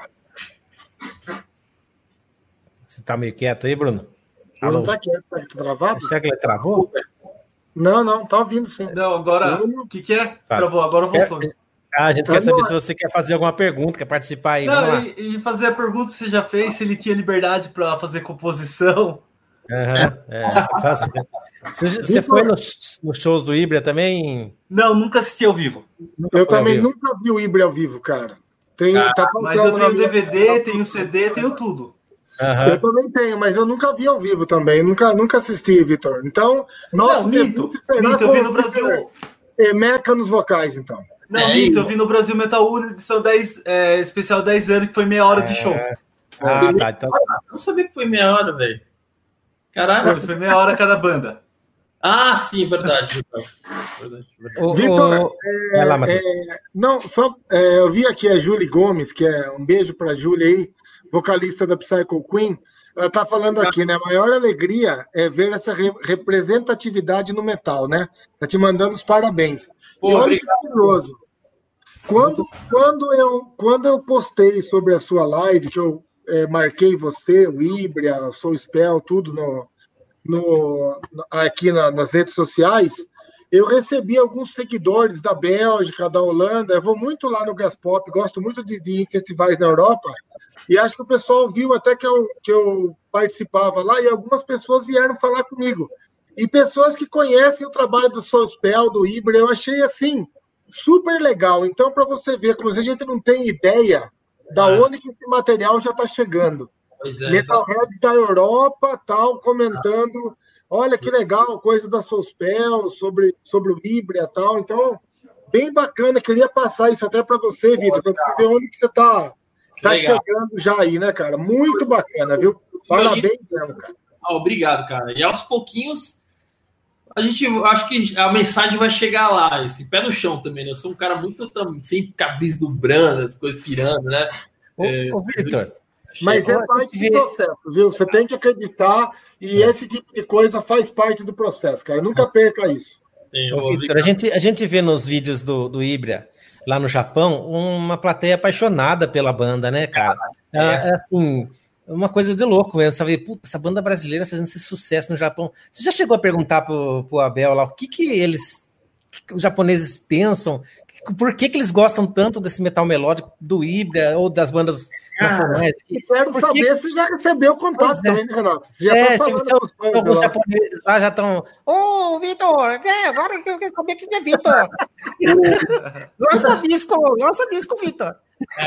[SPEAKER 1] Você tá meio quieto aí, Bruno?
[SPEAKER 2] Não tá quieto, tá travado?
[SPEAKER 1] Será que ele travou?
[SPEAKER 2] Não, tá ouvindo sim.
[SPEAKER 4] Não, agora, o que é? Travou, agora voltou.
[SPEAKER 1] A gente quer saber se você quer fazer alguma pergunta, quer participar aí.
[SPEAKER 4] Não, e fazer a pergunta que você já fez, se ele tinha liberdade para fazer composição.
[SPEAKER 1] Você foi nos shows do Ibra também?
[SPEAKER 4] Não, nunca assisti ao vivo.
[SPEAKER 2] Eu também nunca vi o Ibra ao vivo, cara.
[SPEAKER 4] Mas eu tenho o DVD, tenho o CD, tenho tudo.
[SPEAKER 2] Eu também tenho, mas eu nunca vi ao vivo também. Nunca assisti, Vitor. Então, nosso
[SPEAKER 4] debut será
[SPEAKER 2] eu vi no Brasil. Meca nos vocais, então.
[SPEAKER 4] Não, eu vi no Brasil Metal Único, edição 10, especial 10 anos, que foi meia hora de show.
[SPEAKER 1] Tá. Então...
[SPEAKER 3] Eu não sabia que foi meia hora, velho. Caralho.
[SPEAKER 4] Foi meia hora cada banda.
[SPEAKER 3] Ah, sim, verdade.
[SPEAKER 2] Vitor, eu vi aqui a Julie Gomes, que é um beijo pra Julie aí, vocalista da Psycho Queen. Ela tá falando aqui, né? A maior alegria é ver essa representatividade no metal, né? Tá te mandando os parabéns.
[SPEAKER 3] Pô,
[SPEAKER 2] e olha que curioso. Quando eu postei sobre a sua live, que eu marquei você, o Ibra, o Soul Spell, tudo aqui nas redes sociais, eu recebi alguns seguidores da Bélgica, da Holanda. Eu vou muito lá no Graspop, gosto muito de ir em festivais na Europa, e acho que o pessoal viu até que eu participava lá, e algumas pessoas vieram falar comigo. E pessoas que conhecem o trabalho do Soul Spell, do Ibra, eu achei assim super legal. Então, para você ver, como a gente não tem ideia da onde que esse material já está chegando. Metalheads da Europa, tal, comentando, olha que legal, coisa da Soul Spell, sobre o Ibra, tal. Então, bem bacana, queria passar isso até para você, Vitor, para você ver onde que você está chegando já aí, né, cara? Muito bacana, viu? Parabéns mesmo, cara.
[SPEAKER 3] Obrigado, cara. E aos pouquinhos, acho que a mensagem vai chegar lá, esse pé no chão também, né? Eu sou um cara muito sem cabeça dobrando, as coisas pirando, né?
[SPEAKER 1] Ô Vitor,
[SPEAKER 2] mas é parte do processo, viu? Você tem que acreditar e esse tipo de coisa faz parte do processo, cara. Nunca perca isso.
[SPEAKER 1] Ô, Vitor, a gente vê nos vídeos do Ibra lá no Japão uma plateia apaixonada pela banda, né, cara? É assim, uma coisa de louco mesmo, sabe? Puta, essa banda brasileira fazendo esse sucesso no Japão. Você já chegou a perguntar pro Abel lá o que os japoneses pensam? Por que eles gostam tanto desse metal melódico do Ibra ou das bandas japonesas?
[SPEAKER 2] Quero saber se já recebeu o contato também, né, Renato? Você já tá falando
[SPEAKER 1] alguns japoneses lá já estão. Ô, Vitor, agora que eu quero saber o que é Vitor. Lança disco, Vitor.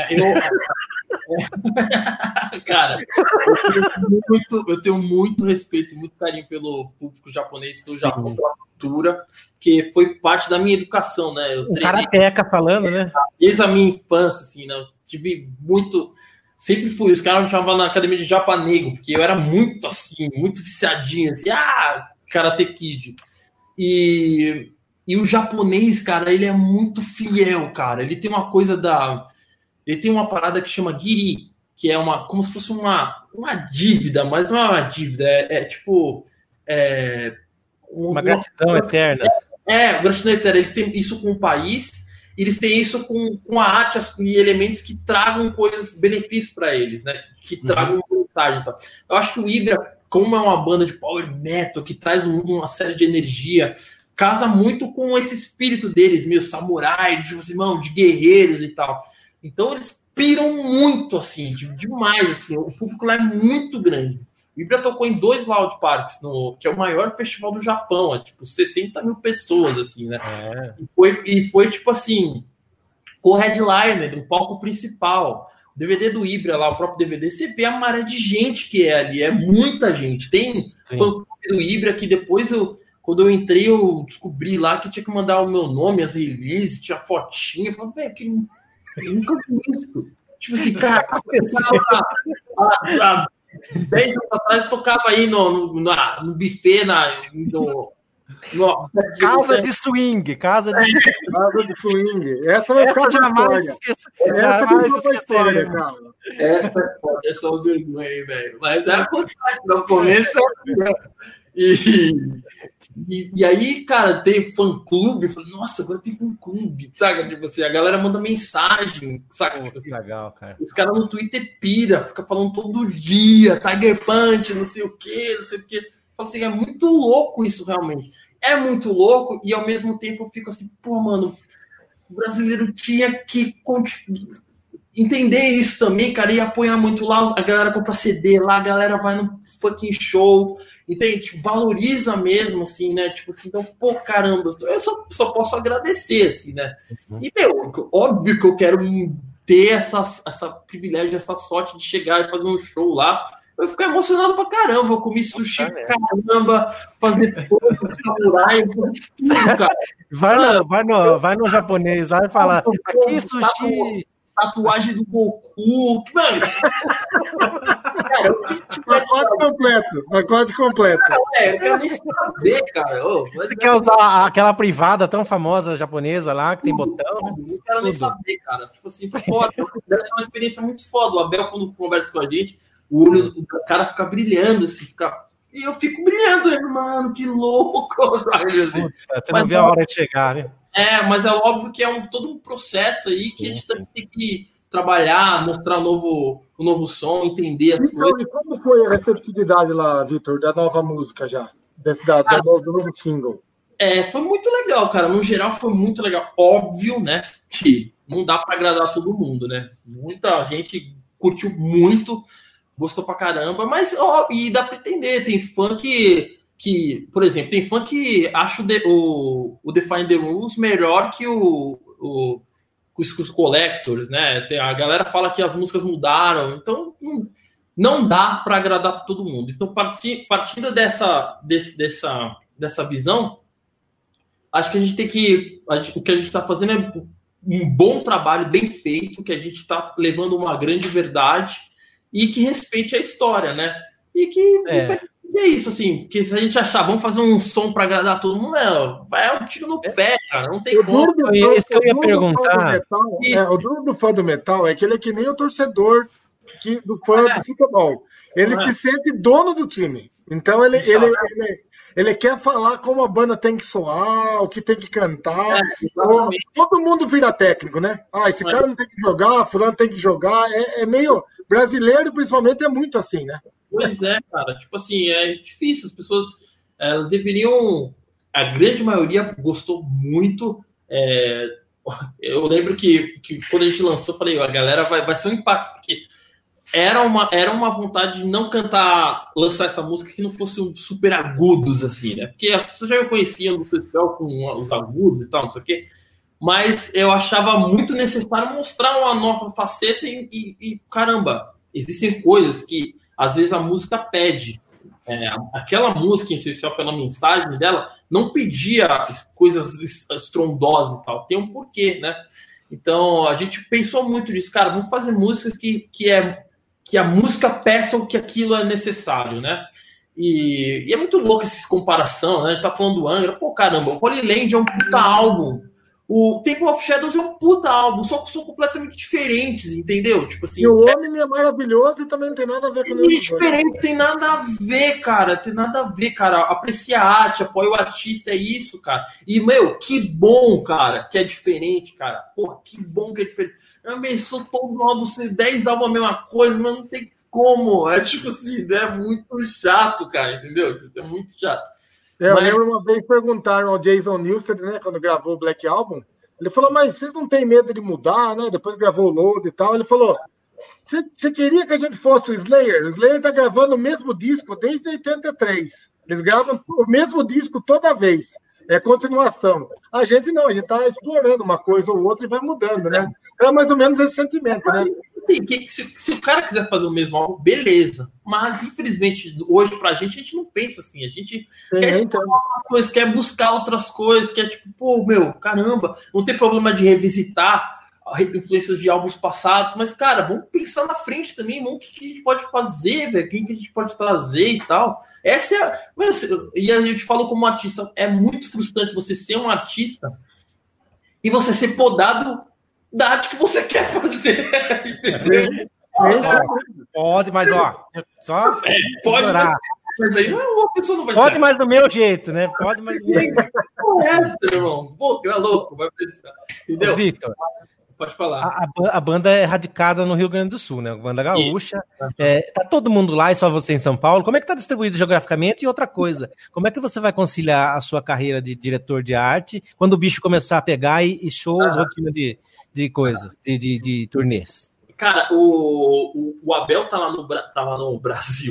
[SPEAKER 3] Cara, eu tenho muito respeito, muito carinho pelo público japonês, pelo Japão, pela cultura, que foi parte da minha educação, né? Eu
[SPEAKER 1] treinei, Karateka falando, né?
[SPEAKER 3] Desde a minha infância, assim, né? Eu tive muito. Sempre fui, os caras me chamavam na academia de japanego, porque eu era muito assim, muito viciadinho, assim, Karate Kid. E o japonês, cara, ele é muito fiel, cara. Ele tem uma coisa Ele tem uma parada que chama giri, que é como se fosse uma dívida, mas não é uma dívida, tipo...
[SPEAKER 1] uma gratidão eterna.
[SPEAKER 3] Gratidão eterna. Eles têm isso com o país, eles têm isso com a arte e elementos que tragam coisas, benefícios para eles, né? Que tragam mensagem. Então. Eu acho que o Ibra, como é uma banda de power metal, que traz uma série de energia, casa muito com esse espírito deles, meio samurai, de guerreiros e tal. Então eles piram muito, assim, demais, assim. O público lá é muito grande. O Ibra tocou em 2 Loud Parks, que é o maior festival do Japão, tipo 60 mil pessoas, assim, né? E foi tipo assim, o headliner, o palco principal. O DVD do Ibra lá, o próprio DVD, você vê a maré de gente que é ali, é muita gente. Tem fã do Ibra que depois quando eu entrei, eu descobri lá que tinha que mandar o meu nome, as releases, tinha fotinha. Eu falei, velho, que eu nunca vi isso. Tipo assim, cara, há 10 anos atrás eu tocava aí no buffet,
[SPEAKER 2] Casa de swing. Essa vai ficar pra história. Essa vai ficar pra história, cara.
[SPEAKER 3] Essa é uma vergonha aí, velho. Mas acontece, no começo E aí, cara, tem fã-clube. Eu falei, nossa, agora tem fã-clube, sabe? Tipo assim, a galera manda mensagem, sabe? Tipo assim,
[SPEAKER 1] legal, cara.
[SPEAKER 3] Os caras no Twitter pira, fica falando todo dia, Tiger Punch, não sei o quê, não sei o quê. Falo assim, é muito louco isso, realmente. É muito louco e, ao mesmo tempo, eu fico assim, pô, mano, o brasileiro tinha que entender isso também, cara, e apoiar muito lá. A galera compra CD lá, a galera vai no fucking show, entende? Tipo, valoriza mesmo, assim, né? Tipo assim, então, pô, caramba, eu só posso agradecer, assim, né? E, meu, óbvio que eu quero ter essa privilégio, essa sorte de chegar e fazer um show lá. Eu fico emocionado pra caramba. Eu comi sushi pra caramba, fazer fogo, samurai, tudo, cara.
[SPEAKER 1] Vai no japonês lá e fala, aqui sushi...
[SPEAKER 3] Tatuagem do Goku. Mano, cara,
[SPEAKER 2] pacote completo.
[SPEAKER 3] Eu quero nem saber, cara.
[SPEAKER 1] Você quer usar aquela privada tão famosa japonesa lá, que tem botão?
[SPEAKER 3] Não quero nem saber, cara. Tipo assim, foda. Deve ser uma experiência muito foda. O Abel, quando conversa com a gente, o olho do cara fica brilhando, assim, e eu fico brilhando, mano, que louco. Assim.
[SPEAKER 1] Você não vê a hora de chegar, né?
[SPEAKER 3] Mas é óbvio que é todo um processo aí que a gente tem que trabalhar, mostrar o novo som, entender as coisas.
[SPEAKER 2] E como foi a receptividade lá, Vitor, da nova música já? Do novo single?
[SPEAKER 3] Foi muito legal, cara. No geral, foi muito legal. Óbvio, né, que não dá para agradar todo mundo, né? Muita gente curtiu muito, gostou pra caramba, mas e dá pra entender. Tem fã que por exemplo, tem fã que acha o Define the Rules melhor que os Collectors, né? A galera fala que as músicas mudaram, então não dá para agradar todo mundo. Então, partindo dessa visão, acho que a gente tem que... O que a gente está fazendo é um bom trabalho, bem feito, que a gente está levando uma grande verdade e que respeite a história, né? E que... É isso, assim, porque se a gente achar, vamos fazer um som para agradar todo mundo, é um tiro no pé, cara, não tem como.
[SPEAKER 1] Isso que eu ia perguntar.
[SPEAKER 2] O duro do fã do metal é que ele é que nem o torcedor do fã do futebol. Ele se sente dono do time. Então ele quer falar como a banda tem que soar, o que tem que cantar. Todo mundo vira técnico, né? Esse cara não tem que jogar, fulano tem que jogar. É meio... Brasileiro, principalmente, é muito assim, né?
[SPEAKER 3] Pois é, cara. Tipo assim, é difícil. As pessoas, elas deveriam... A grande maioria gostou muito. Eu lembro que quando a gente lançou, eu falei, a galera vai ser um impacto, porque era uma vontade de não lançar essa música que não fosse um super agudos, assim, né? Porque as pessoas já me conheciam do festival com os agudos e tal, não sei o quê. Mas eu achava muito necessário mostrar uma nova faceta e caramba, existem coisas que às vezes a música pede. Aquela música, em especial pela mensagem dela, não pedia coisas estrondosas e tal. Tem um porquê, né? Então, a gente pensou muito nisso. Cara, vamos fazer músicas que a música peça que aquilo é necessário, né? E é muito louco essa comparação, né? A gente tá falando do Angra. Pô, caramba, o Holy Land é um puta álbum. O Temple of Shadows é um puta álbum, só que são completamente diferentes, entendeu? Tipo assim,
[SPEAKER 2] e o Homem é maravilhoso e também não tem nada a ver com o
[SPEAKER 3] diferente, tem nada a ver, cara. Tem nada a ver, cara. Aprecia a arte, apoia o artista, é isso, cara. E, meu, que bom, cara, que é diferente, cara. Porra, que bom que é diferente. Eu pensou todo álbum, 10 álbuns a mesma coisa, mas não tem como. É tipo assim, é muito chato, cara, entendeu? É muito chato.
[SPEAKER 2] Eu lembro uma vez perguntaram ao Jason Newsted, né, quando gravou o Black Album, ele falou, mas vocês não têm medo de mudar, né? Depois gravou o Load e tal. Ele falou, você queria que a gente fosse o Slayer? O Slayer tá gravando o mesmo disco desde 83. Eles gravam o mesmo disco toda vez. É continuação. A gente não, a gente tá explorando uma coisa ou outra e vai mudando, né? É mais ou menos esse sentimento, né?
[SPEAKER 3] Se o cara quiser fazer o mesmo álbum, beleza. Mas, infelizmente, hoje pra gente, a gente não pensa assim. A gente quer explorar uma coisa, quer buscar outras coisas, quer tipo, pô, meu, caramba, não tem problema de revisitar influências de álbuns passados, mas, cara, vamos pensar na frente também, o que a gente pode fazer, velho, o que a gente pode trazer e tal. Essa é... E a gente fala como artista, é muito frustrante você ser um artista e você ser podado da arte que você quer fazer, entendeu?
[SPEAKER 1] Pode, mas ó, só
[SPEAKER 3] pode. Mas aí uma pessoa não vai
[SPEAKER 1] Pode mais do meu jeito, né? Pode mais do meu jeito.
[SPEAKER 3] irmão. Pô, que é louco, vai precisar. Entendeu?
[SPEAKER 1] Victor,
[SPEAKER 3] pode falar.
[SPEAKER 1] A banda é radicada no Rio Grande do Sul, né? A banda gaúcha. Tá todo mundo lá e só você em São Paulo. Como é que tá distribuído geograficamente? E outra coisa, como é que você vai conciliar a sua carreira de diretor de arte quando o bicho começar a pegar e shows, rotina de coisa, de turnês?
[SPEAKER 3] Cara, o Abel tá lá no Brasil.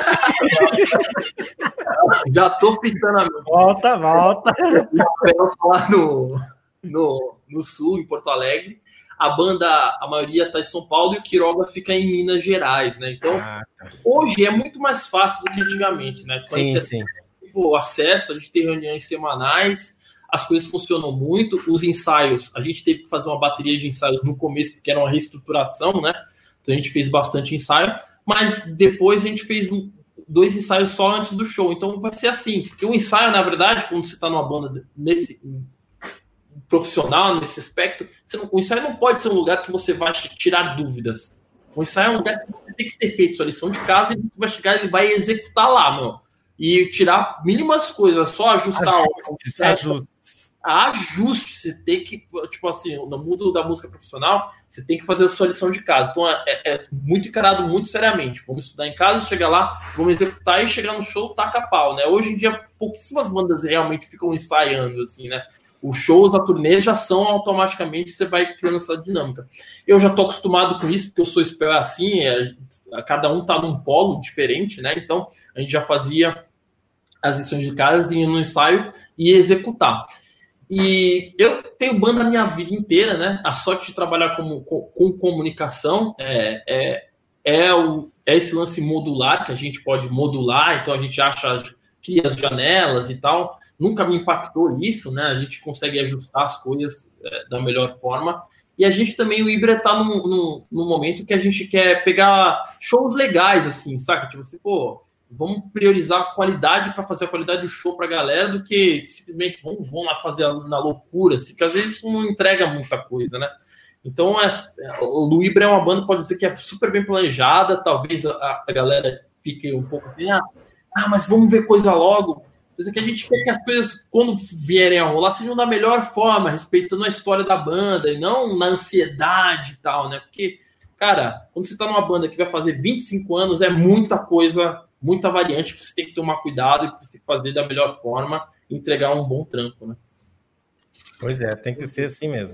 [SPEAKER 3] Já tô fritando a minha.
[SPEAKER 1] Volta.
[SPEAKER 3] O Abel tá lá no Sul, em Porto Alegre. A banda, a maioria tá em São Paulo e o Quiroga fica em Minas Gerais, né? Então, hoje é muito mais fácil do que antigamente, né?
[SPEAKER 1] Sim.
[SPEAKER 3] O acesso, a gente tem reuniões semanais, as coisas funcionam muito, os ensaios, a gente teve que fazer uma bateria de ensaios no começo, porque era uma reestruturação, né? Então a gente fez bastante ensaio, mas depois a gente fez 2 ensaios só antes do show, então vai ser assim, porque o ensaio, na verdade, quando você está numa banda profissional, nesse aspecto, o ensaio não pode ser um lugar que você vai tirar dúvidas. O ensaio é um lugar que você tem que ter feito sua lição de casa e você vai chegar e vai executar lá, meu. E tirar mínimas coisas, só ajustar ajuste, você tem que, tipo assim, no mundo da música profissional, você tem que fazer a sua lição de casa. Então é muito encarado muito seriamente. Vamos estudar em casa, chegar lá, vamos executar e chegar no show, taca pau, né? Hoje em dia, pouquíssimas bandas realmente ficam ensaiando, assim, né? Os shows da turnê já são automaticamente, você vai criando essa dinâmica. Eu já tô acostumado com isso, porque eu sou espelho assim, cada um tá num polo diferente, né? Então, a gente já fazia as lições de casa, ir no ensaio e executar. E eu tenho banda a minha vida inteira, né? A sorte de trabalhar com comunicação é esse lance modular, que a gente pode modular, então a gente cria as janelas e tal. Nunca me impactou isso, né? A gente consegue ajustar as coisas da melhor forma. E a gente também, o Ibra tá num momento que a gente quer pegar shows legais, assim, saca? Tipo assim, pô, vamos priorizar a qualidade para fazer a qualidade do show para a galera do que simplesmente vamos lá fazer na loucura, assim, porque às vezes isso não entrega muita coisa, né? Então, o Luíbra é uma banda, pode dizer que é super bem planejada, talvez a galera fique um pouco assim, mas vamos ver coisa logo. Mas é que a gente quer que as coisas, quando vierem a rolar, sejam da melhor forma, respeitando a história da banda e não na ansiedade e tal, né? Porque, cara, quando você tá numa banda que vai fazer 25 anos, é muita coisa, muita variante que você tem que tomar cuidado e que você tem que fazer da melhor forma e entregar um bom trampo, né?
[SPEAKER 1] Pois é, tem que ser assim mesmo.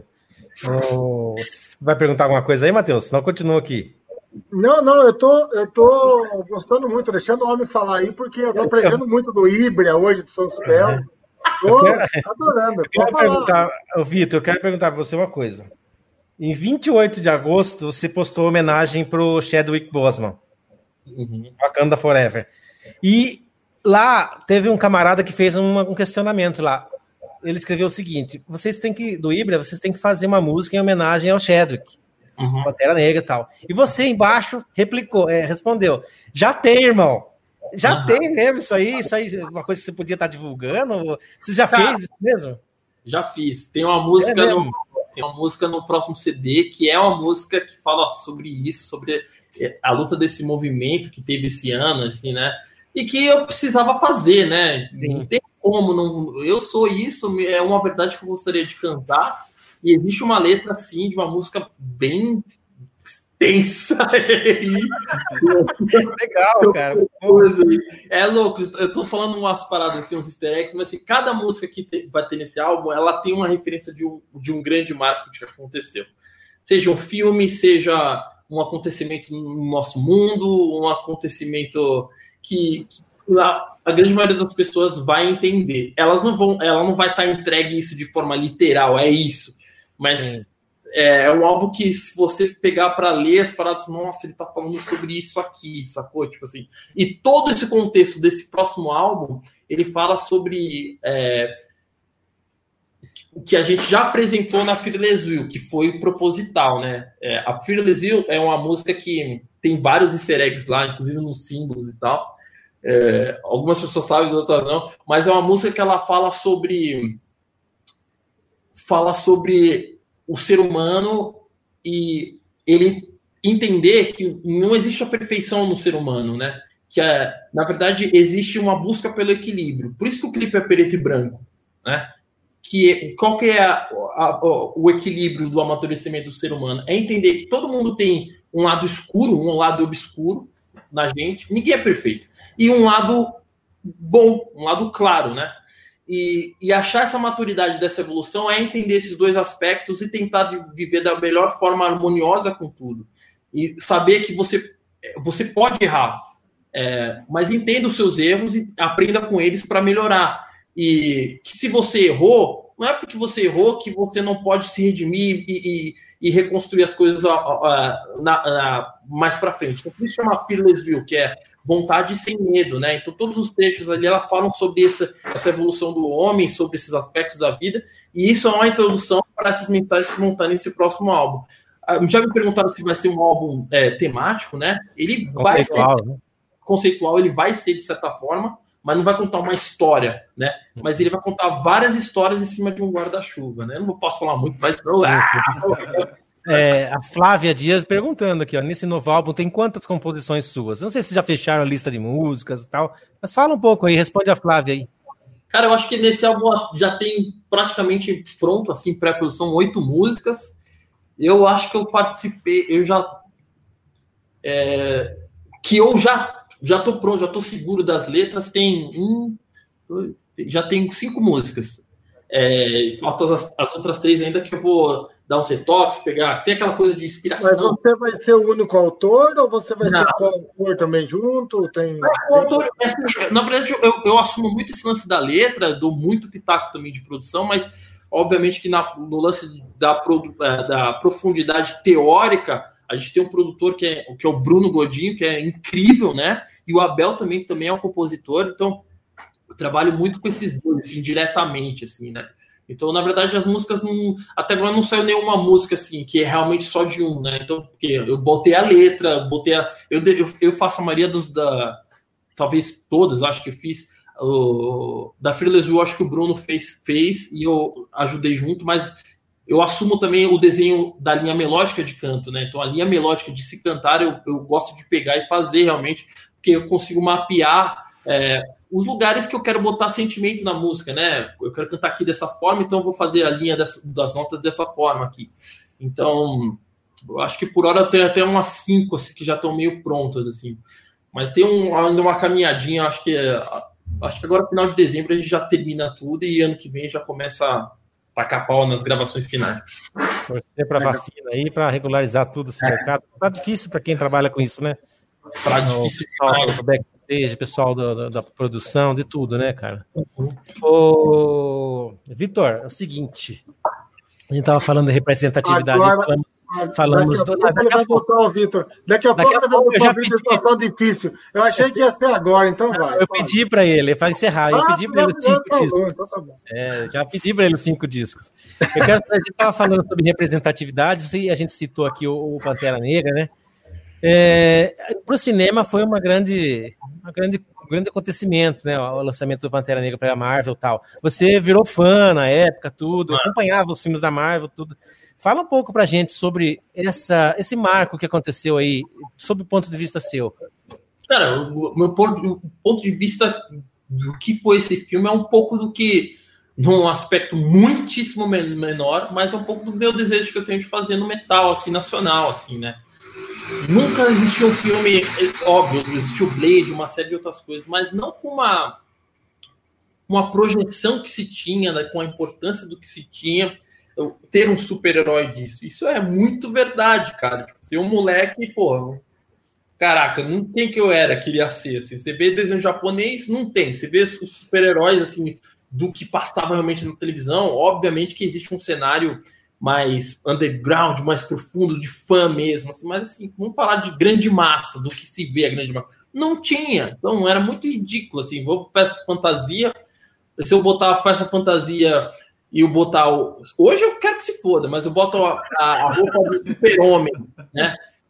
[SPEAKER 1] Vai perguntar alguma coisa aí, Matheus? Senão eu continuo aqui.
[SPEAKER 2] Não, eu tô gostando muito, deixando o homem falar aí, porque eu tô aprendendo muito do Ibra hoje, de São Spell. Tô adorando.
[SPEAKER 1] Vitor, eu quero perguntar para você uma coisa. Em 28 de agosto, você postou homenagem pro Chadwick Boseman, Wakanda Forever. E lá teve um camarada que fez um questionamento lá. Ele escreveu o seguinte: do Ibra, vocês têm que fazer uma música em homenagem ao Chadwick. Pantera Negra e tal. E você embaixo respondeu: já tem, irmão. Já tem mesmo isso aí é uma coisa que você podia estar divulgando. Você já fez isso mesmo?
[SPEAKER 3] Já fiz. Tem uma música no próximo CD que é uma música que fala sobre isso, sobre a luta desse movimento que teve esse ano, assim, né? E que eu precisava fazer, né? Sim. Não tem como, não. Eu sou isso, é uma verdade que eu gostaria de cantar. E existe uma letra, assim, de uma música bem extensa.
[SPEAKER 1] Legal, cara.
[SPEAKER 3] É louco, eu tô falando umas paradas aqui, uns easter eggs, mas assim, cada música que vai ter nesse álbum, ela tem uma referência de um grande marco que aconteceu. Seja um filme, seja um acontecimento no nosso mundo, um acontecimento que a grande maioria das pessoas vai entender. Ela não vai estar entregue isso de forma literal, é isso. Mas é um álbum que, se você pegar para ler as paradas, nossa, ele tá falando sobre isso aqui, sacou? Tipo assim, e todo esse contexto desse próximo álbum, ele fala sobre o que a gente já apresentou na Fearless Will, que foi proposital, né? A Fearless Will é uma música que tem vários easter eggs lá, inclusive nos símbolos e tal. Algumas pessoas sabem, outras não, mas é uma música que ela fala sobre o ser humano e ele entender que não existe a perfeição no ser humano, né? que na verdade existe uma busca pelo equilíbrio. Por isso que o clipe é preto e branco, né? Qual que é o equilíbrio do amadurecimento do ser humano? É entender que todo mundo tem um lado escuro, um lado obscuro na gente, ninguém é perfeito, e um lado bom, um lado claro, né? E achar essa maturidade dessa evolução é entender esses dois aspectos e tentar viver da melhor forma harmoniosa com tudo. E saber que você pode errar, mas entenda os seus erros e aprenda com eles para melhorar. E que se você errou, não é porque você errou que você não pode se redimir e reconstruir as coisas mais para frente. Então, por isso chama Fearless View, que é vontade sem medo, né? Então, todos os textos ali, ela falam sobre essa evolução do homem, sobre esses aspectos da vida, e isso é uma introdução para essas mensagens que vão estar nesse próximo álbum. Já me perguntaram se vai ser um álbum temático, né? Ele vai ser conceitual, ele vai ser de certa forma, mas não vai contar uma história, né? Mas ele vai contar várias histórias em cima de um guarda-chuva, né? Eu não posso falar muito, mas...
[SPEAKER 1] A Flávia Dias perguntando aqui, ó, nesse novo álbum tem quantas composições suas? Não sei se já fecharam a lista de músicas e tal, mas fala um pouco aí, responde a Flávia aí.
[SPEAKER 3] Cara, eu acho que nesse álbum já tem praticamente pronto, assim, pré-produção, 8 músicas. Eu acho que eu participei, já tô pronto, já tô seguro das letras, já tem 5 músicas. Faltam as outras 3 ainda que eu vou dar uns retoques, pegar, tem aquela coisa de inspiração.
[SPEAKER 2] Mas você vai ser o único autor ou você vai ser co-autor também junto?
[SPEAKER 3] Na verdade, eu assumo muito esse lance da letra, dou muito pitaco também de produção, mas obviamente que no lance da profundidade teórica, a gente tem um produtor que é o Bruno Godinho, que é incrível, né? E o Abel também, que também é um compositor, então eu trabalho muito com esses dois, assim, diretamente, assim, né? Então, na verdade, as músicas até agora não saiu nenhuma música assim, que é realmente só de um, né? Então, porque eu botei a letra, eu faço a maioria talvez todas, acho que eu fiz. Da Fearless View, acho que o Bruno fez e eu ajudei junto, mas eu assumo também o desenho da linha melódica de canto, né? Então, a linha melódica de se cantar, eu gosto de pegar e fazer realmente, porque eu consigo mapear os lugares que eu quero botar sentimento na música, né? Eu quero cantar aqui dessa forma, então eu vou fazer a linha das notas dessa forma aqui. Então, eu acho que por hora eu tenho até umas 5 assim, que já estão meio prontas, assim. Mas tem ainda uma caminhadinha, acho que agora, no final de dezembro, a gente já termina tudo e ano que vem já começa a tacar pau nas gravações finais.
[SPEAKER 1] Torcer para vacina aí, para regularizar tudo esse mercado. Tá difícil para quem trabalha com isso, né?
[SPEAKER 3] Tá difícil demais.
[SPEAKER 1] Pessoal da produção, de tudo, né, cara? Ô, Vitor, é o seguinte, a gente tava falando de representatividade, falamos
[SPEAKER 2] daqui a pouco vai botar o Vitor. Daqui a pouco ele vai botar o Vitor em situação difícil. Eu achei que ia ser agora, então vai.
[SPEAKER 1] Eu pedi para ele, para encerrar, eu pedi para ele 5 discos. Então tá bom. Já pedi para ele 5 discos. A gente tava falando sobre representatividade, e a gente citou aqui o Pantera Negra, né? Para o cinema foi um grande acontecimento, né? O lançamento do Pantera Negra para a Marvel e tal. Você virou fã na época, tudo, acompanhava os filmes da Marvel, tudo. Fala um pouco para a gente sobre esse marco que aconteceu aí, sob o ponto de vista seu.
[SPEAKER 3] Cara, o meu ponto de vista do que foi esse filme é um pouco do que, num aspecto muitíssimo menor, mas é um pouco do meu desejo que eu tenho de fazer no metal aqui nacional, assim, né? Nunca existiu um filme, óbvio, existiu Blade, uma série de outras coisas, mas não com uma projeção que se tinha, né, com a importância do que se tinha, ter um super-herói disso. Isso é muito verdade, cara. Ser um moleque, pô, caraca, não tem que eu queria ser, assim. Você vê desenho japonês, não tem. Você vê os super-heróis, assim, do que passava realmente na televisão, obviamente que existe um cenário mais underground, mais profundo, de fã mesmo, assim, mas assim, vamos falar de grande massa, do que se vê a grande massa. Não tinha, então era muito ridículo, assim, vou para festa fantasia, se eu botar a festa fantasia e eu botar hoje eu quero que se foda, mas eu boto a roupa do super-homem, né?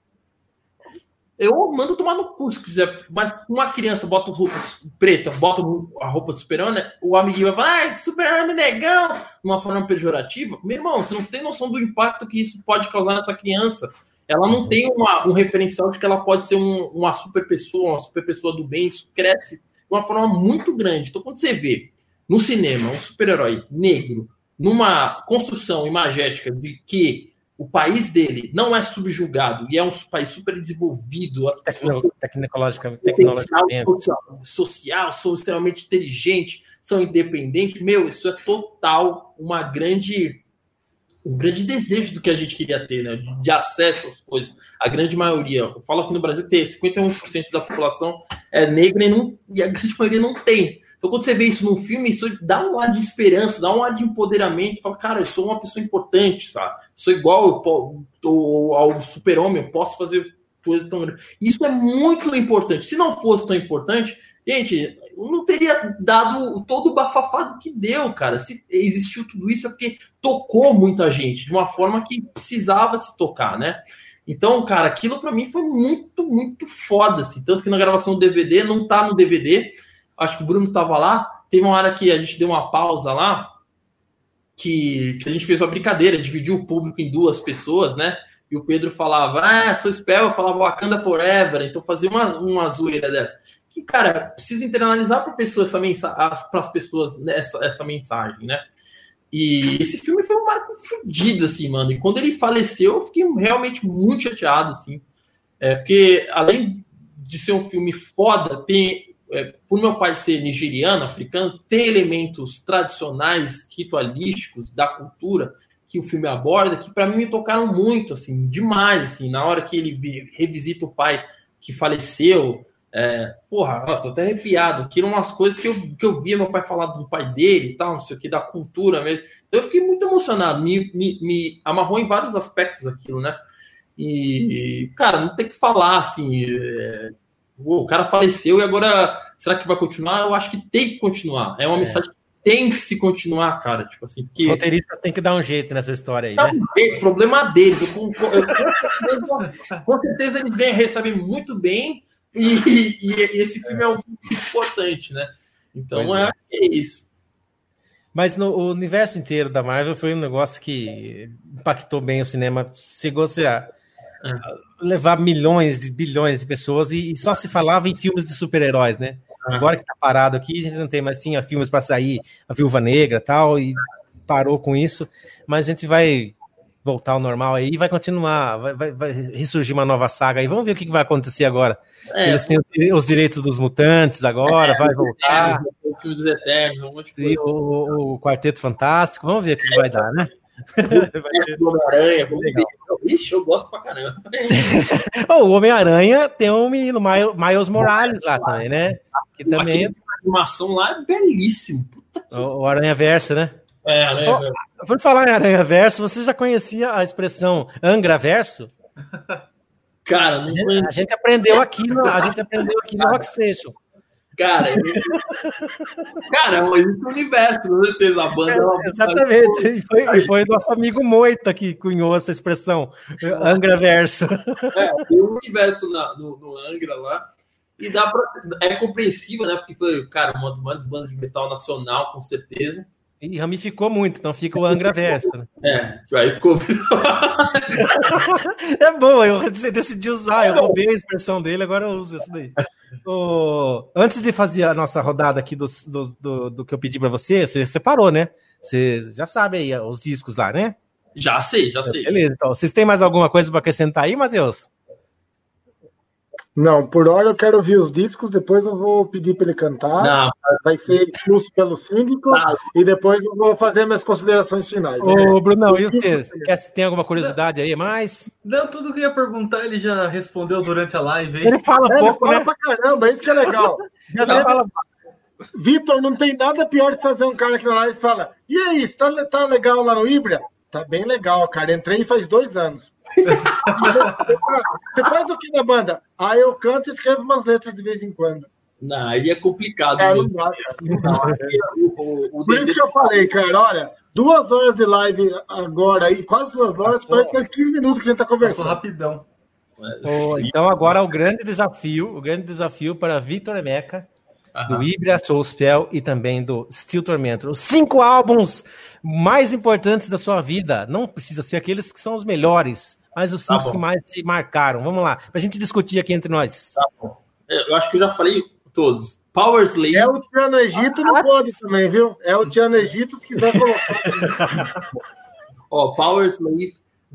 [SPEAKER 3] Eu mando tomar no cu se quiser, mas uma criança bota roupa preta, bota a roupa do super-homem, o amiguinho vai falar, super-homem negão, de uma forma pejorativa. Meu irmão, você não tem noção do impacto que isso pode causar nessa criança. ela não tem um referencial de que ela pode ser uma super pessoa do bem. Isso cresce de uma forma muito grande. Então, quando você vê no cinema um super-herói negro numa construção imagética de que o país dele não é subjugado e é um país super desenvolvido, as pessoas
[SPEAKER 1] tecnologicamente
[SPEAKER 3] social, são extremamente inteligentes, são independentes, isso é total um grande desejo do que a gente queria ter, né? De acesso às coisas. A grande maioria, eu falo aqui no Brasil que tem 51% da população é negra e a grande maioria não tem. Então, quando você vê isso num filme, isso dá um ar de esperança, dá um ar de empoderamento. Fala, cara, eu sou uma pessoa importante, sabe? Sou igual ao super-homem, eu posso fazer coisas tão grandes. Isso é muito importante. Se não fosse tão importante, gente, eu não teria dado todo o bafafado que deu, cara. Se existiu tudo isso é porque tocou muita gente, de uma forma que precisava se tocar, né? Então, cara, aquilo pra mim foi muito, muito foda, assim. Tanto que na gravação do DVD, não tá no DVD... Acho que o Bruno estava lá, teve uma hora que a gente deu uma pausa lá, que a gente fez uma brincadeira, dividiu o público em 2 pessoas, né? E o Pedro falava, sou Spell, eu falava Wakanda Forever, então fazia uma zoeira dessa. Que, cara, preciso internalizar para as pessoas essa mensagem, né? E esse filme foi um marco fudido, assim, mano. E quando ele faleceu, eu fiquei realmente muito chateado, assim. Porque, além de ser um filme foda, por meu pai ser nigeriano, africano, tem elementos tradicionais, ritualísticos da cultura que o filme aborda, que para mim me tocaram muito, assim, demais, assim, na hora que ele revisita o pai que faleceu, tô até arrepiado, aquilo umas coisas que eu via meu pai falar do pai dele e tal, não sei o que, da cultura mesmo, então eu fiquei muito emocionado, me amarrou em vários aspectos aquilo, né, e cara, não tem que falar, assim, o cara faleceu e agora, será que vai continuar? Eu acho que tem que continuar. É uma mensagem que tem que se continuar, cara. Tipo assim,
[SPEAKER 1] os roteiristas têm que dar um jeito nessa história aí,
[SPEAKER 3] né? O problema deles. Com certeza eles recebem muito bem e esse filme é um filme muito importante, né? Então é isso.
[SPEAKER 1] Mas no universo inteiro da Marvel foi um negócio que impactou bem o cinema. Chegou-se a levar milhões de bilhões de pessoas e só se falava em filmes de super-heróis, né? Agora que tá parado aqui, a gente não tem mais, tinha filmes para sair, a Viúva Negra e tal, e parou com isso, mas a gente vai voltar ao normal aí e vai continuar, vai ressurgir uma nova saga aí, vamos ver o que vai acontecer agora. Eles têm os direitos dos mutantes agora, vai voltar.
[SPEAKER 3] O filme dos Eternos, um monte de coisa.
[SPEAKER 1] O Quarteto Fantástico, vamos ver o que vai dar, né?
[SPEAKER 3] O Homem-Aranha, ixi, eu gosto pra caramba.
[SPEAKER 1] O Homem-Aranha tem um menino, Miles Morales lá também, né? Que também
[SPEAKER 3] a animação lá é belíssimo.
[SPEAKER 1] O Aranha-Verso, né? Por falar em Aranha-Verso, você já conhecia a expressão Angra-Verso?
[SPEAKER 3] Cara, não
[SPEAKER 1] a gente aprendeu aqui no Rockstation.
[SPEAKER 3] Cara, mas isso é o universo, com certeza. A banda
[SPEAKER 1] exatamente. E foi nosso amigo Moita que cunhou essa expressão, Angra-verso.
[SPEAKER 3] Tem um universo no Angra lá. E é compreensível, né? Porque foi, cara, uma das maiores bandas de metal nacional, com certeza.
[SPEAKER 1] E ramificou muito, então fica o Angra-verso. Né?
[SPEAKER 3] Aí ficou.
[SPEAKER 1] É bom, eu decidi usar, eu roubei a expressão dele, agora eu uso isso daí. Antes de fazer a nossa rodada aqui do que eu pedi para você separou, né? Você já sabe aí os discos lá, né?
[SPEAKER 3] Já sei.
[SPEAKER 1] Beleza, então. Vocês têm mais alguma coisa para acrescentar aí, Matheus?
[SPEAKER 2] Não, por hora eu quero ouvir os discos, depois eu vou pedir para ele cantar.
[SPEAKER 3] Não.
[SPEAKER 2] Vai ser expulso pelo síndico e depois eu vou fazer minhas considerações finais.
[SPEAKER 1] Ô, Brunão, e você? Tem alguma curiosidade aí mais?
[SPEAKER 4] Não, tudo que eu ia perguntar ele já respondeu durante a live. Hein?
[SPEAKER 1] Ele fala pouco,
[SPEAKER 2] ele fala
[SPEAKER 1] né?
[SPEAKER 2] pra caramba, isso que é legal. Vitor, não tem nada pior de fazer um cara aqui na live e fala: e aí, tá legal lá no Ibra? Tá bem legal, cara. Entrei faz 2 anos. Você faz o que na banda? Eu canto e escrevo umas letras de vez em quando.
[SPEAKER 3] Não, aí é complicado.
[SPEAKER 2] Não dá, cara. Por isso que eu falei, cara, olha, 2 horas de live agora aí, quase 2 horas, parece que faz 15 minutos que a gente tá conversando.
[SPEAKER 4] Rapidão.
[SPEAKER 1] Então agora o grande desafio para Vitor Emeca, do Ibra, Soulspell e também do Steel Tormentor. Os 5 álbuns mais importantes da sua vida. Não precisa ser aqueles que são os melhores, mas os 5 que mais se marcaram. Vamos lá, pra gente discutir aqui entre nós.
[SPEAKER 3] Tá bom. Eu acho que eu já falei todos. Power Slave.
[SPEAKER 2] É o Tiano Egito, não pode também, viu? É o Tiano Egito, se quiser colocar.
[SPEAKER 3] Power Slave,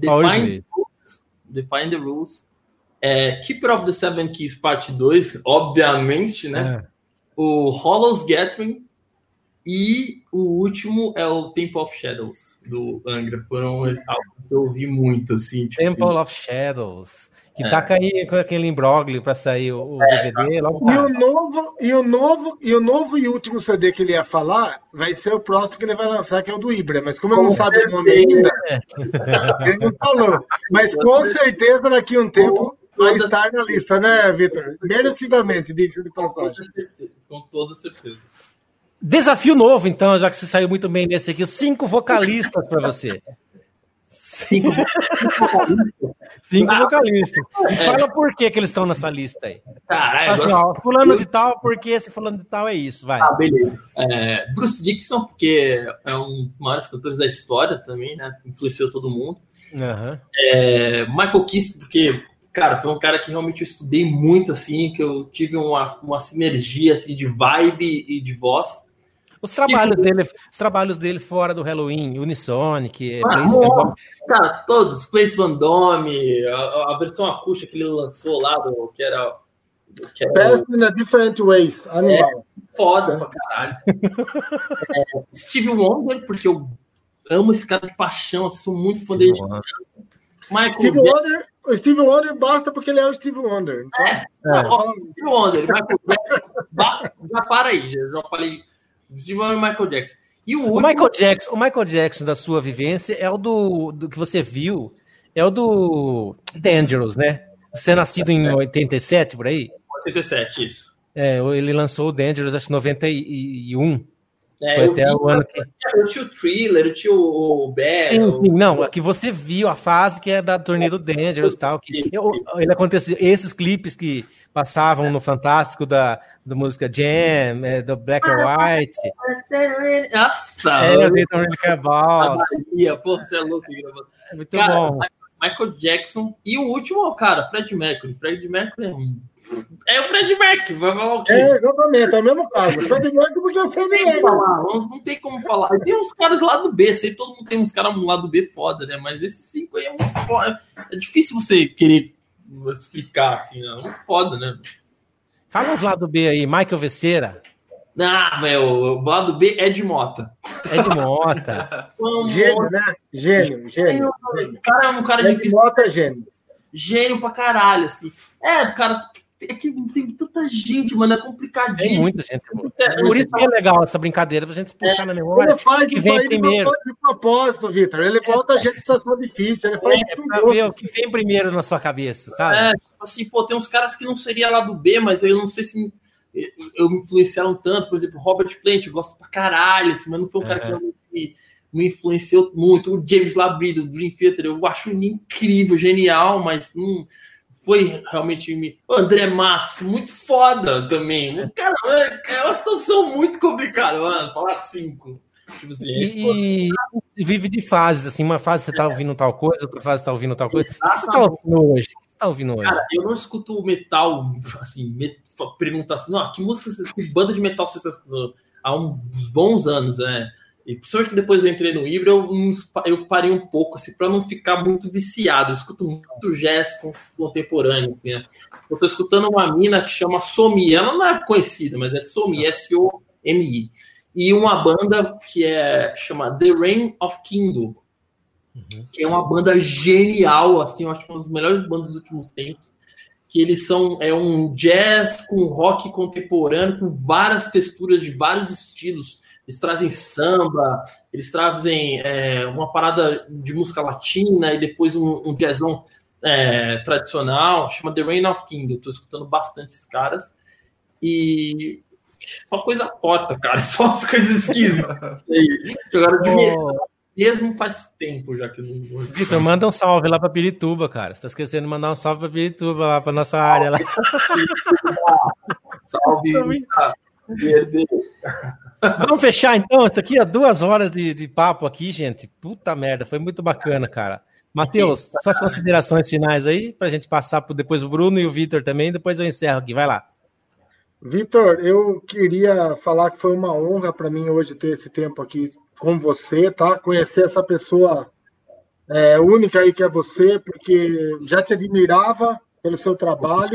[SPEAKER 3] Define the Rules, Keeper of the Seven Keys, parte 2, obviamente, né? O Hollow's Gathering e o último é o Temple of Shadows, do Angra. Foram os álbuns que eu ouvi muito, assim. Tipo
[SPEAKER 1] Temple
[SPEAKER 3] assim.
[SPEAKER 1] of Shadows. Que tá caindo com aquele imbróglio para sair o DVD. Logo
[SPEAKER 2] e o novo e último CD que ele ia falar vai ser o próximo que ele vai lançar, que é o do Ibra. Mas como ele não sabe o nome ainda, ele não falou. Mas com certeza daqui a um tempo vai estar na lista, né, Vitor? Merecidamente, diga-se de passagem.
[SPEAKER 3] Com toda certeza.
[SPEAKER 1] Desafio novo, então, já que você saiu muito bem nesse aqui. 5 vocalistas para você. 5 vocalistas. Fala por que eles estão nessa lista aí.
[SPEAKER 3] Caralho,
[SPEAKER 1] fulano de tal, porque esse fulano de tal é isso, vai.
[SPEAKER 3] Beleza. Bruce Dickinson, porque é um dos maiores cantores da história também, né? Influenciou todo mundo. Michael Kiske, porque, cara, foi um cara que realmente eu estudei muito, assim, que eu tive uma sinergia, assim, de vibe e de voz.
[SPEAKER 1] Os trabalhos dele fora do Halloween, Unisonic,
[SPEAKER 3] cara, todos, Place Van Damme, a versão acústica que ele lançou lá, que era
[SPEAKER 2] Best in a Different Ways, animal.
[SPEAKER 3] Foda pra caralho. Stevie Wonder, porque eu amo esse cara de paixão, sou muito fã dele.
[SPEAKER 2] O Stevie Wonder basta porque ele é o Stevie Wonder. Então,
[SPEAKER 3] Stevie Wonder, Michael Jackson, já para aí, já falei. Michael Jackson. E o
[SPEAKER 1] Michael Jackson da sua vivência é o do que você viu, é o do Dangerous, né? Você é nascido em 87, por aí?
[SPEAKER 3] 87, isso.
[SPEAKER 1] Ele lançou o Dangerous, acho que em 91. Foi até o ano que...
[SPEAKER 3] Eu tinha o Thriller, eu tinha o Bad.
[SPEAKER 1] Sim, não, aqui você viu a fase que é da turnê do Dangerous e tal. Ele aconteceu, esses clipes que passavam no Fantástico da música Jam, do Black and White.
[SPEAKER 3] Nossa!
[SPEAKER 1] Eu não really care about.
[SPEAKER 3] Pô, você é louco.
[SPEAKER 1] Muito bom.
[SPEAKER 3] Michael Jackson. E o último, cara, Freddie Mercury. Freddie Mercury é o Freddie Mercury, vai falar o quê?
[SPEAKER 2] Exatamente, é o mesmo caso. Freddie Mercury porque é o Freddie Mercury.
[SPEAKER 3] Não tem como falar. Tem uns caras lá do B, sei todo mundo tem uns caras lá do B foda, né? Mas esses 5 aí é muito foda. É difícil você querer explicar, assim, né? É muito foda, né?
[SPEAKER 1] Fala uns lados B aí, Michael Veceira.
[SPEAKER 3] O lado B é de Mota.
[SPEAKER 2] Gênio, né? Gênio.
[SPEAKER 3] O cara é um cara difícil.
[SPEAKER 2] Mota é gênio.
[SPEAKER 3] Gênio pra caralho, assim. Cara, é que tem tanta gente, mano, é complicadíssimo.
[SPEAKER 1] Tem muita gente. Por isso que é legal essa brincadeira, pra gente puxar na memória.
[SPEAKER 2] Ele faz que isso aí primeiro. De propósito, Vitor. Ele bota a gente em situação difícil. Ele faz
[SPEAKER 1] pra ver o que vem primeiro na sua cabeça, sabe?
[SPEAKER 3] Assim, tem uns caras que não seria lá do B, mas eu não sei se eu me influenciaram tanto. Por exemplo, Robert Plant, eu gosto pra caralho, assim, mas não foi um cara que me influenciou muito. O James Labrie, do Dream Theater, eu acho ele incrível, genial, mas não foi realmente... O André Matos, muito foda também. Cara, é uma situação muito complicada, mano, falar 5. Tipo assim,
[SPEAKER 1] e vive de fases, assim, uma fase você tá ouvindo tal coisa, outra fase você tá ouvindo tal coisa. O que você tá ouvindo hoje? Cara, eu não escuto metal, assim, perguntar assim, que música, que banda de metal você está escutando? Há uns bons anos, né? E principalmente que depois eu entrei no Ibra, eu parei um pouco, assim, para não ficar muito viciado. Eu escuto muito jazz contemporâneo, né? Eu tô escutando uma mina que chama Somi, ela não é conhecida, mas é Somi, S-O-M-I. E uma banda que chama The Reign of Kingdom, que é uma banda genial, assim, eu acho que uma das melhores bandas dos últimos tempos, que eles são um jazz com rock contemporâneo, com várias texturas de vários estilos. Eles trazem samba, eles trazem uma parada de música latina e depois um jazzão tradicional, chama The Reign of Kingdom. Estou escutando bastante esses caras e só coisa torta, cara, só as coisas esquisitas. Agora, mesmo faz tempo já que não... Vitor, manda um salve lá para Pirituba, cara. Você tá esquecendo de mandar um salve para Pirituba, lá para nossa área lá.
[SPEAKER 3] Salve,
[SPEAKER 1] Vamos fechar então, isso aqui 2 horas de papo aqui, gente. Puta merda, foi muito bacana, cara. Matheus, suas considerações finais aí, para a gente passar por depois o Bruno e o Vitor também, depois eu encerro aqui, vai lá.
[SPEAKER 2] Vitor, eu queria falar que foi uma honra para mim hoje ter esse tempo aqui com você, tá? Conhecer essa pessoa única aí que é você, porque já te admirava pelo seu trabalho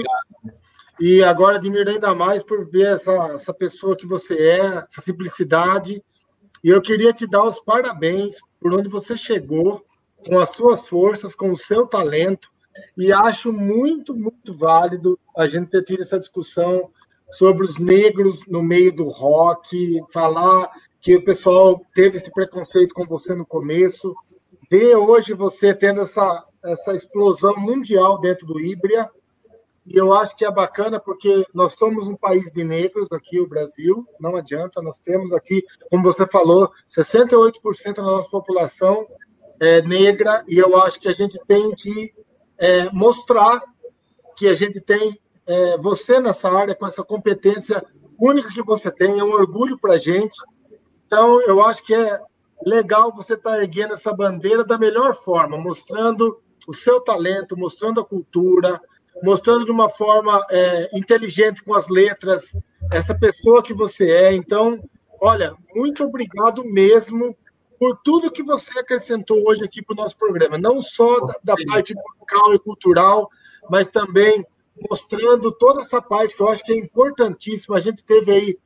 [SPEAKER 2] e agora admiro ainda mais por ver essa pessoa que você essa simplicidade. E eu queria te dar os parabéns por onde você chegou, com as suas forças, com o seu talento, e acho muito, muito válido a gente ter tido essa discussão sobre os negros no meio do rock, falar que o pessoal teve esse preconceito com você no começo, ver hoje você tendo essa explosão mundial dentro do Híbria, e eu acho que é bacana porque nós somos um país de negros aqui, o Brasil, não adianta, nós temos aqui, como você falou, 68% da nossa população é negra, e eu acho que a gente tem que mostrar que a gente tem você nessa área, com essa competência única que você tem, é um orgulho para a gente. Então, eu acho que é legal você estar erguendo essa bandeira da melhor forma, mostrando o seu talento, mostrando a cultura, mostrando de uma forma inteligente com as letras, essa pessoa que você é. Então, olha, muito obrigado mesmo por tudo que você acrescentou hoje aqui para o nosso programa, não só da parte musical e cultural, mas também mostrando toda essa parte que eu acho que é importantíssima. A gente teve aí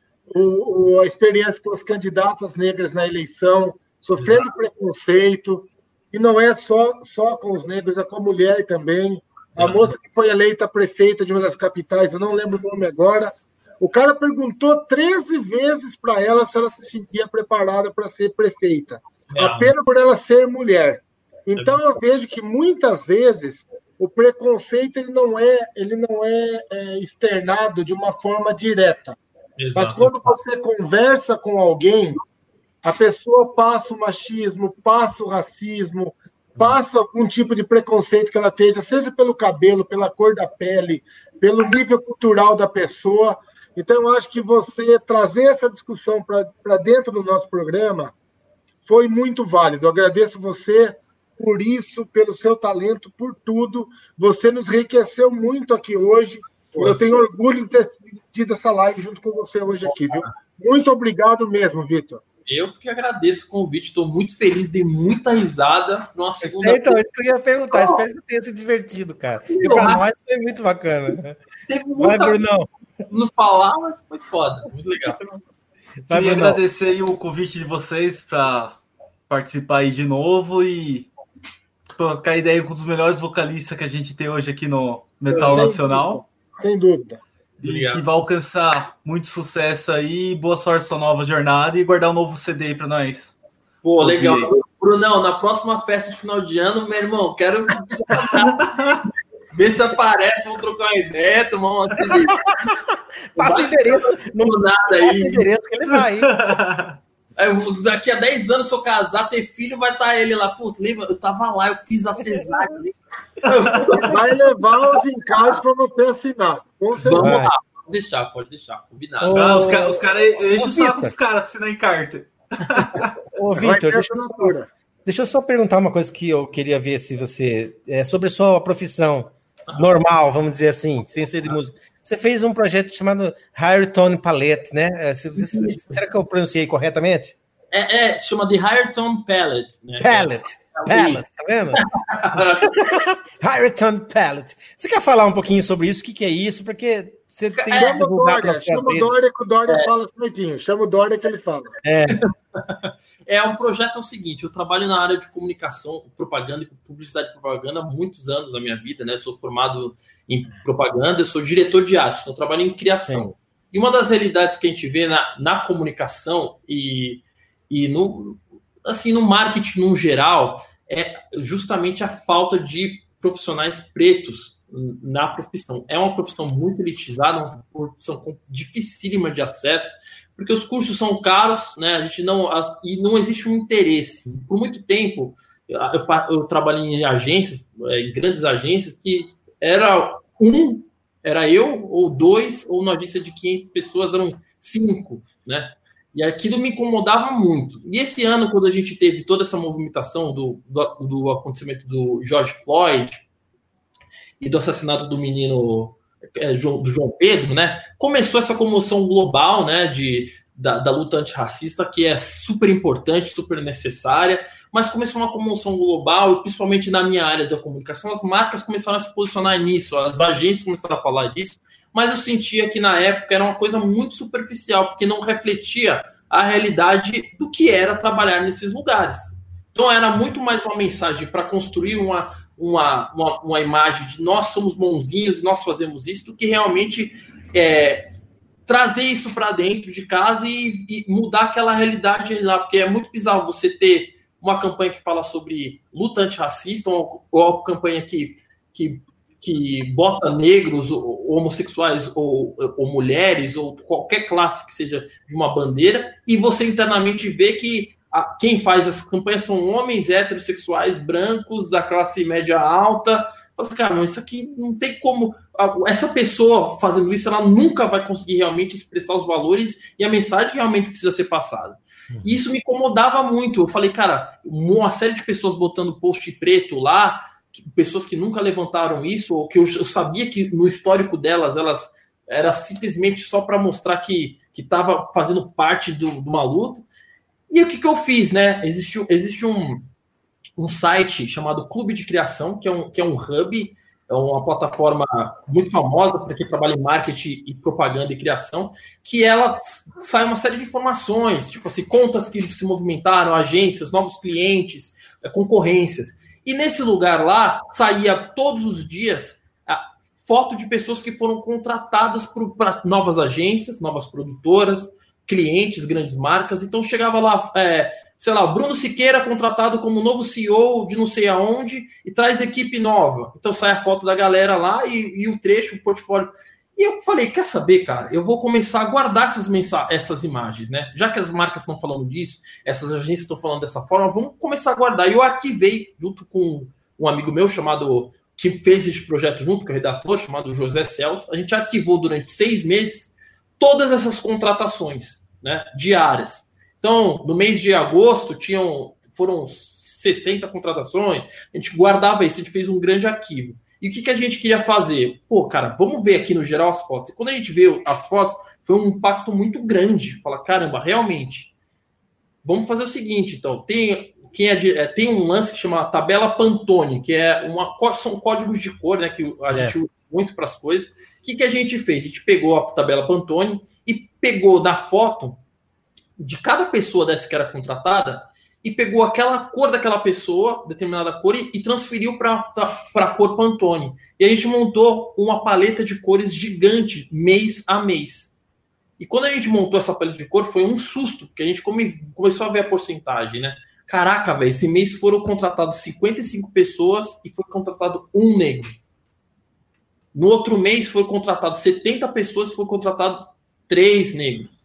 [SPEAKER 2] a experiência com as candidatas negras na eleição, sofrendo preconceito, e não é só com os negros, é com a mulher também. A moça que foi eleita prefeita de uma das capitais, eu não lembro o nome agora, o cara perguntou 13 vezes para ela se ela se sentia preparada para ser prefeita, apenas por ela ser mulher. Então eu vejo que muitas vezes o preconceito ele não é externado de uma forma direta. Exato. Mas quando você conversa com alguém, a pessoa passa o machismo, passa o racismo, passa algum tipo de preconceito que ela esteja, seja pelo cabelo, pela cor da pele, pelo nível cultural da pessoa. Então, eu acho que você trazer essa discussão para dentro do nosso programa foi muito válido. Eu agradeço você por isso, pelo seu talento, por tudo. Você nos enriqueceu muito aqui hoje. Eu tenho orgulho de ter tido essa live junto com você hoje aqui, viu? Muito obrigado mesmo, Vitor.
[SPEAKER 3] Eu que agradeço o convite, estou muito feliz, dei muita risada numa segunda.
[SPEAKER 1] Então, isso que eu ia perguntar, espero que tenha se divertido, cara. E para nós foi muito bacana.
[SPEAKER 3] Teve muita coisa não falar, mas foi foda, muito legal.
[SPEAKER 4] Queria agradecer aí o convite de vocês para participar aí de novo e trocar ideia com um dos melhores vocalistas que a gente tem hoje aqui no Metal Nacional.
[SPEAKER 2] Sem dúvida.
[SPEAKER 4] E que vai alcançar muito sucesso aí, boa sorte sua nova jornada e guardar um novo CD aí pra nós.
[SPEAKER 3] Pô, legal. Brunão, na próxima festa de final de ano, meu irmão, quero ver se aparece, vamos trocar uma ideia, tomar uma cerveja.
[SPEAKER 1] Passa o endereço.
[SPEAKER 3] Não nada aí.
[SPEAKER 1] Passa o endereço que ele vai.
[SPEAKER 3] Daqui a 10 anos, se eu casar, ter filho, vai estar ele lá. Pô, lembra? Eu tava lá, eu fiz a cesárea.
[SPEAKER 2] Vai levar os encargos para você assinar.
[SPEAKER 3] Vamos lá, pode deixar, combinado.
[SPEAKER 4] Os caras enchem o saco dos caras assinar em carta.
[SPEAKER 1] Ô, Vitor, deixa eu só perguntar uma coisa que eu queria ver se você. Sobre a sua profissão normal, vamos dizer assim, sem ser de música. Você fez um projeto chamado Higher Tone Palette, né? Será que eu pronunciei corretamente?
[SPEAKER 3] Se chama de Higher Tone Palette. Né?
[SPEAKER 1] Palette, tá vendo? Higher Tone Palette. Você quer falar um pouquinho sobre isso? O que é isso? Porque você tem...
[SPEAKER 2] Chama o Dória que o Dória fala certinho. Chama o Dória que ele fala.
[SPEAKER 3] Um projeto é o seguinte, eu trabalho na área de comunicação, propaganda e publicidade e propaganda há muitos anos da minha vida, né? Eu sou formado em propaganda, eu sou diretor de arte, então eu trabalho em criação. Sim. E uma das realidades que a gente vê na comunicação e no marketing no geral é justamente a falta de profissionais pretos na profissão. É uma profissão muito elitizada, uma profissão dificílima de acesso, porque os custos são caros, né? E não existe um interesse. Por muito tempo, eu trabalhei em agências, em grandes agências, que era eu, ou 2, ou na agência de 500 pessoas, eram 5, né? E aquilo me incomodava muito. E esse ano, quando a gente teve toda essa movimentação do acontecimento do George Floyd e do assassinato do menino do João Pedro, né? Começou essa comoção global, né? Da luta antirracista, que é super importante, super necessária, mas começou uma comoção global, e principalmente na minha área da comunicação, as marcas começaram a se posicionar nisso, as agências começaram a falar disso, mas eu sentia que na época era uma coisa muito superficial, porque não refletia a realidade do que era trabalhar nesses lugares. Então era muito mais uma mensagem para construir uma imagem de nós somos bonzinhos, nós fazemos isso, do que realmente trazer isso para dentro de casa e mudar aquela realidade lá, porque é muito bizarro você ter uma campanha que fala sobre luta antirracista, ou uma campanha que bota negros, ou homossexuais, ou mulheres, ou qualquer classe que seja de uma bandeira, e você internamente vê que quem faz as campanhas são homens heterossexuais, brancos, da classe média alta. Cara, mas isso aqui não tem como... Essa pessoa fazendo isso, ela nunca vai conseguir realmente expressar os valores e a mensagem que realmente precisa ser passada. E isso me incomodava muito. Eu falei, cara, uma série de pessoas botando post preto lá, pessoas que nunca levantaram isso, ou que eu sabia que no histórico delas, elas era simplesmente só para mostrar que estava fazendo parte de uma luta. E o que eu fiz, né? Existe um site chamado Clube de Criação, que é um hub, é uma plataforma muito famosa para quem trabalha em marketing e propaganda e criação, que ela sai uma série de informações, tipo assim, contas que se movimentaram, agências, novos clientes, concorrências. E nesse lugar lá, saía todos os dias foto de pessoas que foram contratadas para novas agências, novas produtoras, clientes, grandes marcas. Então chegava lá, sei lá, Bruno Siqueira contratado como novo CEO de não sei aonde e traz equipe nova. Então sai a foto da galera lá e o trecho, o portfólio. E eu falei, quer saber, cara? Eu vou começar a guardar essas imagens, né? Já que as marcas estão falando disso, essas agências estão falando dessa forma, vamos começar a guardar. E eu arquivei, junto com um amigo meu que fez esse projeto junto, que é o redator, chamado José Celso. A gente arquivou durante 6 meses todas essas contratações, né, diárias. Então, no mês de agosto, foram 60 contratações, a gente guardava isso, a gente fez um grande arquivo. E o que a gente queria fazer? Pô, cara, vamos ver aqui no geral as fotos. E quando a gente vê as fotos, foi um impacto muito grande. Fala, caramba, realmente. Vamos fazer o seguinte, então. Tem um lance que chama tabela Pantone, que são códigos de cor, né, que a gente usa muito para as coisas. O que a gente fez? A gente pegou a tabela Pantone e pegou da foto de cada pessoa dessa que era contratada e pegou aquela cor daquela pessoa, determinada cor, e transferiu para a cor Pantone. E a gente montou uma paleta de cores gigante, mês a mês. E quando a gente montou essa paleta de cor, foi um susto, porque a gente começou a ver a porcentagem, né? Caraca, velho, esse mês foram contratados 55 pessoas e foi contratado um negro. No outro mês foram contratados 70 pessoas e foi contratado 3 negros.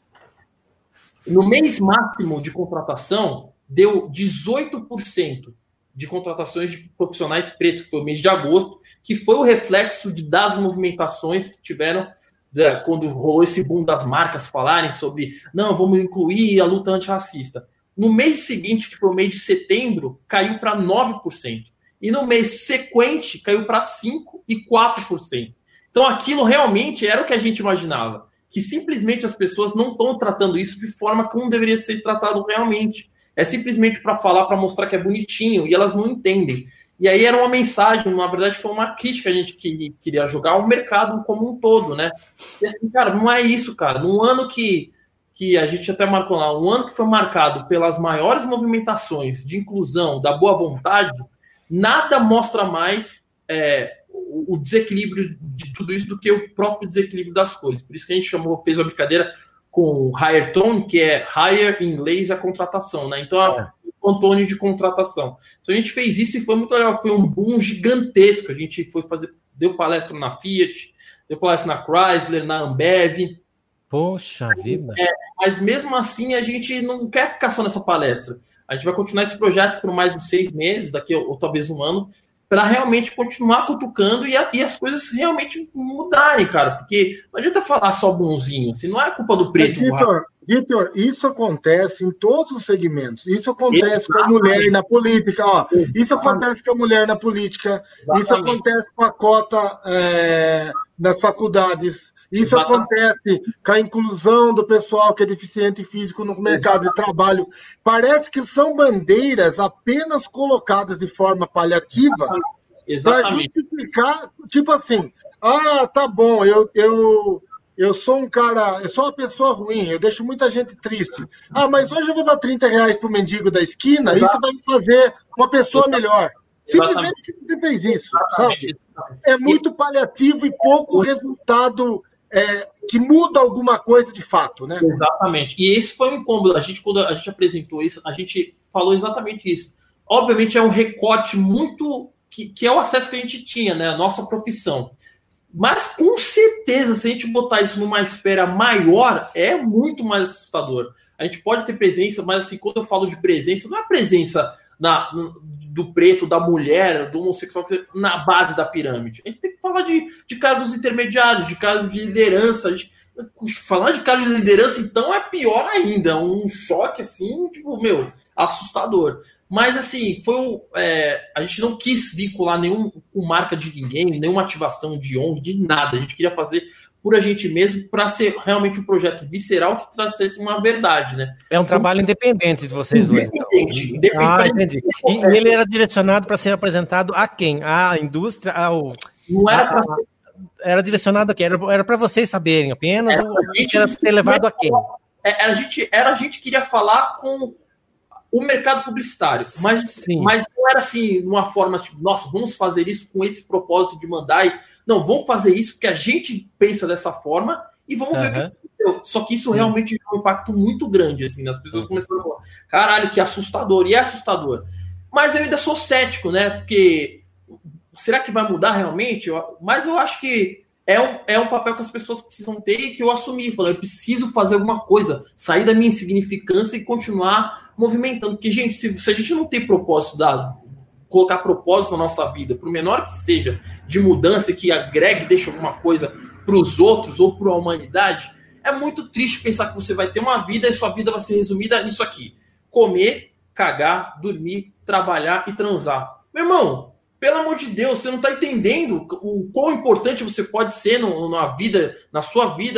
[SPEAKER 3] No mês máximo de contratação, deu 18% de contratações de profissionais pretos, que foi o mês de agosto, que foi o reflexo das movimentações que tiveram quando rolou esse boom das marcas falarem sobre, não, vamos incluir a luta antirracista. No mês seguinte, que foi o mês de setembro, caiu para 9%. E no mês sequente, caiu para 5% e 4%. Então aquilo realmente era o que a gente imaginava, que simplesmente as pessoas não estão tratando isso de forma como deveria ser tratado realmente. É simplesmente para falar, para mostrar que é bonitinho, e elas não entendem. E aí era uma mensagem, na verdade foi uma crítica que a gente queria jogar ao mercado como um todo, né? E assim, cara, não é isso, cara. Num ano que a gente até marcou lá, um ano que foi marcado pelas maiores movimentações de inclusão, da boa vontade, nada mostra mais o desequilíbrio de tudo isso do que o próprio desequilíbrio das coisas. Por isso que a gente fez a brincadeira com higher tone, que é higher em inglês a contratação, né? Então, o Antônio de contratação. Então, a gente fez isso e foi muito legal. Foi um boom gigantesco. A gente deu palestra na Fiat, deu palestra na Chrysler, na Ambev.
[SPEAKER 1] Poxa vida!
[SPEAKER 3] Mas mesmo assim, a gente não quer ficar só nessa palestra. A gente vai continuar esse projeto por mais uns 6 meses, daqui ou talvez um ano, para realmente continuar cutucando e as coisas realmente mudarem, cara. Porque não adianta falar só bonzinho, assim, não é culpa do preto.
[SPEAKER 2] Vitor, isso acontece em todos os segmentos. Isso acontece com a mulher na política, ó. Isso acontece com a mulher na política. Isso acontece com a cota nas faculdades. Isso acontece com a inclusão do pessoal que é deficiente físico no mercado de trabalho. Parece que são bandeiras apenas colocadas de forma paliativa para justificar, tipo assim, tá bom, eu sou um cara, eu sou uma pessoa ruim, eu deixo muita gente triste. Mas hoje eu vou dar R$30 pro mendigo da esquina, isso vai me fazer uma pessoa melhor. Simplesmente que você fez isso, sabe? É muito paliativo e pouco resultado que muda alguma coisa de fato, né?
[SPEAKER 3] Exatamente. E esse foi um incômodo. Quando a gente apresentou isso, a gente falou exatamente isso. Obviamente é um recorte muito... que é o acesso que a gente tinha, né? A nossa profissão. Mas, com certeza, se a gente botar isso numa esfera maior, é muito mais assustador. A gente pode ter presença, mas, assim, quando eu falo de presença, não é presença do preto, da mulher, do homossexual, na base da pirâmide. A gente tem que falar de cargos intermediários, de cargos de liderança. Falar de cargos de liderança, então, é pior ainda. É um choque, assim, tipo, assustador. Mas, assim, a gente não quis vincular com marca de ninguém, nenhuma ativação de ONG, de nada. A gente queria fazer por a gente mesmo para ser realmente um projeto visceral que trouxesse uma verdade, né?
[SPEAKER 1] É um trabalho independente de vocês dois.
[SPEAKER 3] Independente.
[SPEAKER 1] Entendi. E ele era direcionado para ser apresentado a quem? À indústria?
[SPEAKER 3] Não era para
[SPEAKER 1] Era direcionado a quem? Era para vocês saberem apenas? Era ser levado a quem?
[SPEAKER 3] A gente queria falar com o mercado publicitário, mas não era assim, uma forma tipo, nossa, vamos fazer isso com esse propósito de mandar não, vamos fazer isso porque a gente pensa dessa forma e vamos ver o que aconteceu. Só que isso realmente é um impacto muito grande, assim, as pessoas começaram a falar, caralho, que assustador, e é assustador. Mas eu ainda sou cético, né, porque será que vai mudar realmente? Mas eu acho que é um papel que as pessoas precisam ter e que eu assumi. Eu preciso fazer alguma coisa, sair da minha insignificância e continuar movimentando. Porque, gente, se a gente não tem propósito, colocar propósito na nossa vida, por menor que seja, de mudança, que agregue, deixe alguma coisa para os outros ou para a humanidade, é muito triste pensar que você vai ter uma vida e sua vida vai ser resumida nisso aqui. Comer, cagar, dormir, trabalhar e transar. Meu irmão, pelo amor de Deus, você não está entendendo o quão importante você pode ser na sua vida,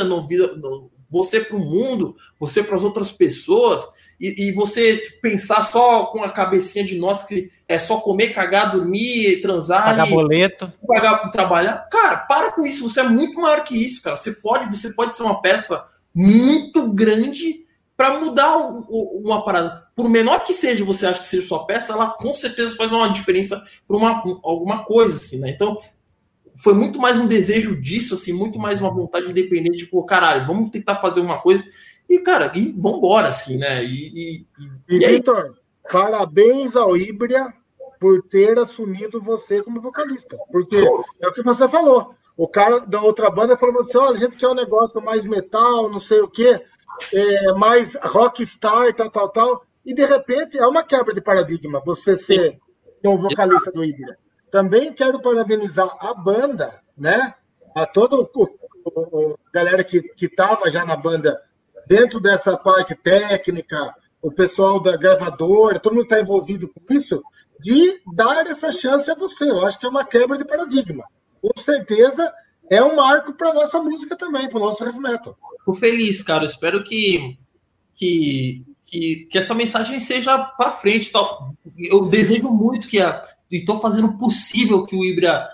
[SPEAKER 3] você para o mundo, você para as outras pessoas, e você pensar só com a cabecinha de nós que é só comer, cagar, dormir, transar,
[SPEAKER 1] pagar boleto,
[SPEAKER 3] trabalhar. Cara, para com isso, você é muito maior que isso, cara. Você pode ser uma peça muito grande para mudar uma parada. Por menor que seja, você acha que seja sua peça, ela com certeza faz uma diferença para alguma coisa, assim, né? Então, foi muito mais um desejo disso, assim, muito mais uma vontade independente, tipo, caralho, vamos tentar fazer uma coisa e, cara, vambora, assim, né? E
[SPEAKER 2] Vitor, parabéns ao Híbria por ter assumido você como vocalista, porque é o que você falou. O cara da outra banda falou assim, olha, a gente quer um negócio mais metal, não sei o quê, mais rockstar, tal, e de repente é uma quebra de paradigma você ser um vocalista do Híbria. Também quero parabenizar a banda, né? A toda a galera que estava já na banda dentro dessa parte técnica, o pessoal da gravadora, todo mundo está envolvido com isso, de dar essa chance a você. Eu acho que é uma quebra de paradigma. Com certeza é um marco para a nossa música também, para o nosso heavy metal.
[SPEAKER 3] Fico feliz, cara. Eu espero que essa mensagem seja para frente. Tal. Eu desejo muito e estou fazendo o possível que o Híbria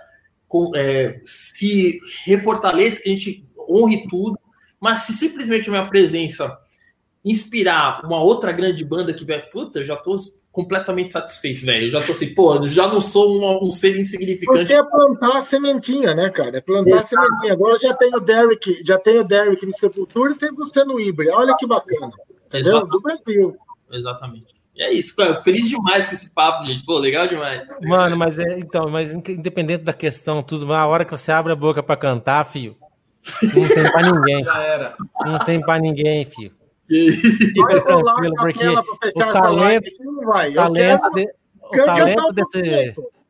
[SPEAKER 3] se refortaleça, que a gente honre tudo, mas se simplesmente a minha presença inspirar uma outra grande banda que vai, puta, eu já estou completamente satisfeito, velho. Eu já tô assim, eu já não sou um ser insignificante.
[SPEAKER 2] Porque é plantar a sementinha, né, cara? É plantar a sementinha. Agora já tem o Derek no Sepultura e tem você no Híbria. Olha que bacana. Entendeu?
[SPEAKER 3] Exatamente.
[SPEAKER 2] Do Brasil.
[SPEAKER 3] Exatamente. E é isso, cara. Feliz demais com esse papo, gente. Pô, legal demais.
[SPEAKER 1] Mano, mas independente da questão, tudo, a hora que você abre a boca pra cantar, filho, não tem pra ninguém.
[SPEAKER 4] Já era.
[SPEAKER 1] Não tem pra ninguém, filho.
[SPEAKER 2] Fica tranquilo, porque o talento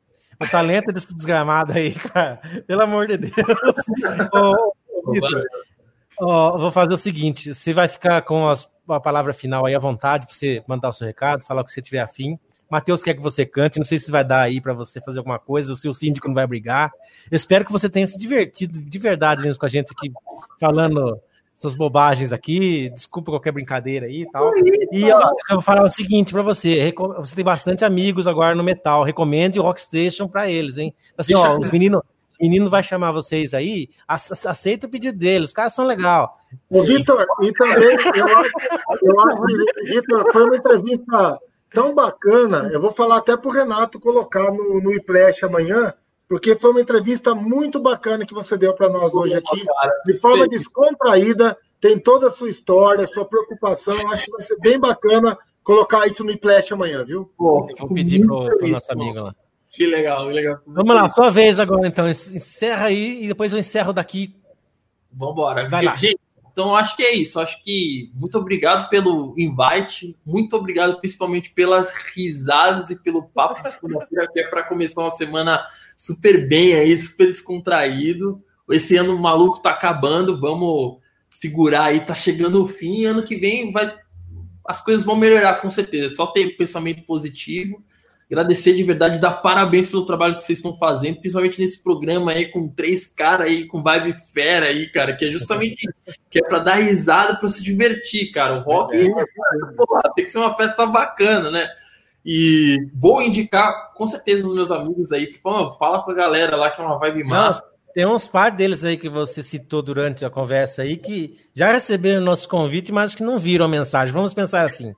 [SPEAKER 1] o talento desse desgramado aí, cara. Pelo amor de Deus. Vitor, vou fazer o seguinte, você vai ficar com a palavra final aí à vontade, para você mandar o seu recado, falar o que você tiver afim. Matheus quer que você cante, não sei se vai dar aí para você fazer alguma coisa, o seu síndico não vai brigar. Eu espero que você tenha se divertido de verdade mesmo com a gente aqui, falando essas bobagens aqui, desculpa qualquer brincadeira aí e tal. E ó, eu vou falar o seguinte para você, você tem bastante amigos agora no metal, recomende o Rockstation para eles, hein? Assim, ó, os meninos vai chamar vocês aí, aceita o pedido deles, os caras são legal.
[SPEAKER 2] Ô, Vitor, e também, eu acho que, Vitor, foi uma entrevista tão bacana, eu vou falar até pro Renato colocar no iPlash amanhã, porque foi uma entrevista muito bacana que você deu para nós hoje aqui, de forma descontraída, tem toda a sua história, sua preocupação, acho que vai ser bem bacana colocar isso no iPlash amanhã, viu?
[SPEAKER 1] Pô, eu vou pedir pro nosso amigo lá.
[SPEAKER 3] Que legal, que legal.
[SPEAKER 1] Vamos lá, sua vez agora então, encerra aí e depois eu encerro daqui.
[SPEAKER 3] Vambora.
[SPEAKER 1] Vai lá.
[SPEAKER 3] Gente, então acho que é isso, acho que muito obrigado pelo invite, muito obrigado principalmente pelas risadas e pelo papo de segunda-feira, que é para começar uma semana super bem aí, super descontraído. Esse ano maluco tá acabando, vamos segurar aí, tá chegando o fim, ano que vem as coisas vão melhorar com certeza, só ter pensamento positivo. Agradecer de verdade, dar parabéns pelo trabalho que vocês estão fazendo, principalmente nesse programa aí com 3 caras aí, com vibe fera aí, cara, que é justamente isso, que é pra dar risada, pra se divertir, cara. O rock tem que ser uma festa bacana, né? E vou indicar, com certeza, os meus amigos aí, fala com a galera lá que é uma vibe massa.
[SPEAKER 1] Tem uns par deles aí que você citou durante a conversa aí que já receberam o nosso convite, mas que não viram a mensagem. Vamos pensar assim.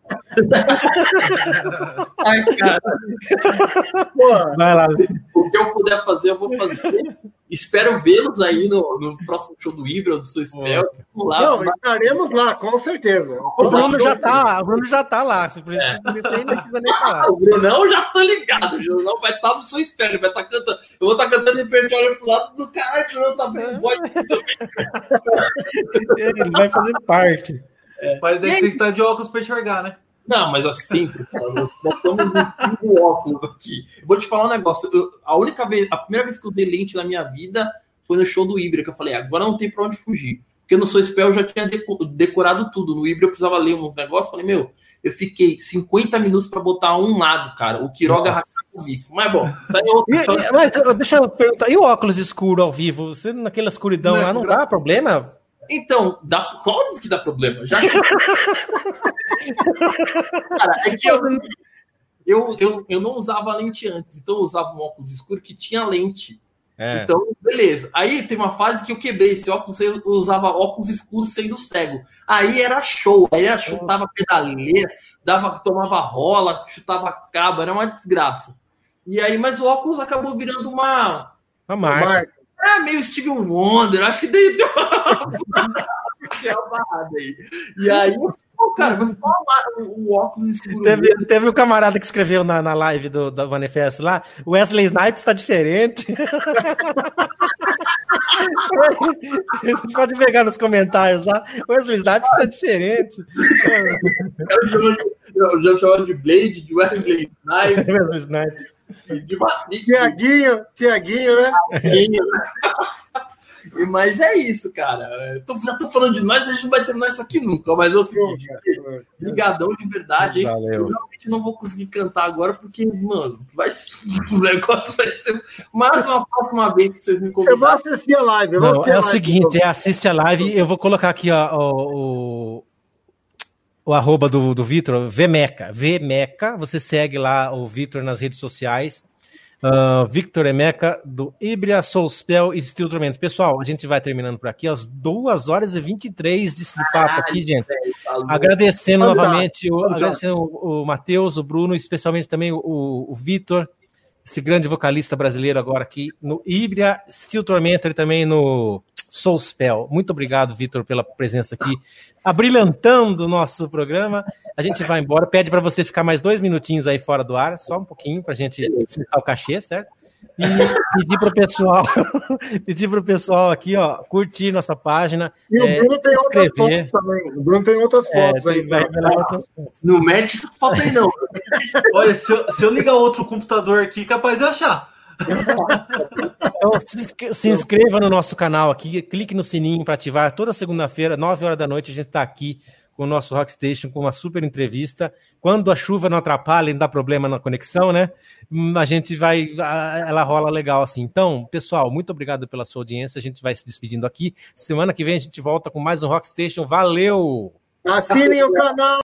[SPEAKER 3] Ai, cara.
[SPEAKER 1] Vai lá.
[SPEAKER 3] O que eu puder fazer, eu vou fazer. Espero vê-los aí no próximo show do Ibra, do Sou Spell.
[SPEAKER 2] Vamos lá. Não, estaremos lá, com certeza.
[SPEAKER 1] O Bruno já tá lá. Não precisa nem falar.
[SPEAKER 3] O Brunão já tá ligado. O Brunão vai estar no Sou Spell, ele vai estar cantando. Eu vou estar cantando repertório pro lado do cara que não tá vendo voz também.
[SPEAKER 1] Ele vai fazer parte.
[SPEAKER 4] Mas daí tem que estar de óculos para enxergar, né?
[SPEAKER 3] Não, mas assim, nós estamos no óculos aqui. Eu vou te falar um negócio. A primeira vez que eu dei lente na minha vida foi no show do Ibra, que eu falei, agora não tem pra onde fugir. Porque no Sou Spell eu já tinha decorado tudo. No Ibra eu precisava ler uns negócios. Falei, eu fiquei 50 minutos pra botar um lado, cara. O Quiroga rasgou comigo. Mas bom, isso aí é outra.
[SPEAKER 1] Mas deixa eu perguntar, e o óculos escuro ao vivo? Você naquela escuridão lá não dá problema?
[SPEAKER 3] Então, óbvio que dá problema. Já cara, é que eu não usava lente antes, então eu usava um óculos escuro que tinha lente. Então, beleza. Aí tem uma fase que eu quebrei esse óculos, eu usava óculos escuros sendo cego. Aí era show, chutava pedaleira, tomava rola, chutava cabo, era uma desgraça. E aí, mas o óculos acabou virando uma
[SPEAKER 1] marca.
[SPEAKER 3] Meio Stevie Wonder, acho que deu uma barrada aí. E aí, cara, vou falar o óculos escuro.
[SPEAKER 1] Teve um camarada que escreveu na live do manifesto lá, o Wesley Snipes tá diferente. Você pode pegar nos comentários lá, o Wesley Snipes tá diferente.
[SPEAKER 3] Eu já chamava de Blade, de Wesley Snipes.
[SPEAKER 1] Wesley Snipes.
[SPEAKER 3] De Matrix.
[SPEAKER 2] Tiaguinho, né?
[SPEAKER 3] Mas é isso, cara. Já tô falando de nós, a gente não vai terminar isso aqui nunca. Mas é o seguinte, ligadão de verdade.
[SPEAKER 1] Valeu.
[SPEAKER 3] Eu realmente não vou conseguir cantar agora, porque, mano, o negócio vai ser. Mas uma próxima vez que vocês me convidarem.
[SPEAKER 2] Eu vou assistir a live.
[SPEAKER 1] É o seguinte, assiste a live. Eu vou colocar aqui o arroba do Vitor, Vmeca, você segue lá o Vitor nas redes sociais, Victor Emeca, do Ibra, Sou Spell e Steel Tormento. Pessoal, a gente vai terminando por aqui, às 2h23 de papo aqui, gente. Agradecendo novamente, agradecendo o Matheus, o Bruno, especialmente também o Vitor, esse grande vocalista brasileiro agora aqui no Ibra, Steel Tormento, ele também no Sou Spell. Muito obrigado, Vitor, pela presença aqui, abrilhantando o nosso programa. A gente vai embora, pede para você ficar mais 2 minutinhos aí fora do ar, só um pouquinho, para a gente explicar o cachê, certo? E pedir pro pessoal aqui, ó, curtir nossa página.
[SPEAKER 2] E o Bruno tem outras fotos também. O Bruno tem outras fotos aí.
[SPEAKER 3] Não mete essas fotos aí, não.
[SPEAKER 4] Olha, se eu ligar outro computador aqui, capaz de eu achar.
[SPEAKER 1] Então, se inscreva no nosso canal aqui, clique no sininho para ativar. Toda segunda-feira, 9 horas da noite, a gente está aqui com o nosso Rockstation, com uma super entrevista. Quando a chuva não atrapalha e não dá problema na conexão, né? A gente vai... Ela rola legal assim. Então, pessoal, muito obrigado pela sua audiência. A gente vai se despedindo aqui. Semana que vem a gente volta com mais um Rockstation. Valeu!
[SPEAKER 2] Assinem o canal!